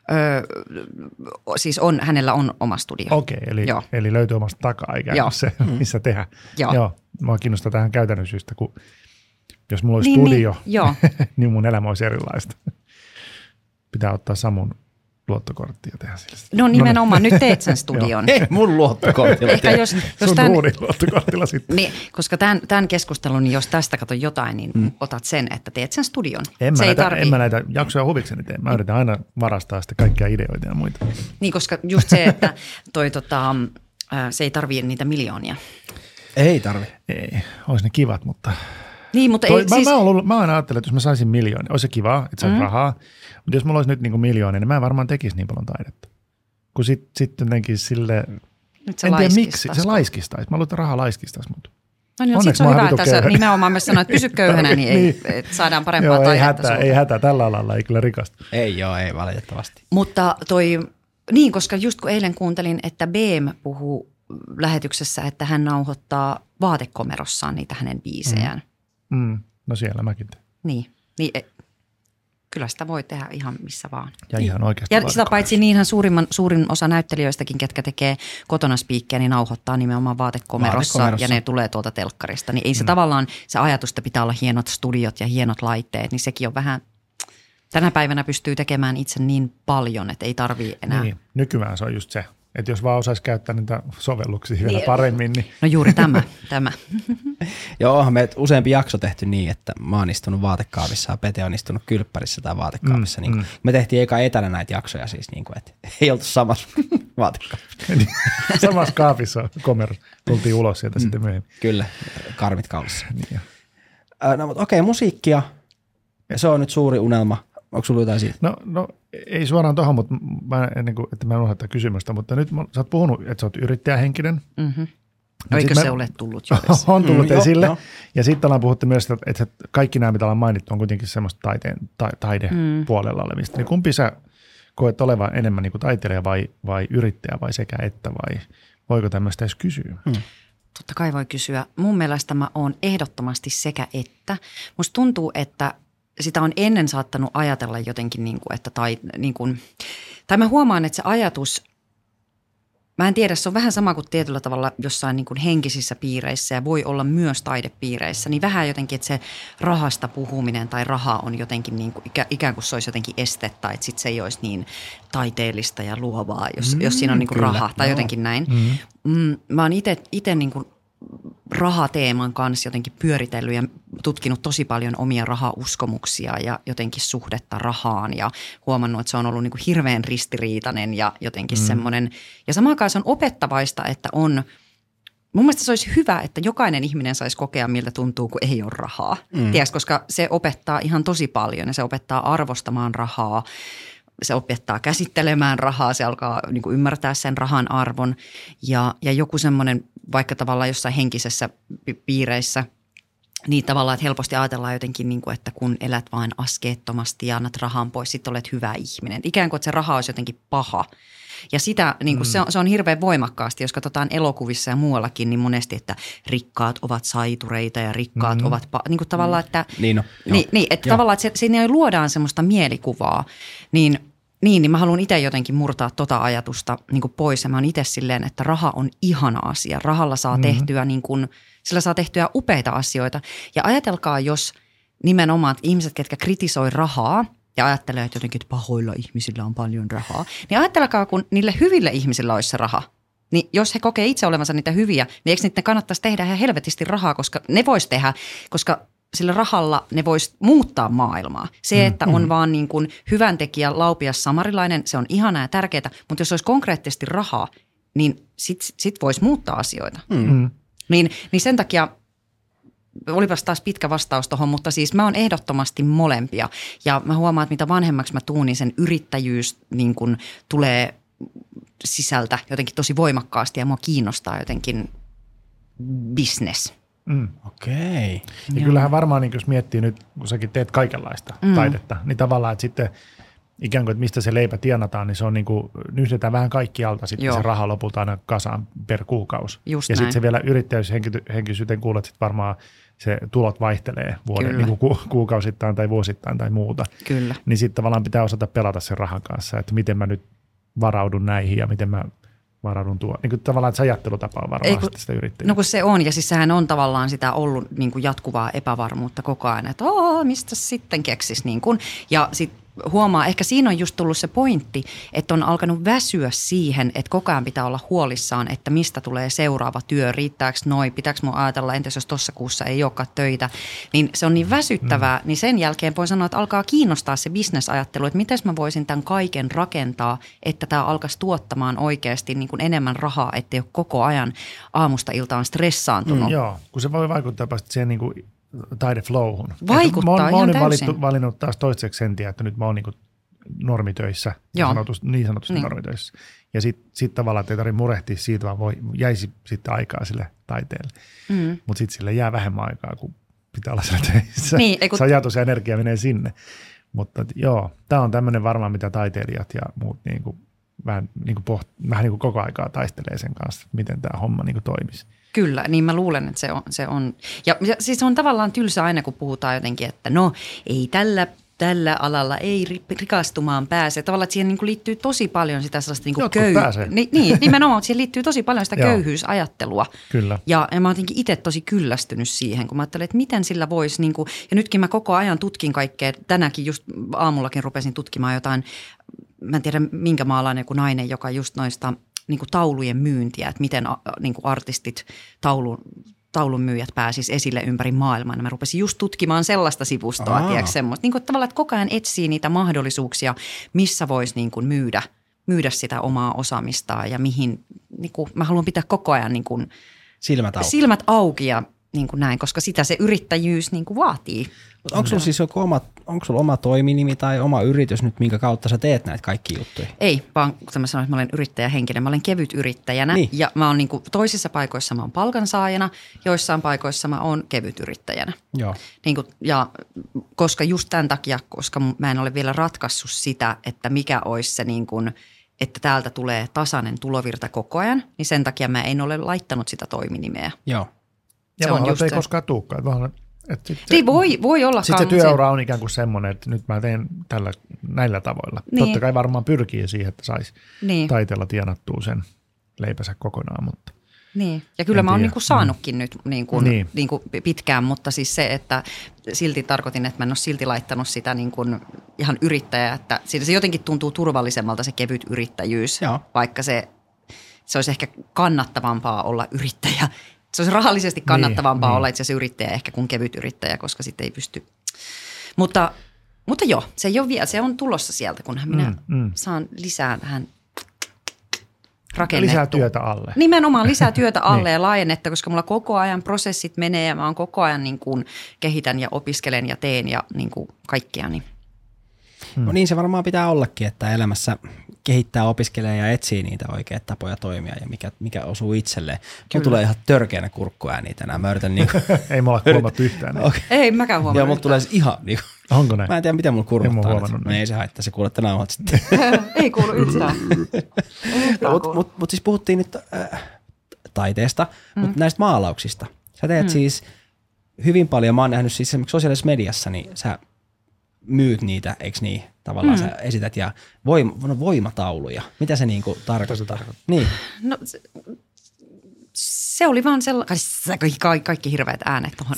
Siis hänellä on oma studio. Okei, eli löytyy omasta takaa ikään kuin se, missä tehdä. Joo. Mua kiinnostaa tähän käytännön syystä, kun jos mulla olisi studio, niin mun elämä olisi erilaista. Pitää ottaa Samun luottokortti ja tehdä sillä. No nimenomaan, nyt teet sen studion. Ei mun luottokortilla. Ehkä jos sun ruudin luottokortilla sitten. Niin, koska tämän keskustelun, niin jos tästä katsot jotain, niin otat sen, että teet sen studion. En mä näitä jaksoja huvikseni tee. Mä yritän aina varastaa sitä kaikkia ideoita ja muita. Niin, koska just se, että se ei tarvii niitä miljoonia. Ei tarvi. Ei, olisi ne kivat, mutta... Niin, mutta mä aina ajattelen, että jos mä saisin miljoonia, olisi se kivaa, että saisi rahaa. Mutta jos mulla olisi nyt niin kuin miljoonia, niin mä en varmaan tekisi niin paljon taidetta. Kun sitten jotenkin sille, en tiedä miksi, se laiskistaisi. Mä luulen, että raha laiskistaisi mut. No niin, sitten se on hyvä, että sä nimenomaan myös sanoit, että pysy köyhänä, niin saadaan parempaa taidetta. Ei hätä, tällä alalla ei kyllä rikasta. Ei valitettavasti. Mutta koska just kun eilen kuuntelin, että BM puhuu lähetyksessä, että hän nauhoittaa vaatekomerossaan niitä hänen biisejään. No siellä mäkin teen. Niin kyllä sitä voi tehdä ihan missä vaan. Ja ihan oikeasti. Ja sitä paitsi niinhän suurin osa näyttelijöistäkin, ketkä tekee kotona spiikkejä, niin nauhoittaa nimenomaan vaatekomerossa ja ne tulee tuolta telkkarista. Niin ei se tavallaan, se ajatus, että pitää olla hienot studiot ja hienot laitteet, niin sekin on vähän, tänä päivänä pystyy tekemään itse niin paljon, että ei tarvitse enää. Niin, nykyään se on just se. Että jos vaan osaisi käyttää niitä sovelluksia vielä paremmin. Niin. No juuri tämä. Joo, me useampi jakso tehty niin, että mä oon istunut vaatekaavissa ja Pete on istunut kylppärissä tai vaatekaavissa. Me tehtiin eka etänä näitä jaksoja siis, niin kuin, että ei oltu samassa vaatekaavissa. Samassa kaapissa tultiin ulos sieltä sitten myöhemmin. Kyllä, karvit kaulissa. Niin no, mutta okei, musiikkia. Se on nyt suuri unelma. Onko sulla jotain siitä? No ei suoraan tuohon, mutta ennen kuin, että mä en unohda kysymystä, mutta nyt sä oot puhunut, että sä oot yrittäjähenkinen. Eikö se ole tullut jo edes? On tullut esille. Ja sitten ollaan puhuttu myös, että kaikki nämä, mitä ollaan mainittu, on kuitenkin semmoista taidepuolella olevista. Niin kumpi sä koet olevan enemmän niin kuin taiteilija vai yrittäjä vai sekä että vai voiko tämmöistä edes kysyä? Totta kai voi kysyä. Mun mielestä mä oon ehdottomasti sekä että. Musta tuntuu, että sitä on ennen saattanut ajatella jotenkin, tai mä huomaan, että se ajatus, mä en tiedä, se on vähän sama kuin tietyllä tavalla jossain niin kuin henkisissä piireissä ja voi olla myös taidepiireissä, niin vähän jotenkin, että se rahasta puhuminen tai raha on jotenkin niin kuin, ikään kuin se olisi jotenkin este tai että sit se ei olisi niin taiteellista ja luovaa, jos siinä on niin kuin raha tai jotenkin näin. Mä oon itse niin kuin rahateeman kanssa jotenkin pyöritellyt ja tutkinut tosi paljon omia rahauskomuksia ja jotenkin suhdetta rahaan ja huomannut, että se on ollut niin kuin hirveän ristiriitainen ja jotenkin semmoinen. Ja samaan aikaan se on opettavaista, että on, mun mielestä se olisi hyvä, että jokainen ihminen saisi kokea, miltä tuntuu, kun ei ole rahaa. Tiedätkö, koska se opettaa ihan tosi paljon ja se opettaa arvostamaan rahaa. Se opettaa käsittelemään rahaa, se alkaa niin kuin ymmärtää sen rahan arvon ja joku semmoinen vaikka tavallaan jossain henkisessä piireissä niin tavallaan, että helposti ajatellaan jotenkin, niin kuin, että kun elät vain askeettomasti ja annat rahan pois, sitten olet hyvä ihminen. Ikään kuin, että se raha olisi jotenkin paha. Ja sitä, niin kuin se on hirveän voimakkaasti, jos katsotaan elokuvissa ja muuallakin, niin monesti, että rikkaat ovat saitureita ja rikkaat ovat, niin kuin tavallaan, että, että tavallaan, että siinä luodaan semmoista mielikuvaa, niin mä haluan itse jotenkin murtaa tota ajatusta niin kuin pois. Ja mä oon itse silleen, että raha on ihana asia. Rahalla saa tehtyä, niin kuin, sillä saa tehtyä upeita asioita. Ja ajatelkaa, jos nimenomaan ihmiset, ketkä kritisoi rahaa, ja ajattelee, että jotenkin että pahoilla ihmisillä on paljon rahaa, niin ajattelkaa, kun niille hyville ihmisillä olisi se raha. Niin jos he kokee itse olevansa niitä hyviä, niin eikö niitä kannattaisi tehdä ihan helvetisti rahaa, koska ne vois tehdä, koska sillä rahalla ne vois muuttaa maailmaa. Se, että on vaan niin kuin hyväntekijä, laupias, samarilainen, se on ihanaa ja tärkeää, mutta jos olisi konkreettisesti rahaa, niin sit voisi muuttaa asioita. Niin sen takia olipas taas pitkä vastaus tuohon, mutta siis mä oon ehdottomasti molempia. Ja mä huomaan, että mitä vanhemmaksi mä tuun, niin sen yrittäjyys niin kun tulee sisältä jotenkin tosi voimakkaasti ja mua kiinnostaa jotenkin business. Okei. Ja kyllähän varmaan, niin jos miettii nyt, kun säkin teet kaikenlaista taidetta, niin tavallaan, että sitten ikään kuin, että mistä se leipä tienataan, niin se on niin kuin, nyhdetään vähän kaikki alta sitten se raha lopulta aina kasaan per kuukausi. Just ja sitten se vielä yrittäjyyshenkisyyteen kuulet, että varmaan se tulot vaihtelee vuoden niin kuin kuukausittain tai vuosittain tai muuta. Kyllä. Niin sitten tavallaan pitää osata pelata sen rahan kanssa, että miten mä nyt varaudun näihin ja miten mä varaudun tuo. Niin kuin tavallaan, että se ajattelutapa on varmaan sitä yrittäjää. No kun se on, ja siis sehän on tavallaan sitä ollut niin kuin jatkuvaa epävarmuutta koko ajan, että mistä sitten keksis niin kuin. Ja sitten huomaa, ehkä siinä on just tullut se pointti, että on alkanut väsyä siihen, että koko ajan pitää olla huolissaan, että mistä tulee seuraava työ, riittääkö noi, pitääkö mun ajatella, entäs jos tossa kuussa ei olekaan töitä, niin se on niin väsyttävää, niin sen jälkeen voi sanoa, että alkaa kiinnostaa se bisnesajattelu, että miten mä voisin tämän kaiken rakentaa, että tämä alkaisi tuottamaan oikeasti niin kuin enemmän rahaa, ettei ole koko ajan aamusta iltaan stressaantunut. Joo, kun se voi vaikuttaa päästä siihen niin kuin taideflowhun. Vaikuttaa ihan täysin. Valinnut taas toiseksi sentiä, että nyt mä oon niin kuin normitöissä, niin sanotusti normitöissä. Ja sitten tavallaan, että ei tarvitse murehtia siitä, vaan jäisi sitten aikaa sille taiteelle. Mutta sitten sille jää vähemmän aikaa, kun pitää olla siellä töissä. Niin, se ajatus ja energia menee sinne. Mutta joo, tämä on tämmöinen varmaan, mitä taiteilijat ja muut niin kuin, vähän niin kuin koko aikaa taistelee sen kanssa, että miten tämä homma niin kuin toimisi. Kyllä, niin mä luulen, että se on. Ja siis on tavallaan tylsä aina, kun puhutaan jotenkin, että no ei tällä alalla ei rikastumaan pääse. Tavallaan, että siihen niin kuin liittyy tosi paljon sitä sellaista niin, nimenomaan, että siihen liittyy tosi paljon sitä köyhyysajattelua. Kyllä. Ja mä oon jotenkin itse tosi kyllästynyt siihen, kun mä ajattelen, että miten sillä voisi, niin kuin, ja nytkin mä koko ajan tutkin kaikkea. Tänäänkin just aamullakin rupesin tutkimaan jotain, mä en tiedä minkä maalainen joku nainen, joka just noista niin kuin taulujen myyntiä, että miten niin kuin artistit, taulun myyjät pääsisi esille ympäri maailmaa. Mä rupesin just tutkimaan sellaista sivustoa, tiedätkö semmoista. Niin kuin tavallaan, että koko ajan etsii niitä mahdollisuuksia, missä voisi niin kuin myydä sitä omaa osaamistaan ja mihin, niin kuin, mä haluan pitää koko ajan niin kuin silmät auki ja niin kuin näin, koska sitä se yrittäjyys niin kuin vaatii. Onko sulla siis onko sulla oma toiminimi tai oma yritys nyt, minkä kautta sä teet näitä kaikki juttuja? Ei, vaan kuten mä sanoin, että mä olen yrittäjähenkinen. Mä olen kevyt yrittäjänä ja mä oon niin kuin, toisissa paikoissa mä oon palkansaajana, joissain paikoissa mä oon kevyt yrittäjänä. Joo. Niin kuin, ja koska just tämän takia, koska mä en ole vielä ratkaissut sitä, että mikä olisi se niin kuin, että täältä tulee tasainen tulovirta koko ajan, niin sen takia mä en ole laittanut sitä toiminimeä. Joo. Ja vaan ei koskaan tulekaan. Niin voi olla. Sitten se työura on ikään kuin semmoinen, että nyt mä teen näillä tavoilla. Niin. Totta kai varmaan pyrkii siihen, että saisi taiteella tienattua sen leipänsä kokonaan. Mutta niin. Ja kyllä mä oon niinku saanutkin nyt niinku pitkään, mutta siis se, että silti tarkoitin, että mä en ole silti laittanut sitä niinku ihan yrittäjää, että se jotenkin tuntuu turvallisemmalta se kevyt yrittäjyys, vaikka se olisi ehkä kannattavampaa olla yrittäjä Se olisi rahallisesti kannattavampaa olla itse asiassa yrittäjä ehkä kuin kevyt yrittäjä, koska sitten ei pysty. Mutta joo, se ei ole vielä, se on tulossa sieltä, kunhan minä saan lisää vähän rakennettua. Lisää työtä alle. Nimenomaan lisää työtä alle ja laajennetta, koska mulla koko ajan prosessit menee ja mä oon koko ajan niin kuin kehitän ja opiskelen ja teen ja niin kuin kaikkea. Niin. No niin se varmaan pitää ollakin, että elämässä kehittää, opiskelee ja etsii niitä oikeita tapoja toimia ja mikä osuu itselleen. Mulla tulee ihan törkeänä kurkkuääniä tänään. Mä yritän niinku... Ei mulla huomattu yhtään. Okay. Ei mäkään huomannut. Ja mulla tulee ihan niinku... Onko näin? Mä en tiedä, miten mulla kurvattaa. No ei se haittaa, se kuulette nauhat sitten. Ei kuulu yhtään. Mutta siis puhuttiin nyt taiteesta, mutta näistä maalauksista. Sä teet siis hyvin paljon, mä oon nähnyt siis esimerkiksi sosiaalisessa mediassa, niin sä myyt niitä, eikö niin? Tavallaan sä esität ja voimatauluja. Mitä se niinku tarkoittaa? Niin. No se oli vaan sellainen, kaikki hirveät äänet tuohon.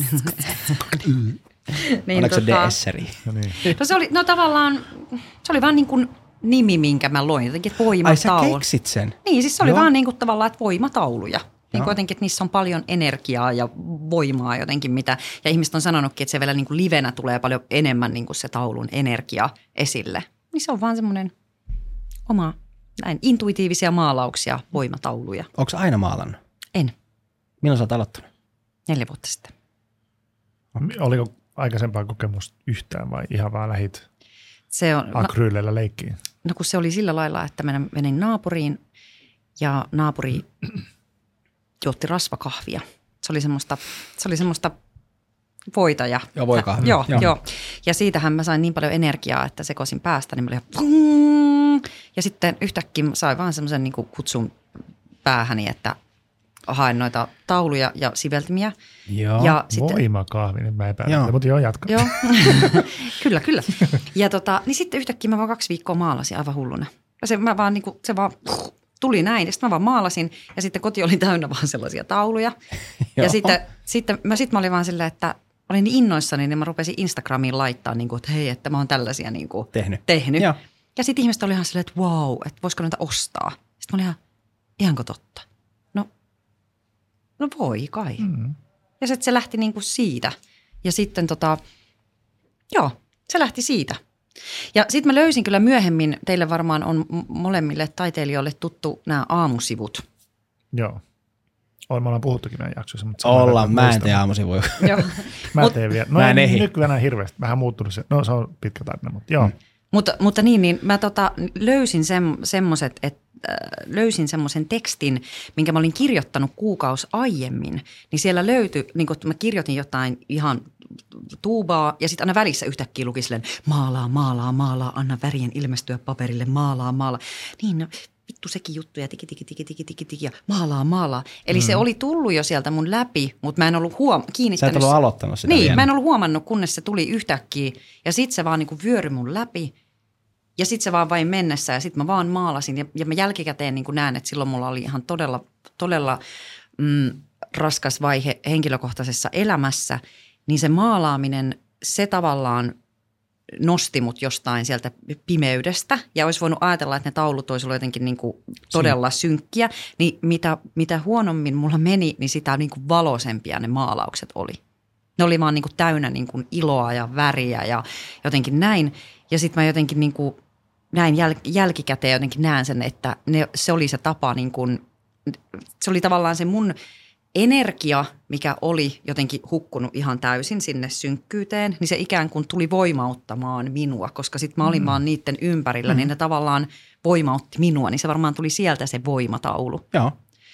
Niin, oliko se DS:eri? No niin. No se oli, tavallaan, se oli vaan niin kuin nimi, minkä mä loin. Jotenkin, että voimataulu. Ai sä keksit sen? Niin, siis se oli vaan niin kuin tavallaan, että voimatauluja. Niin kuin jotenkin, että niissä on paljon energiaa ja voimaa jotenkin, mitä, ja ihmiset on sanonutkin, että se vielä niin kuin livenä tulee paljon enemmän niin kuin se taulun energia esille. Niin se on vaan semmoinen oma, näin intuitiivisia maalauksia, voimatauluja. Onko sä aina maalannut? En. Milloin sä oot aloittanut? 4 vuotta sitten. Oliko aikaisempaa kokemusta yhtään vai ihan vaan lähit akryyleillä leikkiin? No kun se oli sillä lailla, että menin naapuriin ja naapuri juotti rasvakahvia. Se oli semmoista voita. Joo, voikahvia. Joo. Ja siitähän mä sain niin paljon energiaa, että sekoisin päästä, niin mä olin ja sitten yhtäkkiä sain vaan semmoisen niin kuin kutsun päähäni, että haen noita tauluja ja siveltimiä. Joo, ja voimakahvi, nyt mä epäilen, mutta jatka. Joo, kyllä. Ja niin sitten yhtäkkiä mä vaan 2 viikkoa maalasin aivan hulluna. Ja se vaan tuli näin, ja sitten mä vaan maalasin, ja sitten koti oli täynnä vaan sellaisia tauluja. Ja sitten mä olin vaan silleen, että olin niin innoissani, niin mä rupesin Instagramiin laittaa, niin kuin, että hei, että mä oon tällaisia niin kuin tehnyt. Ja sitten ihmiset oli ihan silleen, että wow, että voisiko näitä ostaa. Sitten mä olin ihanko totta? No voi kai. Ja sitten se lähti niin kuin siitä. Ja sitten se lähti siitä. Ja sitten mä löysin kyllä myöhemmin, teille varmaan on molemmille taiteilijoille tuttu nämä aamusivut. Joo. Me ollaan puhuttukin meidän jaksoissa. Mutta ollaan, mä en tee aamusivuja. Joo. Mä teen vielä. No nykyään hirveästi. Vähän muuttunut se. No se on pitkä tarina, mutta joo. Mutta niin mä löysin löysin semmoisen tekstin, minkä mä olin kirjoittanut kuukausi aiemmin. Niin siellä löytyi, niin kun mä kirjoitin jotain ihan tuubaa ja sitten aina välissä yhtäkkiä luki silleen maalaa, anna värien ilmestyä paperille, maalaa. Niin, no, vittu sekin juttu ja tiki ja maalaa. Eli se oli tullut jo sieltä mun läpi, mutta mä en ollut kiinnittänyt. Sä et ollut aloittanut sitä vielä. Mä en ollut huomannut, kunnes se tuli yhtäkkiä ja sitten se vaan niinku vyöry mun läpi. Ja sitten se vaan vain mennessä ja sitten mä vaan maalasin ja mä jälkikäteen niin näen, että silloin mulla oli ihan todella raskas vaihe henkilökohtaisessa elämässä. Niin se maalaaminen, se tavallaan nosti mut jostain sieltä pimeydestä ja olisi voinut ajatella, että ne taulut olisi ollut jotenkin niin kuin todella synkkiä. Niin mitä huonommin mulla meni, niin sitä niin kuin valoisempia ne maalaukset oli. Ne oli vaan niin kuin täynnä niin kuin iloa ja väriä ja jotenkin näin. Ja sitten mä jotenkin niin kuin näin jälkikäteen jotenkin näen sen, että se oli se tapa niin kuin, se oli tavallaan se mun energia, mikä oli jotenkin hukkunut ihan täysin sinne synkkyyteen, niin se ikään kuin tuli voimauttamaan minua, koska sitten mä olin vaan niiden ympärillä, niin ne tavallaan voimautti minua, niin se varmaan tuli sieltä se voimataulu. Joo.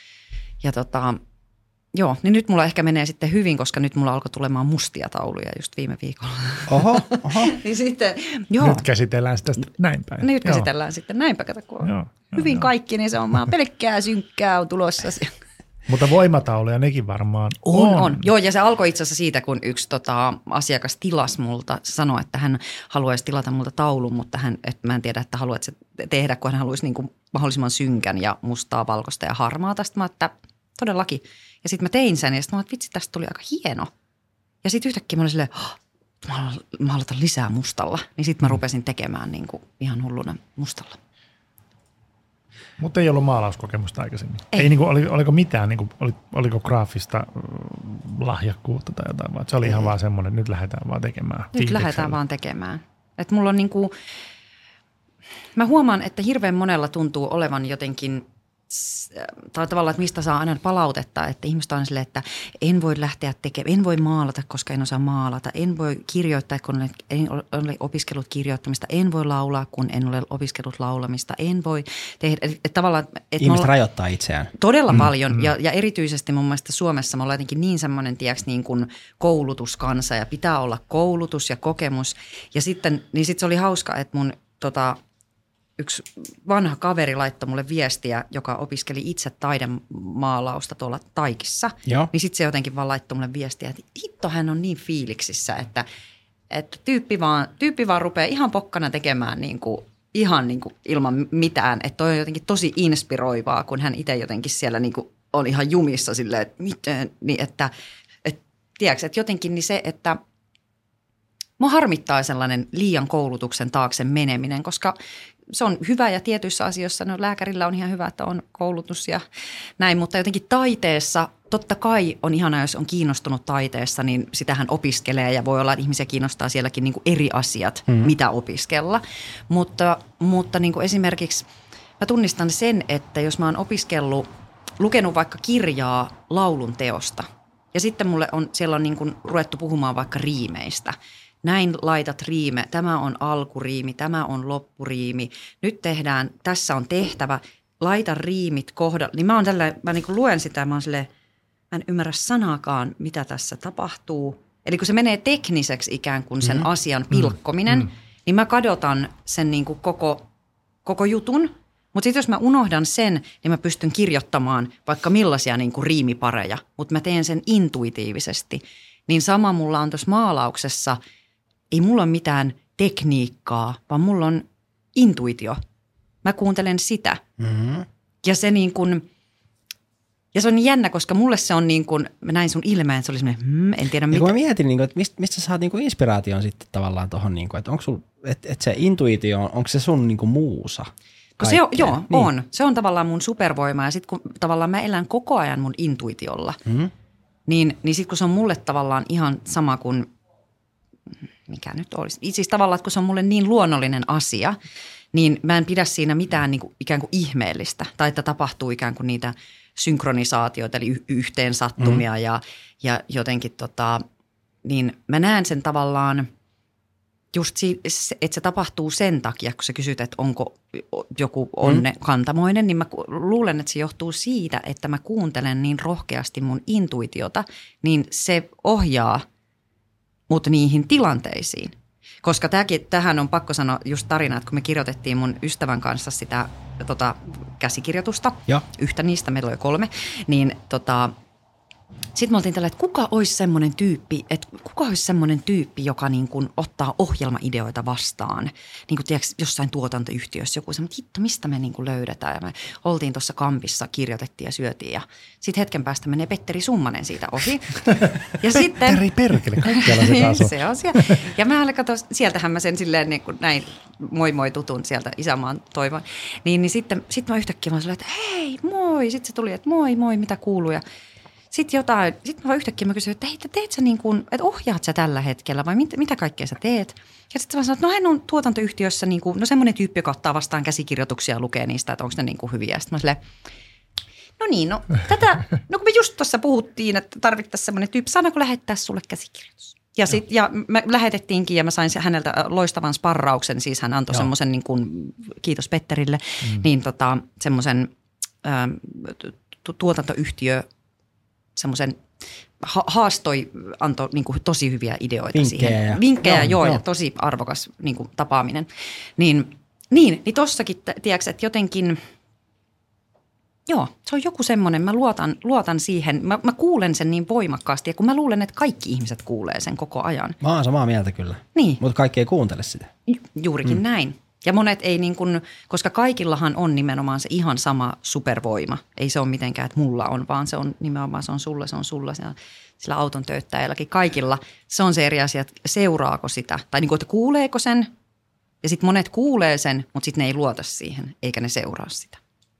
Ja niin nyt mulla ehkä menee sitten hyvin, koska nyt mulla alkoi tulemaan mustia tauluja just viime viikolla. Oho. Niin sitten, Nyt käsitellään sitä näin päin. Nyt käsitellään sitten näin päin, kun hyvin kaikki, niin se on vaan pelkkää synkkää on tulossa. Mutta voimatauluja nekin varmaan on. Joo, ja se alkoi itse asiassa siitä, kun yksi asiakas tilasi multa. Se sanoi, että hän haluaisi tilata multa taulun, mutta että mä en tiedä, että haluat se tehdä, kun hän haluaisi niin kuin mahdollisimman synkän ja mustaa, valkoista ja harmaata. Sitten mä, että todellakin. Ja sitten mä tein sen ja sitten mä että vitsi, tästä tuli aika hieno. Ja sitten yhtäkkiä mä olin silleen, mä aloitan lisää mustalla. Niin sitten mä rupesin tekemään niin kuin ihan hulluna mustalla. Mutta ei ollut maalauskokemusta aikaisemmin. Ei niin kuin, oliko mitään, niin kuin, oliko graafista lahjakkuutta tai jotain, vaan se oli ihan vaan semmoinen, että nyt lähdetään vaan tekemään. Nyt lähdetään vaan tekemään. Että mulla on niin kuin, mä huomaan, että hirveän monella tuntuu olevan jotenkin, tai tavallaan, että mistä saa aina palautetta, että ihmiset on silleen, että en voi lähteä tekemään, en voi maalata, koska en osaa maalata, en voi kirjoittaa, kun en ole opiskellut kirjoittamista, en voi laulaa, kun en ole opiskellut laulamista, en voi tehdä, että tavallaan. Että ihmiset rajoittaa itseään. Todella paljon, ja erityisesti mun mielestä Suomessa me ollaan jotenkin niin semmoinen, tiedätkö, niin kuin koulutuskansa, ja pitää olla koulutus ja kokemus, ja sitten, niin sitten se oli hauska, että mun yksi vanha kaveri laittoi mulle viestiä, joka opiskeli itse taidemaalausta tuolla Taikissa. Joo. Niin sitten se jotenkin vaan laittoi mulle viestiä, että hitto hän on niin fiiliksissä, että tyyppi vaan rupeaa ihan pokkana tekemään ihan ilman mitään. Että toi on jotenkin tosi inspiroivaa, kun hän itse jotenkin siellä on ihan jumissa silleen, että miten, niin että tiedätkö, että jotenkin niin se, että mua harmittaa sellainen liian koulutuksen taakse meneminen, koska se on hyvä ja tietyissä asioissa, no lääkärillä on ihan hyvä, että on koulutus ja näin, mutta jotenkin taiteessa, totta kai on ihanaa, jos on kiinnostunut taiteessa, niin sitähän opiskelee ja voi olla, että ihmisiä kiinnostaa sielläkin niin kuin eri asiat, mitä opiskella. Mutta niin kuin esimerkiksi mä tunnistan sen, että jos mä oon lukenut vaikka kirjaa laulun teosta ja sitten siellä on niin kuin ruvettu puhumaan vaikka riimeistä. Näin laitat riime, tämä on alkuriimi, tämä on loppuriimi. Nyt tehdään, tässä on tehtävä, laita riimit kohdalla. Niin mä niin kuin luen sitä, mä en ymmärrä sanaakaan, mitä tässä tapahtuu. Eli kun se menee tekniseksi ikään kuin sen asian pilkkominen, niin mä kadotan sen niin kuin koko jutun. Mutta sitten jos mä unohdan sen, niin mä pystyn kirjoittamaan vaikka millaisia niin kuin riimipareja, mutta mä teen sen intuitiivisesti. Niin sama mulla on tuossa maalauksessa. Ei mulla ole mitään tekniikkaa, vaan mulla on intuitio. Mä kuuntelen sitä. Mm-hmm. Ja se ja se on niin jännä, koska mulle se on niin kuin, mä näin sun ilmeen, se oli semmoinen, en tiedä mitä. Kun mä mietin, että mistä sä saat inspiraation sitten tavallaan tohon, että onko sul, että se intuitio, onko se sun muusa? Joo, niin. On. Se on tavallaan mun supervoima ja sitten kun tavallaan mä elän koko ajan mun intuitiolla, niin sitten kun se on mulle tavallaan ihan sama kuin mikä nyt olisi. Siis tavallaan, että kun se on mulle niin luonnollinen asia, niin mä en pidä siinä mitään niin kuin, ikään kuin ihmeellistä. Tai että tapahtuu ikään kuin niitä synkronisaatioita, eli yhteensattumia ja jotenkin niin mä näen sen tavallaan just että se tapahtuu sen takia, kun sä kysyt, että onko joku kantamoinen, niin mä luulen, että se johtuu siitä, että mä kuuntelen niin rohkeasti mun intuitiota, niin se ohjaa mut niihin tilanteisiin. Koska tähän on pakko sanoa just tarina, että kun me kirjoitettiin mun ystävän kanssa sitä käsikirjoitusta, yhtä niistä, meillä oli 3, niin sitten me oltiin tällä, että kuka olisi semmoinen tyyppi, joka niin kuin ottaa ohjelmaideoita vastaan. Niin kuin tiedätkö, jossain tuotantoyhtiössä joku semmoinen, hitto, mistä me niin kuin löydetään. Ja me oltiin tuossa kampissa, kirjoitettiin ja syötiin. Ja sitten hetken päästä menee Petteri Summanen siitä ohi. Ja Petteri perkele, kaikkialla se taas on. Se asia. Ja mä katsoin, sieltähän mä sen silleen niin kuin näin moi tutun sieltä isänmaan toivon. Niin sitten mä yhtäkkiä mä silleen, että hei moi. Sitten se tuli, että moi, mitä kuuluu ja sitten mä yhtäkkiä mä kysyin, että hei, teet sä niin kuin, että ohjaat sä tällä hetkellä vai mitä kaikkea sä teet? Ja sitten mä sanoin, että no hän on tuotantoyhtiössä niin kuin, semmoinen tyyppi, joka ottaa vastaan käsikirjoituksia ja lukee niistä, että onko ne niin kuin hyviä. Sitten mä silleen, kun me just tuossa puhuttiin, että tarvittaisiin semmoinen tyyppi, saadaanko lähettää sulle käsikirjoitus? Ja me lähetettiinkin ja mä sain häneltä loistavan sparrauksen, siis hän antoi semmoisen, niin kuin, kiitos Petterille, niin semmoisen tuotantoyhtiö, semmoisen antoi niin kuin tosi hyviä ideoita siihen. Vinkkejä, ja tosi arvokas niin kuin tapaaminen. Niin tossakin, tiedätkö, että jotenkin, se on joku semmoinen, mä luotan siihen, mä kuulen sen niin voimakkaasti, ja kun mä luulen, että kaikki ihmiset kuulee sen koko ajan. Mä oon samaa mieltä kyllä, mutta kaikki ei kuuntele sitä. Juurikin näin. Ja monet ei niin kuin, koska kaikillahan on nimenomaan se ihan sama supervoima. Ei se ole mitenkään, että mulla on, vaan se on nimenomaan, se on sulla, sillä auton töyttäjälläkin. Kaikilla se on se eri asia, että seuraako sitä. Tai niin kuin, että kuuleeko sen. Ja sitten monet kuulee sen, mutta sitten ne ei luota siihen, eikä ne seuraa sitä.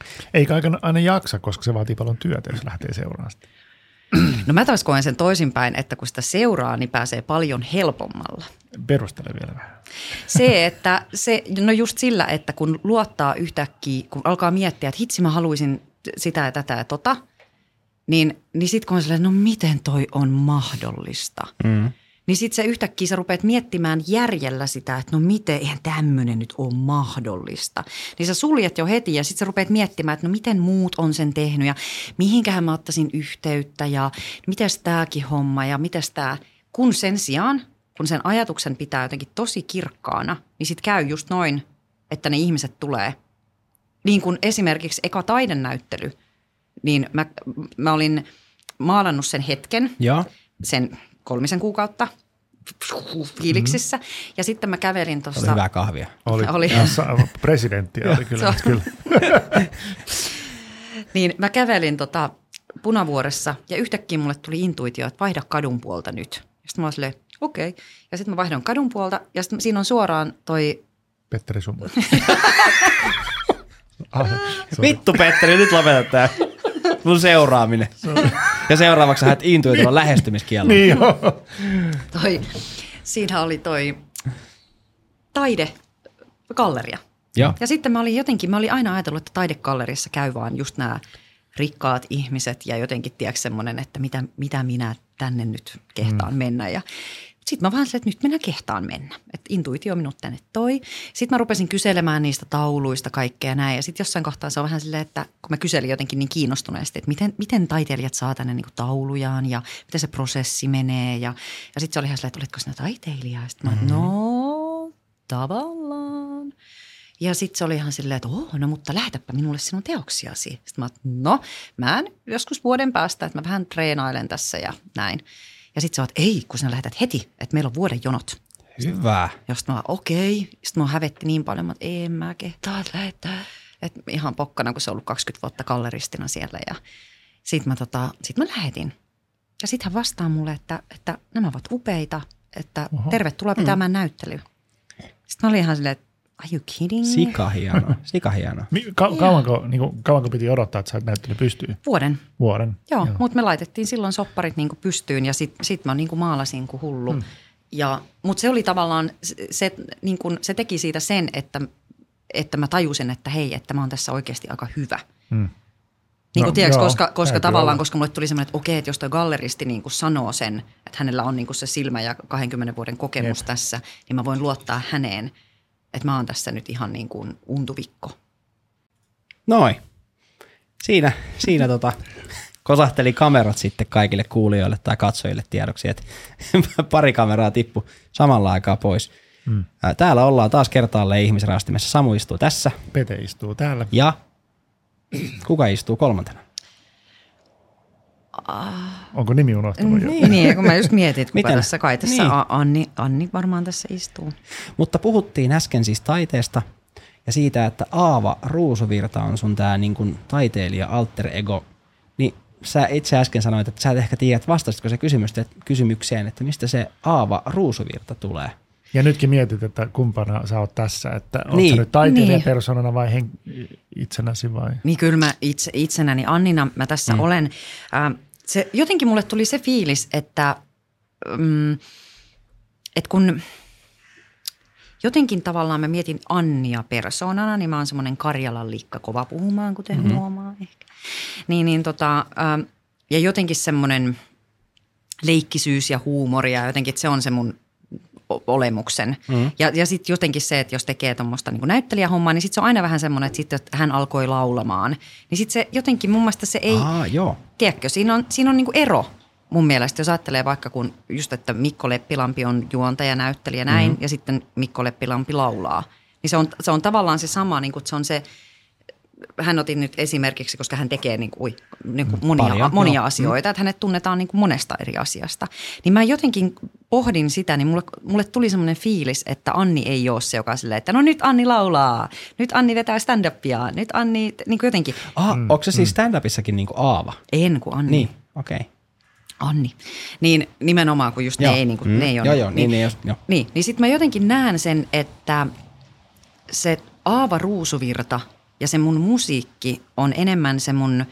Eikä aina jaksa, koska se vaatii paljon työtä, jos lähtee seuraamaan sitä. No mä taas koen sen toisinpäin, että kun sitä seuraa, niin pääsee paljon helpommalla. Perustele vielä vähän. No just sillä, että kun luottaa yhtäkkiä, kun alkaa miettiä, että hitsi mä haluaisin sitä ja tätä ja tota, niin sitten kun on silleen, no miten toi on mahdollista? Niin sitten se yhtäkkiä sä rupeat miettimään järjellä sitä, että no miten, eihän tämmöinen nyt ole mahdollista. Niin sä suljet jo heti ja sitten sä rupeat miettimään, että no miten muut on sen tehnyt ja mihinkähän mä ottaisin yhteyttä ja mitäs tääkin homma ja mitäs tää. Kun sen sijaan, kun sen ajatuksen pitää jotenkin tosi kirkkaana, niin sitten käy just noin, että ne ihmiset tulee. Niin kuin esimerkiksi eka taidenäyttely, niin mä olin maalannut sen hetken, sen 3 kuukautta fiiliksissä. Ja sitten mä kävelin tuossa. Oli hyvää kahvia. Oli. Presidenttiä oli kyllä. Niin mä kävelin Punavuoressa ja yhtäkkiä mulle tuli intuitio, että vaihda kadun puolta nyt. Sitten mä olin silleen, okei. Ja sitten mä vaihdoin kadun puolta ja sitten siinä on suoraan toi. Petteri Summa. Vittu Petteri, nyt lopetat tää. Mun seuraaminen. Ja seuraavaksi sä haet intuitiivalla lähestymiskielon. Niin joo. Siinä oli toi taidegalleria. Joo. Ja sitten mä olin aina ajatellut, että taidegalleriassa käy vaan just nämä rikkaat ihmiset ja jotenkin tiedätkö semmoinen, että mitä minä tänne nyt kehtaan mennä. Ja sitten mä vaan sanoin, että nyt minä kehtaan mennä. Että intuitio minut tänne toi. Sitten mä rupesin kyselemään niistä tauluista kaikkea näin. Ja sitten jossain kohtaa se on vähän silleen, että kun mä kyselin jotenkin niin kiinnostuneesti, että miten taiteilijat saa tänne niin kuin taulujaan ja miten se prosessi menee. Ja sitten se oli ihan silleen, että oletko sinä taiteilija? Ja sitten mä no tavallaan. Ja sitten se oli ihan silleen, että no mutta lähetäpä minulle sinun teoksiasi. Sitten mä mä joskus vuoden päästä, että mä vähän treenailen tässä ja näin. Ja sitten sä oot, ei, kun sinä lähetät heti, että meillä on vuoden jonot. Hyvä. Ja sitten mä okei. Sitten mä hävetti niin paljon, että en mä kehtaa lähettää. Että ihan pokkana, kun se on ollut 20 vuotta galleristina siellä. Ja sitten mä lähetin. Ja sitten hän vastaa mulle, että nämä ovat upeita, että tervetuloa pitämään näyttelyä. Sitten mä olin ihan silleen, että are you kidding? Sika hieno. Kauanko piti odottaa, että sä näyttely pystyy? Vuoden. Joo. Mutta me laitettiin silloin sopparit niin kuin pystyyn ja sit mä niin kuin maalasin kuin hullu. Mutta se oli tavallaan, se teki siitä sen, että mä tajusin, että hei, että mä oon tässä oikeasti aika hyvä. Niin kuin tiedätkö, koska tavallaan, koska mulle tuli semmoinen, että okei, että jos toi galleristi niin kuin sanoo sen, että hänellä on niin kuin se silmä ja 20 vuoden kokemus tässä, niin mä voin luottaa häneen. Että mä oon tässä nyt ihan niin kuin untuvikko. Noin. Siinä kosahteli kamerat sitten kaikille kuulijoille tai katsojille tiedoksi, että pari kameraa tippui samalla aikaa pois. Täällä ollaan taas kertaalleen ihmisraastimessa. Samu istuu tässä. Pete istuu täällä. Ja kuka istuu kolmantena? Onko nimi unohtunut? Niin, kun mä just mietin, että kuka tässä kai tässä Anni varmaan tässä istuu. Mutta puhuttiin äsken siis taiteesta ja siitä, että Aava Ruusuvirta on sun tää niin kuin taiteilija alter ego. Niin sä itse äsken sanoit, että sä et ehkä tiedät, vastasitko se kysymykseen, että mistä se Aava Ruusuvirta tulee? Ja nytkin mietit, että kumpana sä oot tässä, että oot sä nyt taiteilijapersonana vai itsenäsi vai? Niin kyllä mä itsenäni Annina mä tässä olen. Jotenkin mulle tuli se fiilis, että kun jotenkin tavallaan mä mietin Annia persoonana, niin mä oon semmoinen Karjalan likka kova puhumaan, kuten huomaa ehkä. Ja jotenkin semmoinen leikkisyys ja huumori ja jotenkin se on se mun olemuksen. Ja sitten jotenkin se, että jos tekee tuommoista niin näyttelijähommaa, niin sitten se on aina vähän semmoinen, että sitten hän alkoi laulamaan. Niin sitten se jotenkin mun mielestä se ei, tiedätkö, siinä on niin kuin ero mun mielestä, jos ajattelee vaikka kun just, että Mikko Leppilampi on juontaja, näyttelijä näin, ja sitten Mikko Leppilampi laulaa. Niin se on tavallaan se sama, niin kuin, että se on se, hän otin nyt esimerkiksi, koska hän tekee niin kuin monia asioita, että hänet tunnetaan niin kuin monesta eri asiasta. Niin mä jotenkin pohdin sitä, niin mulle tuli semmoinen fiilis, että Anni ei ole se, joka silleen, että no nyt Anni laulaa, nyt Anni vetää stand-upia, nyt Anni niin kuin jotenkin. Onko se siis stand-upissakin niin kuin Aava? En, kuin Anni. Niin, okei. Okay. Anni. Niin nimenomaan, kun just ne ei, niin kuin, ne ei ole. Niin sitten mä jotenkin näen sen, että se Aava Ruusuvirta ja se mun musiikki on enemmän se mun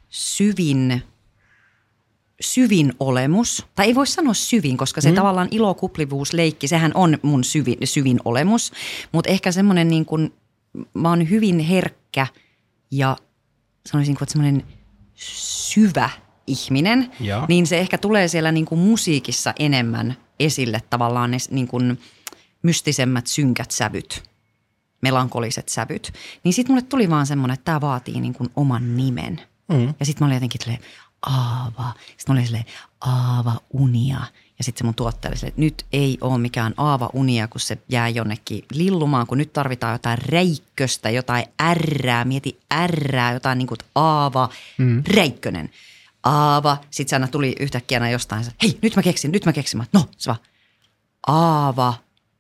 syvin olemus. Tai ei voi sanoa syvin, koska se tavallaan ilokuplivuusleikki, sehän on mun syvin olemus. Mutta ehkä semmoinen niin kuin, mä oon hyvin herkkä ja sanoisinko, että semmoinen syvä ihminen, niin se ehkä tulee siellä niin kuin musiikissa enemmän esille tavallaan ne niin kuin mystisemmät synkät sävyt, melankoliset sävyt. Niin sitten mulle tuli vaan semmoinen, että tämä vaatii niin kuin oman nimen. Ja sitten mä olin jotenkin Aava. Sitten mä olin silleen Aava Unia. Ja sitten se mun tuottaja oli silleen, että nyt ei ole mikään Aava Unia, kun se jää jonnekin lillumaan, kun nyt tarvitaan jotain räikköstä, jotain ärrää. Mieti ärrää, jotain niin kuin Aava Räikkönen. Aava. Sitten se aina tuli yhtäkkiä aina jostain, hei nyt mä keksin. No se vaan Aava.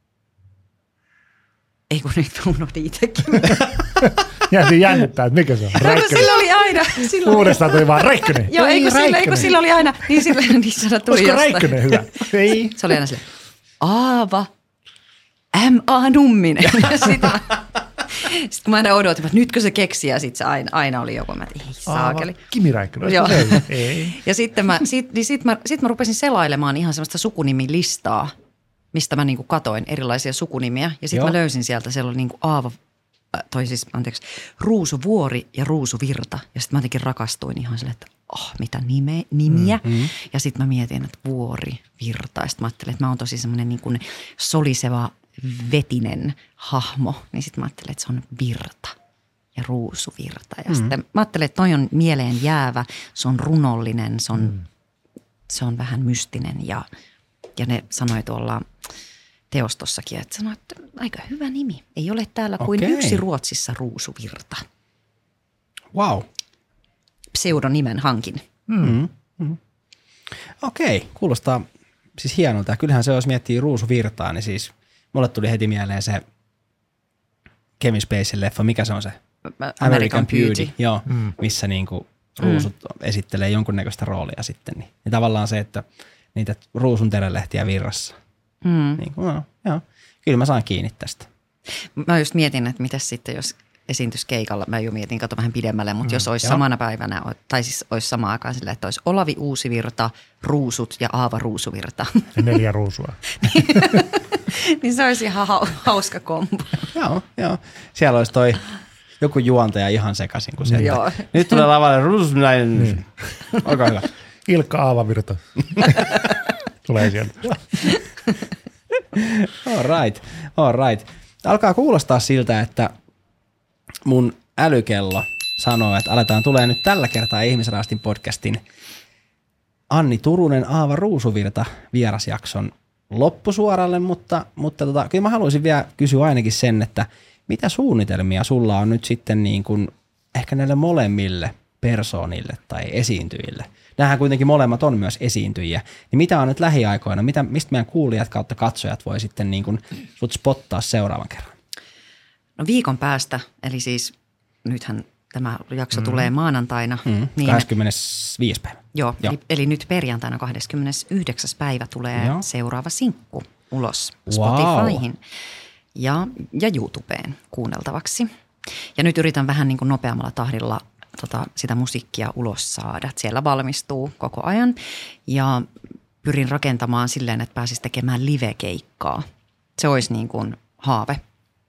Ei kun nyt unohdin itsekin. Jäätiin jännittää, että mikä se on. Räikkönen. Sillä oli aina. Uudestaan tuli vaan Räikkönen. Joo, eikö sillä oli aina. Niin sillä tuli olisiko jostain. Räikkönen hyvä? Ei. Se oli aina silleen, Aava, M.A. Numminen. Sitten kun mä aina odotin, että nytkö se keksii, ja sitten se aina oli joku, että ei saakeli. Kimi Räikkönen. Joo. Ei. Ja sitten mä rupesin selailemaan ihan semmoista sukunimilistaa, mistä mä niinku katoin erilaisia sukunimiä. Ja sitten mä löysin sieltä, siellä oli niinku Ruusuvuori ja Ruusuvirta. Ja sitten mä jotenkin rakastuin ihan silleen, että mitä nimiä. Ja sitten mä mietin, että Vuori, Virta. Ja sitten mä ajattelin, että mä oon tosi semmoinen niin kuin soliseva, vetinen hahmo. Niin sitten mä ajattelin, että se on Virta ja Ruusuvirta. Ja sitten mä ajattelin, että toi on mieleen jäävä, se on runollinen, se on vähän mystinen. Ja ne sanoi tuolla teostossakin, että sanoi, että aika hyvä nimi. Ei ole täällä kuin yksi Ruotsissa Ruusuvirta. Wow. Pseudonimen hankin. Okei, kuulostaa siis hienolta. Ja kyllähän se, jos miettii Ruusuvirtaa, niin siis mulle tuli heti mieleen se Kevin Spaceyn leffa. Mikä se on se? American Beauty. Joo, missä niinku ruusut esittelee jonkunnäköistä roolia sitten. Niin tavallaan se, että niitä ruusun terälehtiä virrassa. Niin kuin, joo. Kyllä mä saan kiinni tästä. Mä just mietin, että mitäs sitten, jos esiintyisi keikalla, mä jo mietin, kato vähän pidemmälle, mutta jos olisi samana päivänä, tai siis olisi samaan aikaan sillä, että olisi Olavi Uusivirta, Ruusut ja Aava Ruusuvirta. Ja 4 ruusua. Niin se olisi ihan hauska kombo. Joo. Siellä olisi toi joku juontaja ihan sekaisin, kun se, nyt tulee lavalle Ruusunainen. Olkaa hyvä. Ilkka Aavavirta. Tulee sieltä. All right. Alkaa kuulostaa siltä, että mun älykello sanoo, että aletaan tulee nyt tällä kertaa Ihmisraastin podcastin Anni Turunen, Aava Ruusuvirta vierasjakson loppusuoralle, mutta kyllä mä haluaisin vielä kysyä ainakin sen, että mitä suunnitelmia sulla on nyt sitten niin kuin ehkä näille molemmille persoonille tai esiintyjille? Nämähän kuitenkin molemmat on myös esiintyjiä. Niin mitä on nyt lähiaikoina? Mistä meidän kuulijat kautta katsojat voi sitten niin kuin sut spottaa seuraavan kerran? No viikon päästä, eli siis nythän tämä jakso tulee maanantaina. Niin 25. päivä. Joo. Eli nyt perjantaina 29. päivä tulee seuraava sinkku ulos Spotifyhin ja YouTubeen kuunneltavaksi. Ja nyt yritän vähän niin kuin nopeammalla tahdilla sitä musiikkia ulos saada. Siellä valmistuu koko ajan ja pyrin rakentamaan silleen, että pääsisi tekemään live-keikkaa. Se olisi niin kuin haave.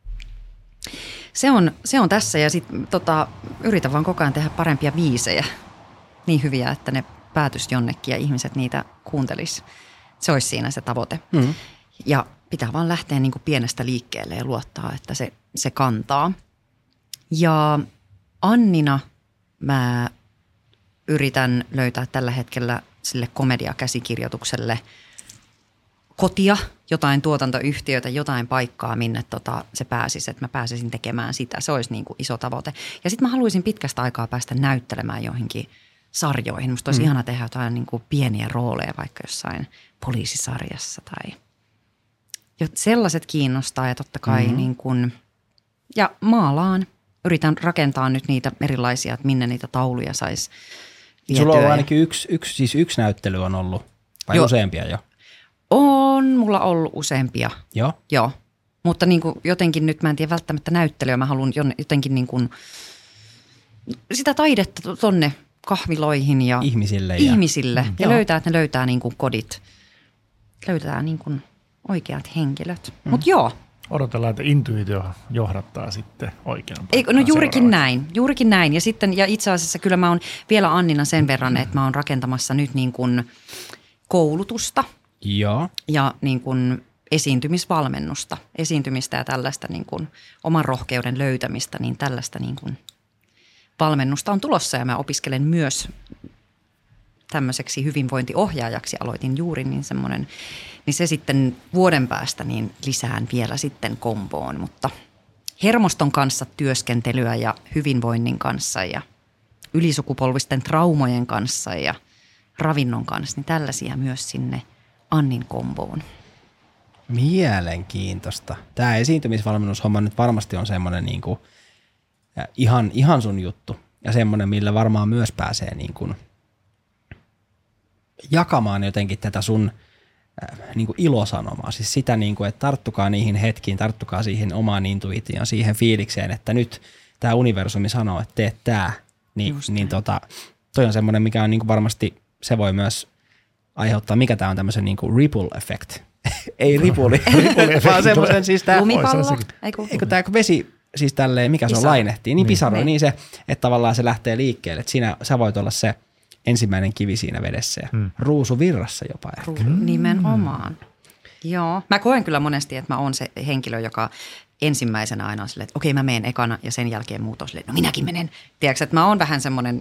Se on tässä ja sitten yritän vaan koko ajan tehdä parempia biisejä. Niin hyviä, että ne päätyisi jonnekin ja ihmiset niitä kuuntelis. Se olisi siinä se tavoite. Ja pitää vaan lähteä niin kuin pienestä liikkeelle ja luottaa, että se kantaa. Ja Annina mä yritän löytää tällä hetkellä sille komediakäsikirjoitukselle kotia, jotain tuotantoyhtiötä, jotain paikkaa, minne se pääsisi, että mä pääsisin tekemään sitä. Se olisi niin kuin iso tavoite. Ja sitten mä haluaisin pitkästä aikaa päästä näyttelemään joihinkin sarjoihin. Musta olisi ihana tehdä jotain niin kuin pieniä rooleja vaikka jossain poliisisarjassa tai sellaiset kiinnostaa ja totta kai niin kuin, ja maalaan. Yritän rakentaa nyt niitä erilaisia, että minne niitä tauluja saisi vietyä. Sulla on ainakin yksi näyttely on ollut, vai useampia jo? On mulla ollut useampia. Joo? Joo. Mutta niin kuin jotenkin nyt mä en tiedä välttämättä näyttelyä, mä haluan jotenkin niin kuin sitä taidetta tonne kahviloihin ja ihmisille ja löytää, että ne löytää niin kuin kodit, löytää niin kuin oikeat henkilöt. Mutta joo. Odotellaan, että intuitio johdattaa sitten oikeaan. No juurikin näin. Ja itse asiassa kyllä mä oon vielä Annina sen verran, että mä oon rakentamassa nyt niin kuin koulutusta. Joo. Ja niin kuin esiintymisvalmennusta, esiintymistä ja tällaista niin kuin oman rohkeuden löytämistä, niin tällaista niin kuin valmennusta on tulossa ja mä opiskelen myös tämmöiseksi hyvinvointiohjaajaksi aloitin juuri, niin semmoinen, niin se sitten vuoden päästä niin lisään vielä sitten komboon, mutta hermoston kanssa työskentelyä ja hyvinvoinnin kanssa ja ylisukupolvisten traumojen kanssa ja ravinnon kanssa, niin tällaisia myös sinne Annin komboon. Mielenkiintoista. Tämä esiintymisvalmennushomma nyt varmasti on semmoinen niin kuin ihan sun juttu ja semmoinen, millä varmaan myös pääsee niin kuin jakamaan jotenkin tätä sun niin kuin ilosanomaa. Siis sitä, niin kuin, että tarttukaa niihin hetkiin, tarttukaa siihen omaan intuitioon, siihen fiilikseen, että nyt tämä universumi sanoo, että teet tämä. Niin toi on semmoinen, mikä on niin kuin varmasti, se voi myös aiheuttaa, mikä tämä on tämmöisen niin kuin ripple effect. Ei ripuli, vaan semmoisen siis tämä lumipallo. Eikö tämä vesi siis tälleen, mikä se on, lainehtii, niin pisaroi, niin se, että tavallaan se lähtee liikkeelle. Että siinä sä voit olla se ensimmäinen kivi siinä vedessä ja ruusuvirrassa jopa. Nimenomaan. Joo. Mä koen kyllä monesti, että mä oon se henkilö, joka ensimmäisenä aina on silleen, että okei, mä menen ekana ja sen jälkeen muut on silleen, no minäkin menen. Tiedätkö, että mä oon vähän semmoinen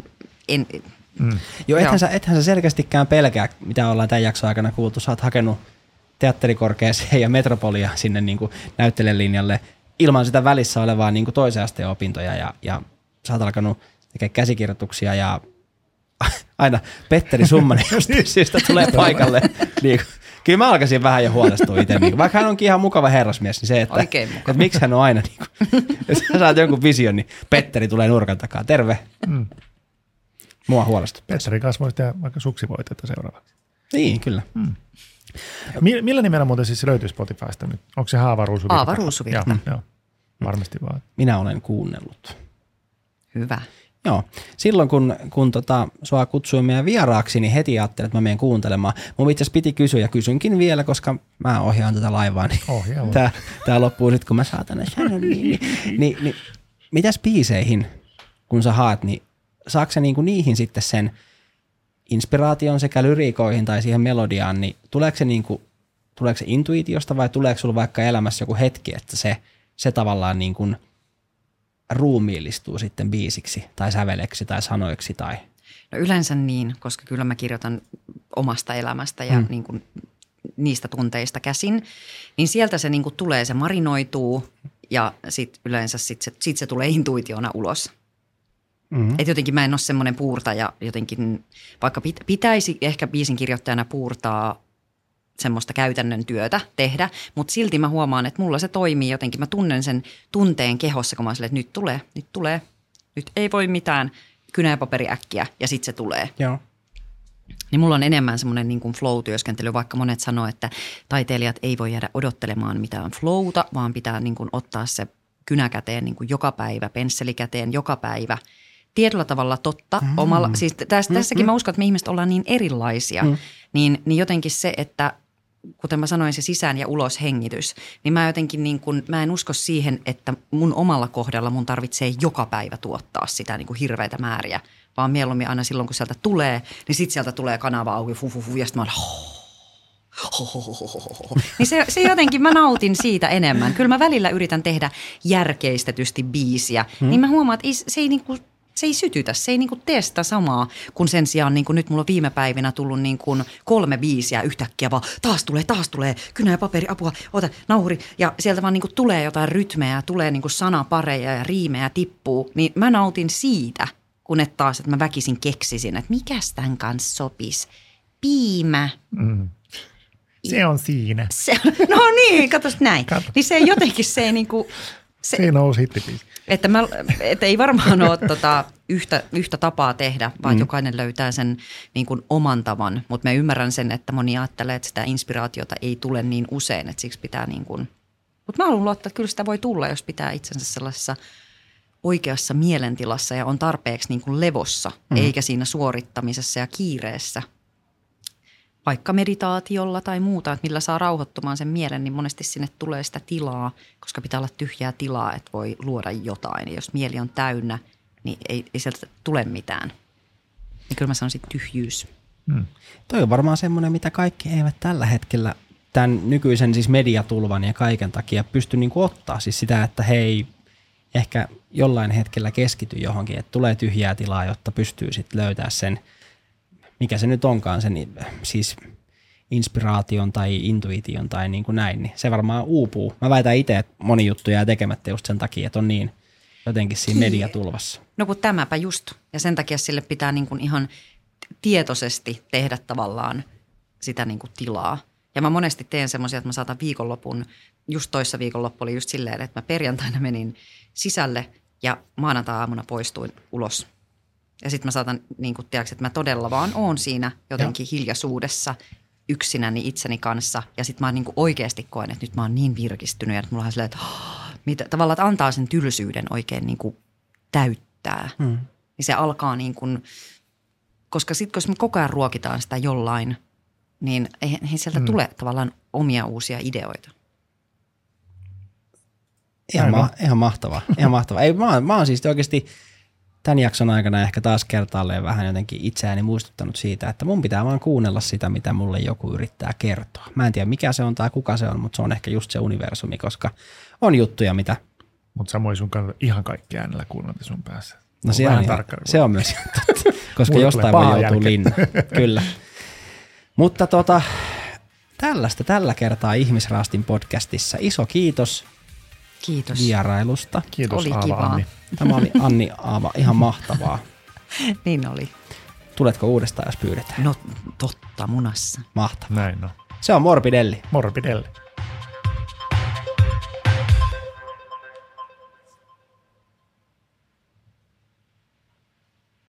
Joo, ethän sä selkeästikään pelkää, mitä ollaan tämän jakson aikana kuultu. Sä oot hakenut teatterikorkeeseen ja Metropolia sinne niin kuin näyttelijälinjalle ilman sitä välissä olevaa niin kuin toisen asteen opintoja ja sä oot alkanut tekemään käsikirjoituksia ja aina Petteri Summanen jostain syystä tulee paikalle. Niin, kyllä mä alkaisin vähän jo huolestua itse. Niin, vaikka hän onkin ihan mukava herrasmies, niin se, että miksi hän on aina, niin kuin, jos sä saat jonkun vision, niin Petteri tulee nurkan takaa. Terve. Mua huolestuttaa. Petteri kanssa voisi tehdä vaikka suksivoitetta seuraavaksi. Niin, kyllä. Millä nimellä muuten siis löytyy Spotifysta nyt? Onko se Aava Ruusuvirta? Aava Ruusuvirta. Joo, varmasti vaan. Minä olen kuunnellut. Hyvä. Joo. Silloin kun sua kutsuin meidän vieraaksi, niin heti ajattelin, että mä menen kuuntelemaan. Mun itse asiassa piti kysyä ja kysynkin vielä, koska mä ohjaan tätä laivaa. Niin tää loppuu sitten, kun mä saatan niin, mitäs biiseihin, kun sä haat, niin saako sä niinku niihin sitten sen inspiraation sekä lyriikoihin tai siihen melodiaan, niin tuleeko se intuitiosta vai tuleeko sulla vaikka elämässä joku hetki, että se tavallaan niin kuin ruumiillistuu sitten biisiksi tai säveleksi tai sanoiksi tai? No yleensä niin, koska kyllä mä kirjoitan omasta elämästä ja niin kuin niistä tunteista käsin, niin sieltä se niin kuin tulee, se marinoituu ja sit yleensä sit se tulee intuitiona ulos. Että jotenkin mä en ole semmoinen puurtaja jotenkin, vaikka pitäisi ehkä biisin kirjoittajana puurtaa semmoista käytännön työtä tehdä, mutta silti mä huomaan, että mulla se toimii jotenkin. Mä tunnen sen tunteen kehossa, kun mä oon silleen, että nyt tulee, nyt ei voi mitään, kynä ja paperi äkkiä ja sitten se tulee. Joo. Niin mulla on enemmän semmoinen niin kuin flow-työskentely, vaikka monet sanoo, että taiteilijat ei voi jäädä odottelemaan mitään flowta, vaan pitää niin kuin ottaa se kynä käteen niin kuin joka päivä, pensseli käteen joka päivä. Tietyllä tavalla totta. Siis tässäkin mä uskon, että me ihmiset ollaan niin erilaisia, niin jotenkin se, että kuten mä sanoin, se sisään ja ulos hengitys, niin mä jotenkin niin kuin, mä en usko siihen, että mun omalla kohdalla mun tarvitsee joka päivä tuottaa sitä niin kuin hirveitä määriä, vaan mieluummin aina silloin, kun sieltä tulee, niin sitten sieltä tulee kanava auki, ja sitten mä niin se jotenkin, mä nautin siitä enemmän. Kyllä mä välillä yritän tehdä järkeistetysti biisiä, niin mä huomaan, että se ei sytytä, se ei tee sitä samaa, kun sen sijaan nyt mulla on viime päivinä tullut 3 biisiä yhtäkkiä vaan taas tulee, kynä ja paperi, apua, ota, nauhuri. Ja sieltä vaan tulee jotain rytmejä, tulee sanapareja ja riimejä tippuu, niin mä nautin siitä, kun et taas, että mä väkisin keksisin, että mikäs tämän kanssa sopisi. Piimä. Se on siinä. No niin, katos näin. Niin se jotenkin se ei se nousi hittipiisi. Että ei varmaan ole yhtä tapaa tehdä, vaan jokainen löytää sen oman tavan. Mutta mä ymmärrän sen, että moni ajattelee, että sitä inspiraatiota ei tule niin usein, että siksi pitää Mutta mä haluan luottaa, että kyllä sitä voi tulla, jos pitää itsensä sellaisessa oikeassa mielentilassa ja on tarpeeksi niin kuin levossa, eikä siinä suorittamisessa ja kiireessä. Vaikka meditaatiolla tai muuta, että millä saa rauhoittumaan sen mielen, niin monesti sinne tulee sitä tilaa, koska pitää olla tyhjää tilaa, että voi luoda jotain. Ja jos mieli on täynnä, niin ei sieltä tule mitään. Niin kyllä mä sanoisin tyhjyys. Toi on varmaan semmoinen, mitä kaikki eivät tällä hetkellä tämän nykyisen siis mediatulvan ja kaiken takia pysty niin kuin ottaa. Siis sitä, että hei, ehkä jollain hetkellä keskity johonkin, että tulee tyhjää tilaa, jotta pystyy sitten löytää sen, mikä se nyt onkaan, sen siis inspiraation tai intuition tai niin kuin näin, niin se varmaan uupuu. Mä väitän itse, että moni juttu jää tekemättä just sen takia, että on niin jotenkin siinä mediatulvassa. No kun tämäpä just. Ja sen takia sille pitää niin kuin ihan tietoisesti tehdä tavallaan sitä niin kuin tilaa. Ja mä monesti teen semmoisia, että mä saatan viikonlopun, just toissa viikonloppu oli just silleen, että mä perjantaina menin sisälle ja maanantai-aamuna poistuin ulos. Ja sitten mä saatan, niin kuin tiedätkö, että mä todella vaan oon siinä jotenkin hiljaisuudessa yksinäni itseni kanssa. Ja sitten mä niin kuin oikeasti koen, että nyt mä oon niin virkistynyt ja että mulla on silleen, että tavallaan että antaa sen tylsyyden oikein niin kuin täyttää. Niin se alkaa niin kuin, koska sitten kun me koko ajan ruokitaan sitä jollain, niin ei sieltä tule tavallaan omia uusia ideoita. Ihan mahtavaa. Ihan mahtavaa. Ei, mä oon siis oikeasti tämän jakson aikana ehkä taas kertaalleen vähän jotenkin itseäni muistuttanut siitä, että mun pitää vaan kuunnella sitä, mitä mulle joku yrittää kertoa. Mä en tiedä mikä se on tai kuka se on, mutta se on ehkä just se universumi, koska on juttuja, mitä... Mutta samoin sun kannattaa ihan kaikki äänellä kuunnella sun päässä. No se on myös totta, koska jostain voi joutua linnaan. Kyllä. Mutta tällaista tällä kertaa Ihmisraastin podcastissa. Iso kiitos. Kiitos vierailusta. Kiitos oli Aava, kivaa. Anni. Tämä oli Anni Aava, ihan mahtavaa. Niin oli. Tuletko uudestaan, jos pyydetään? No totta, munassa. Mahtavaa. Näin no. Se on Morbidelli. Morbidelli.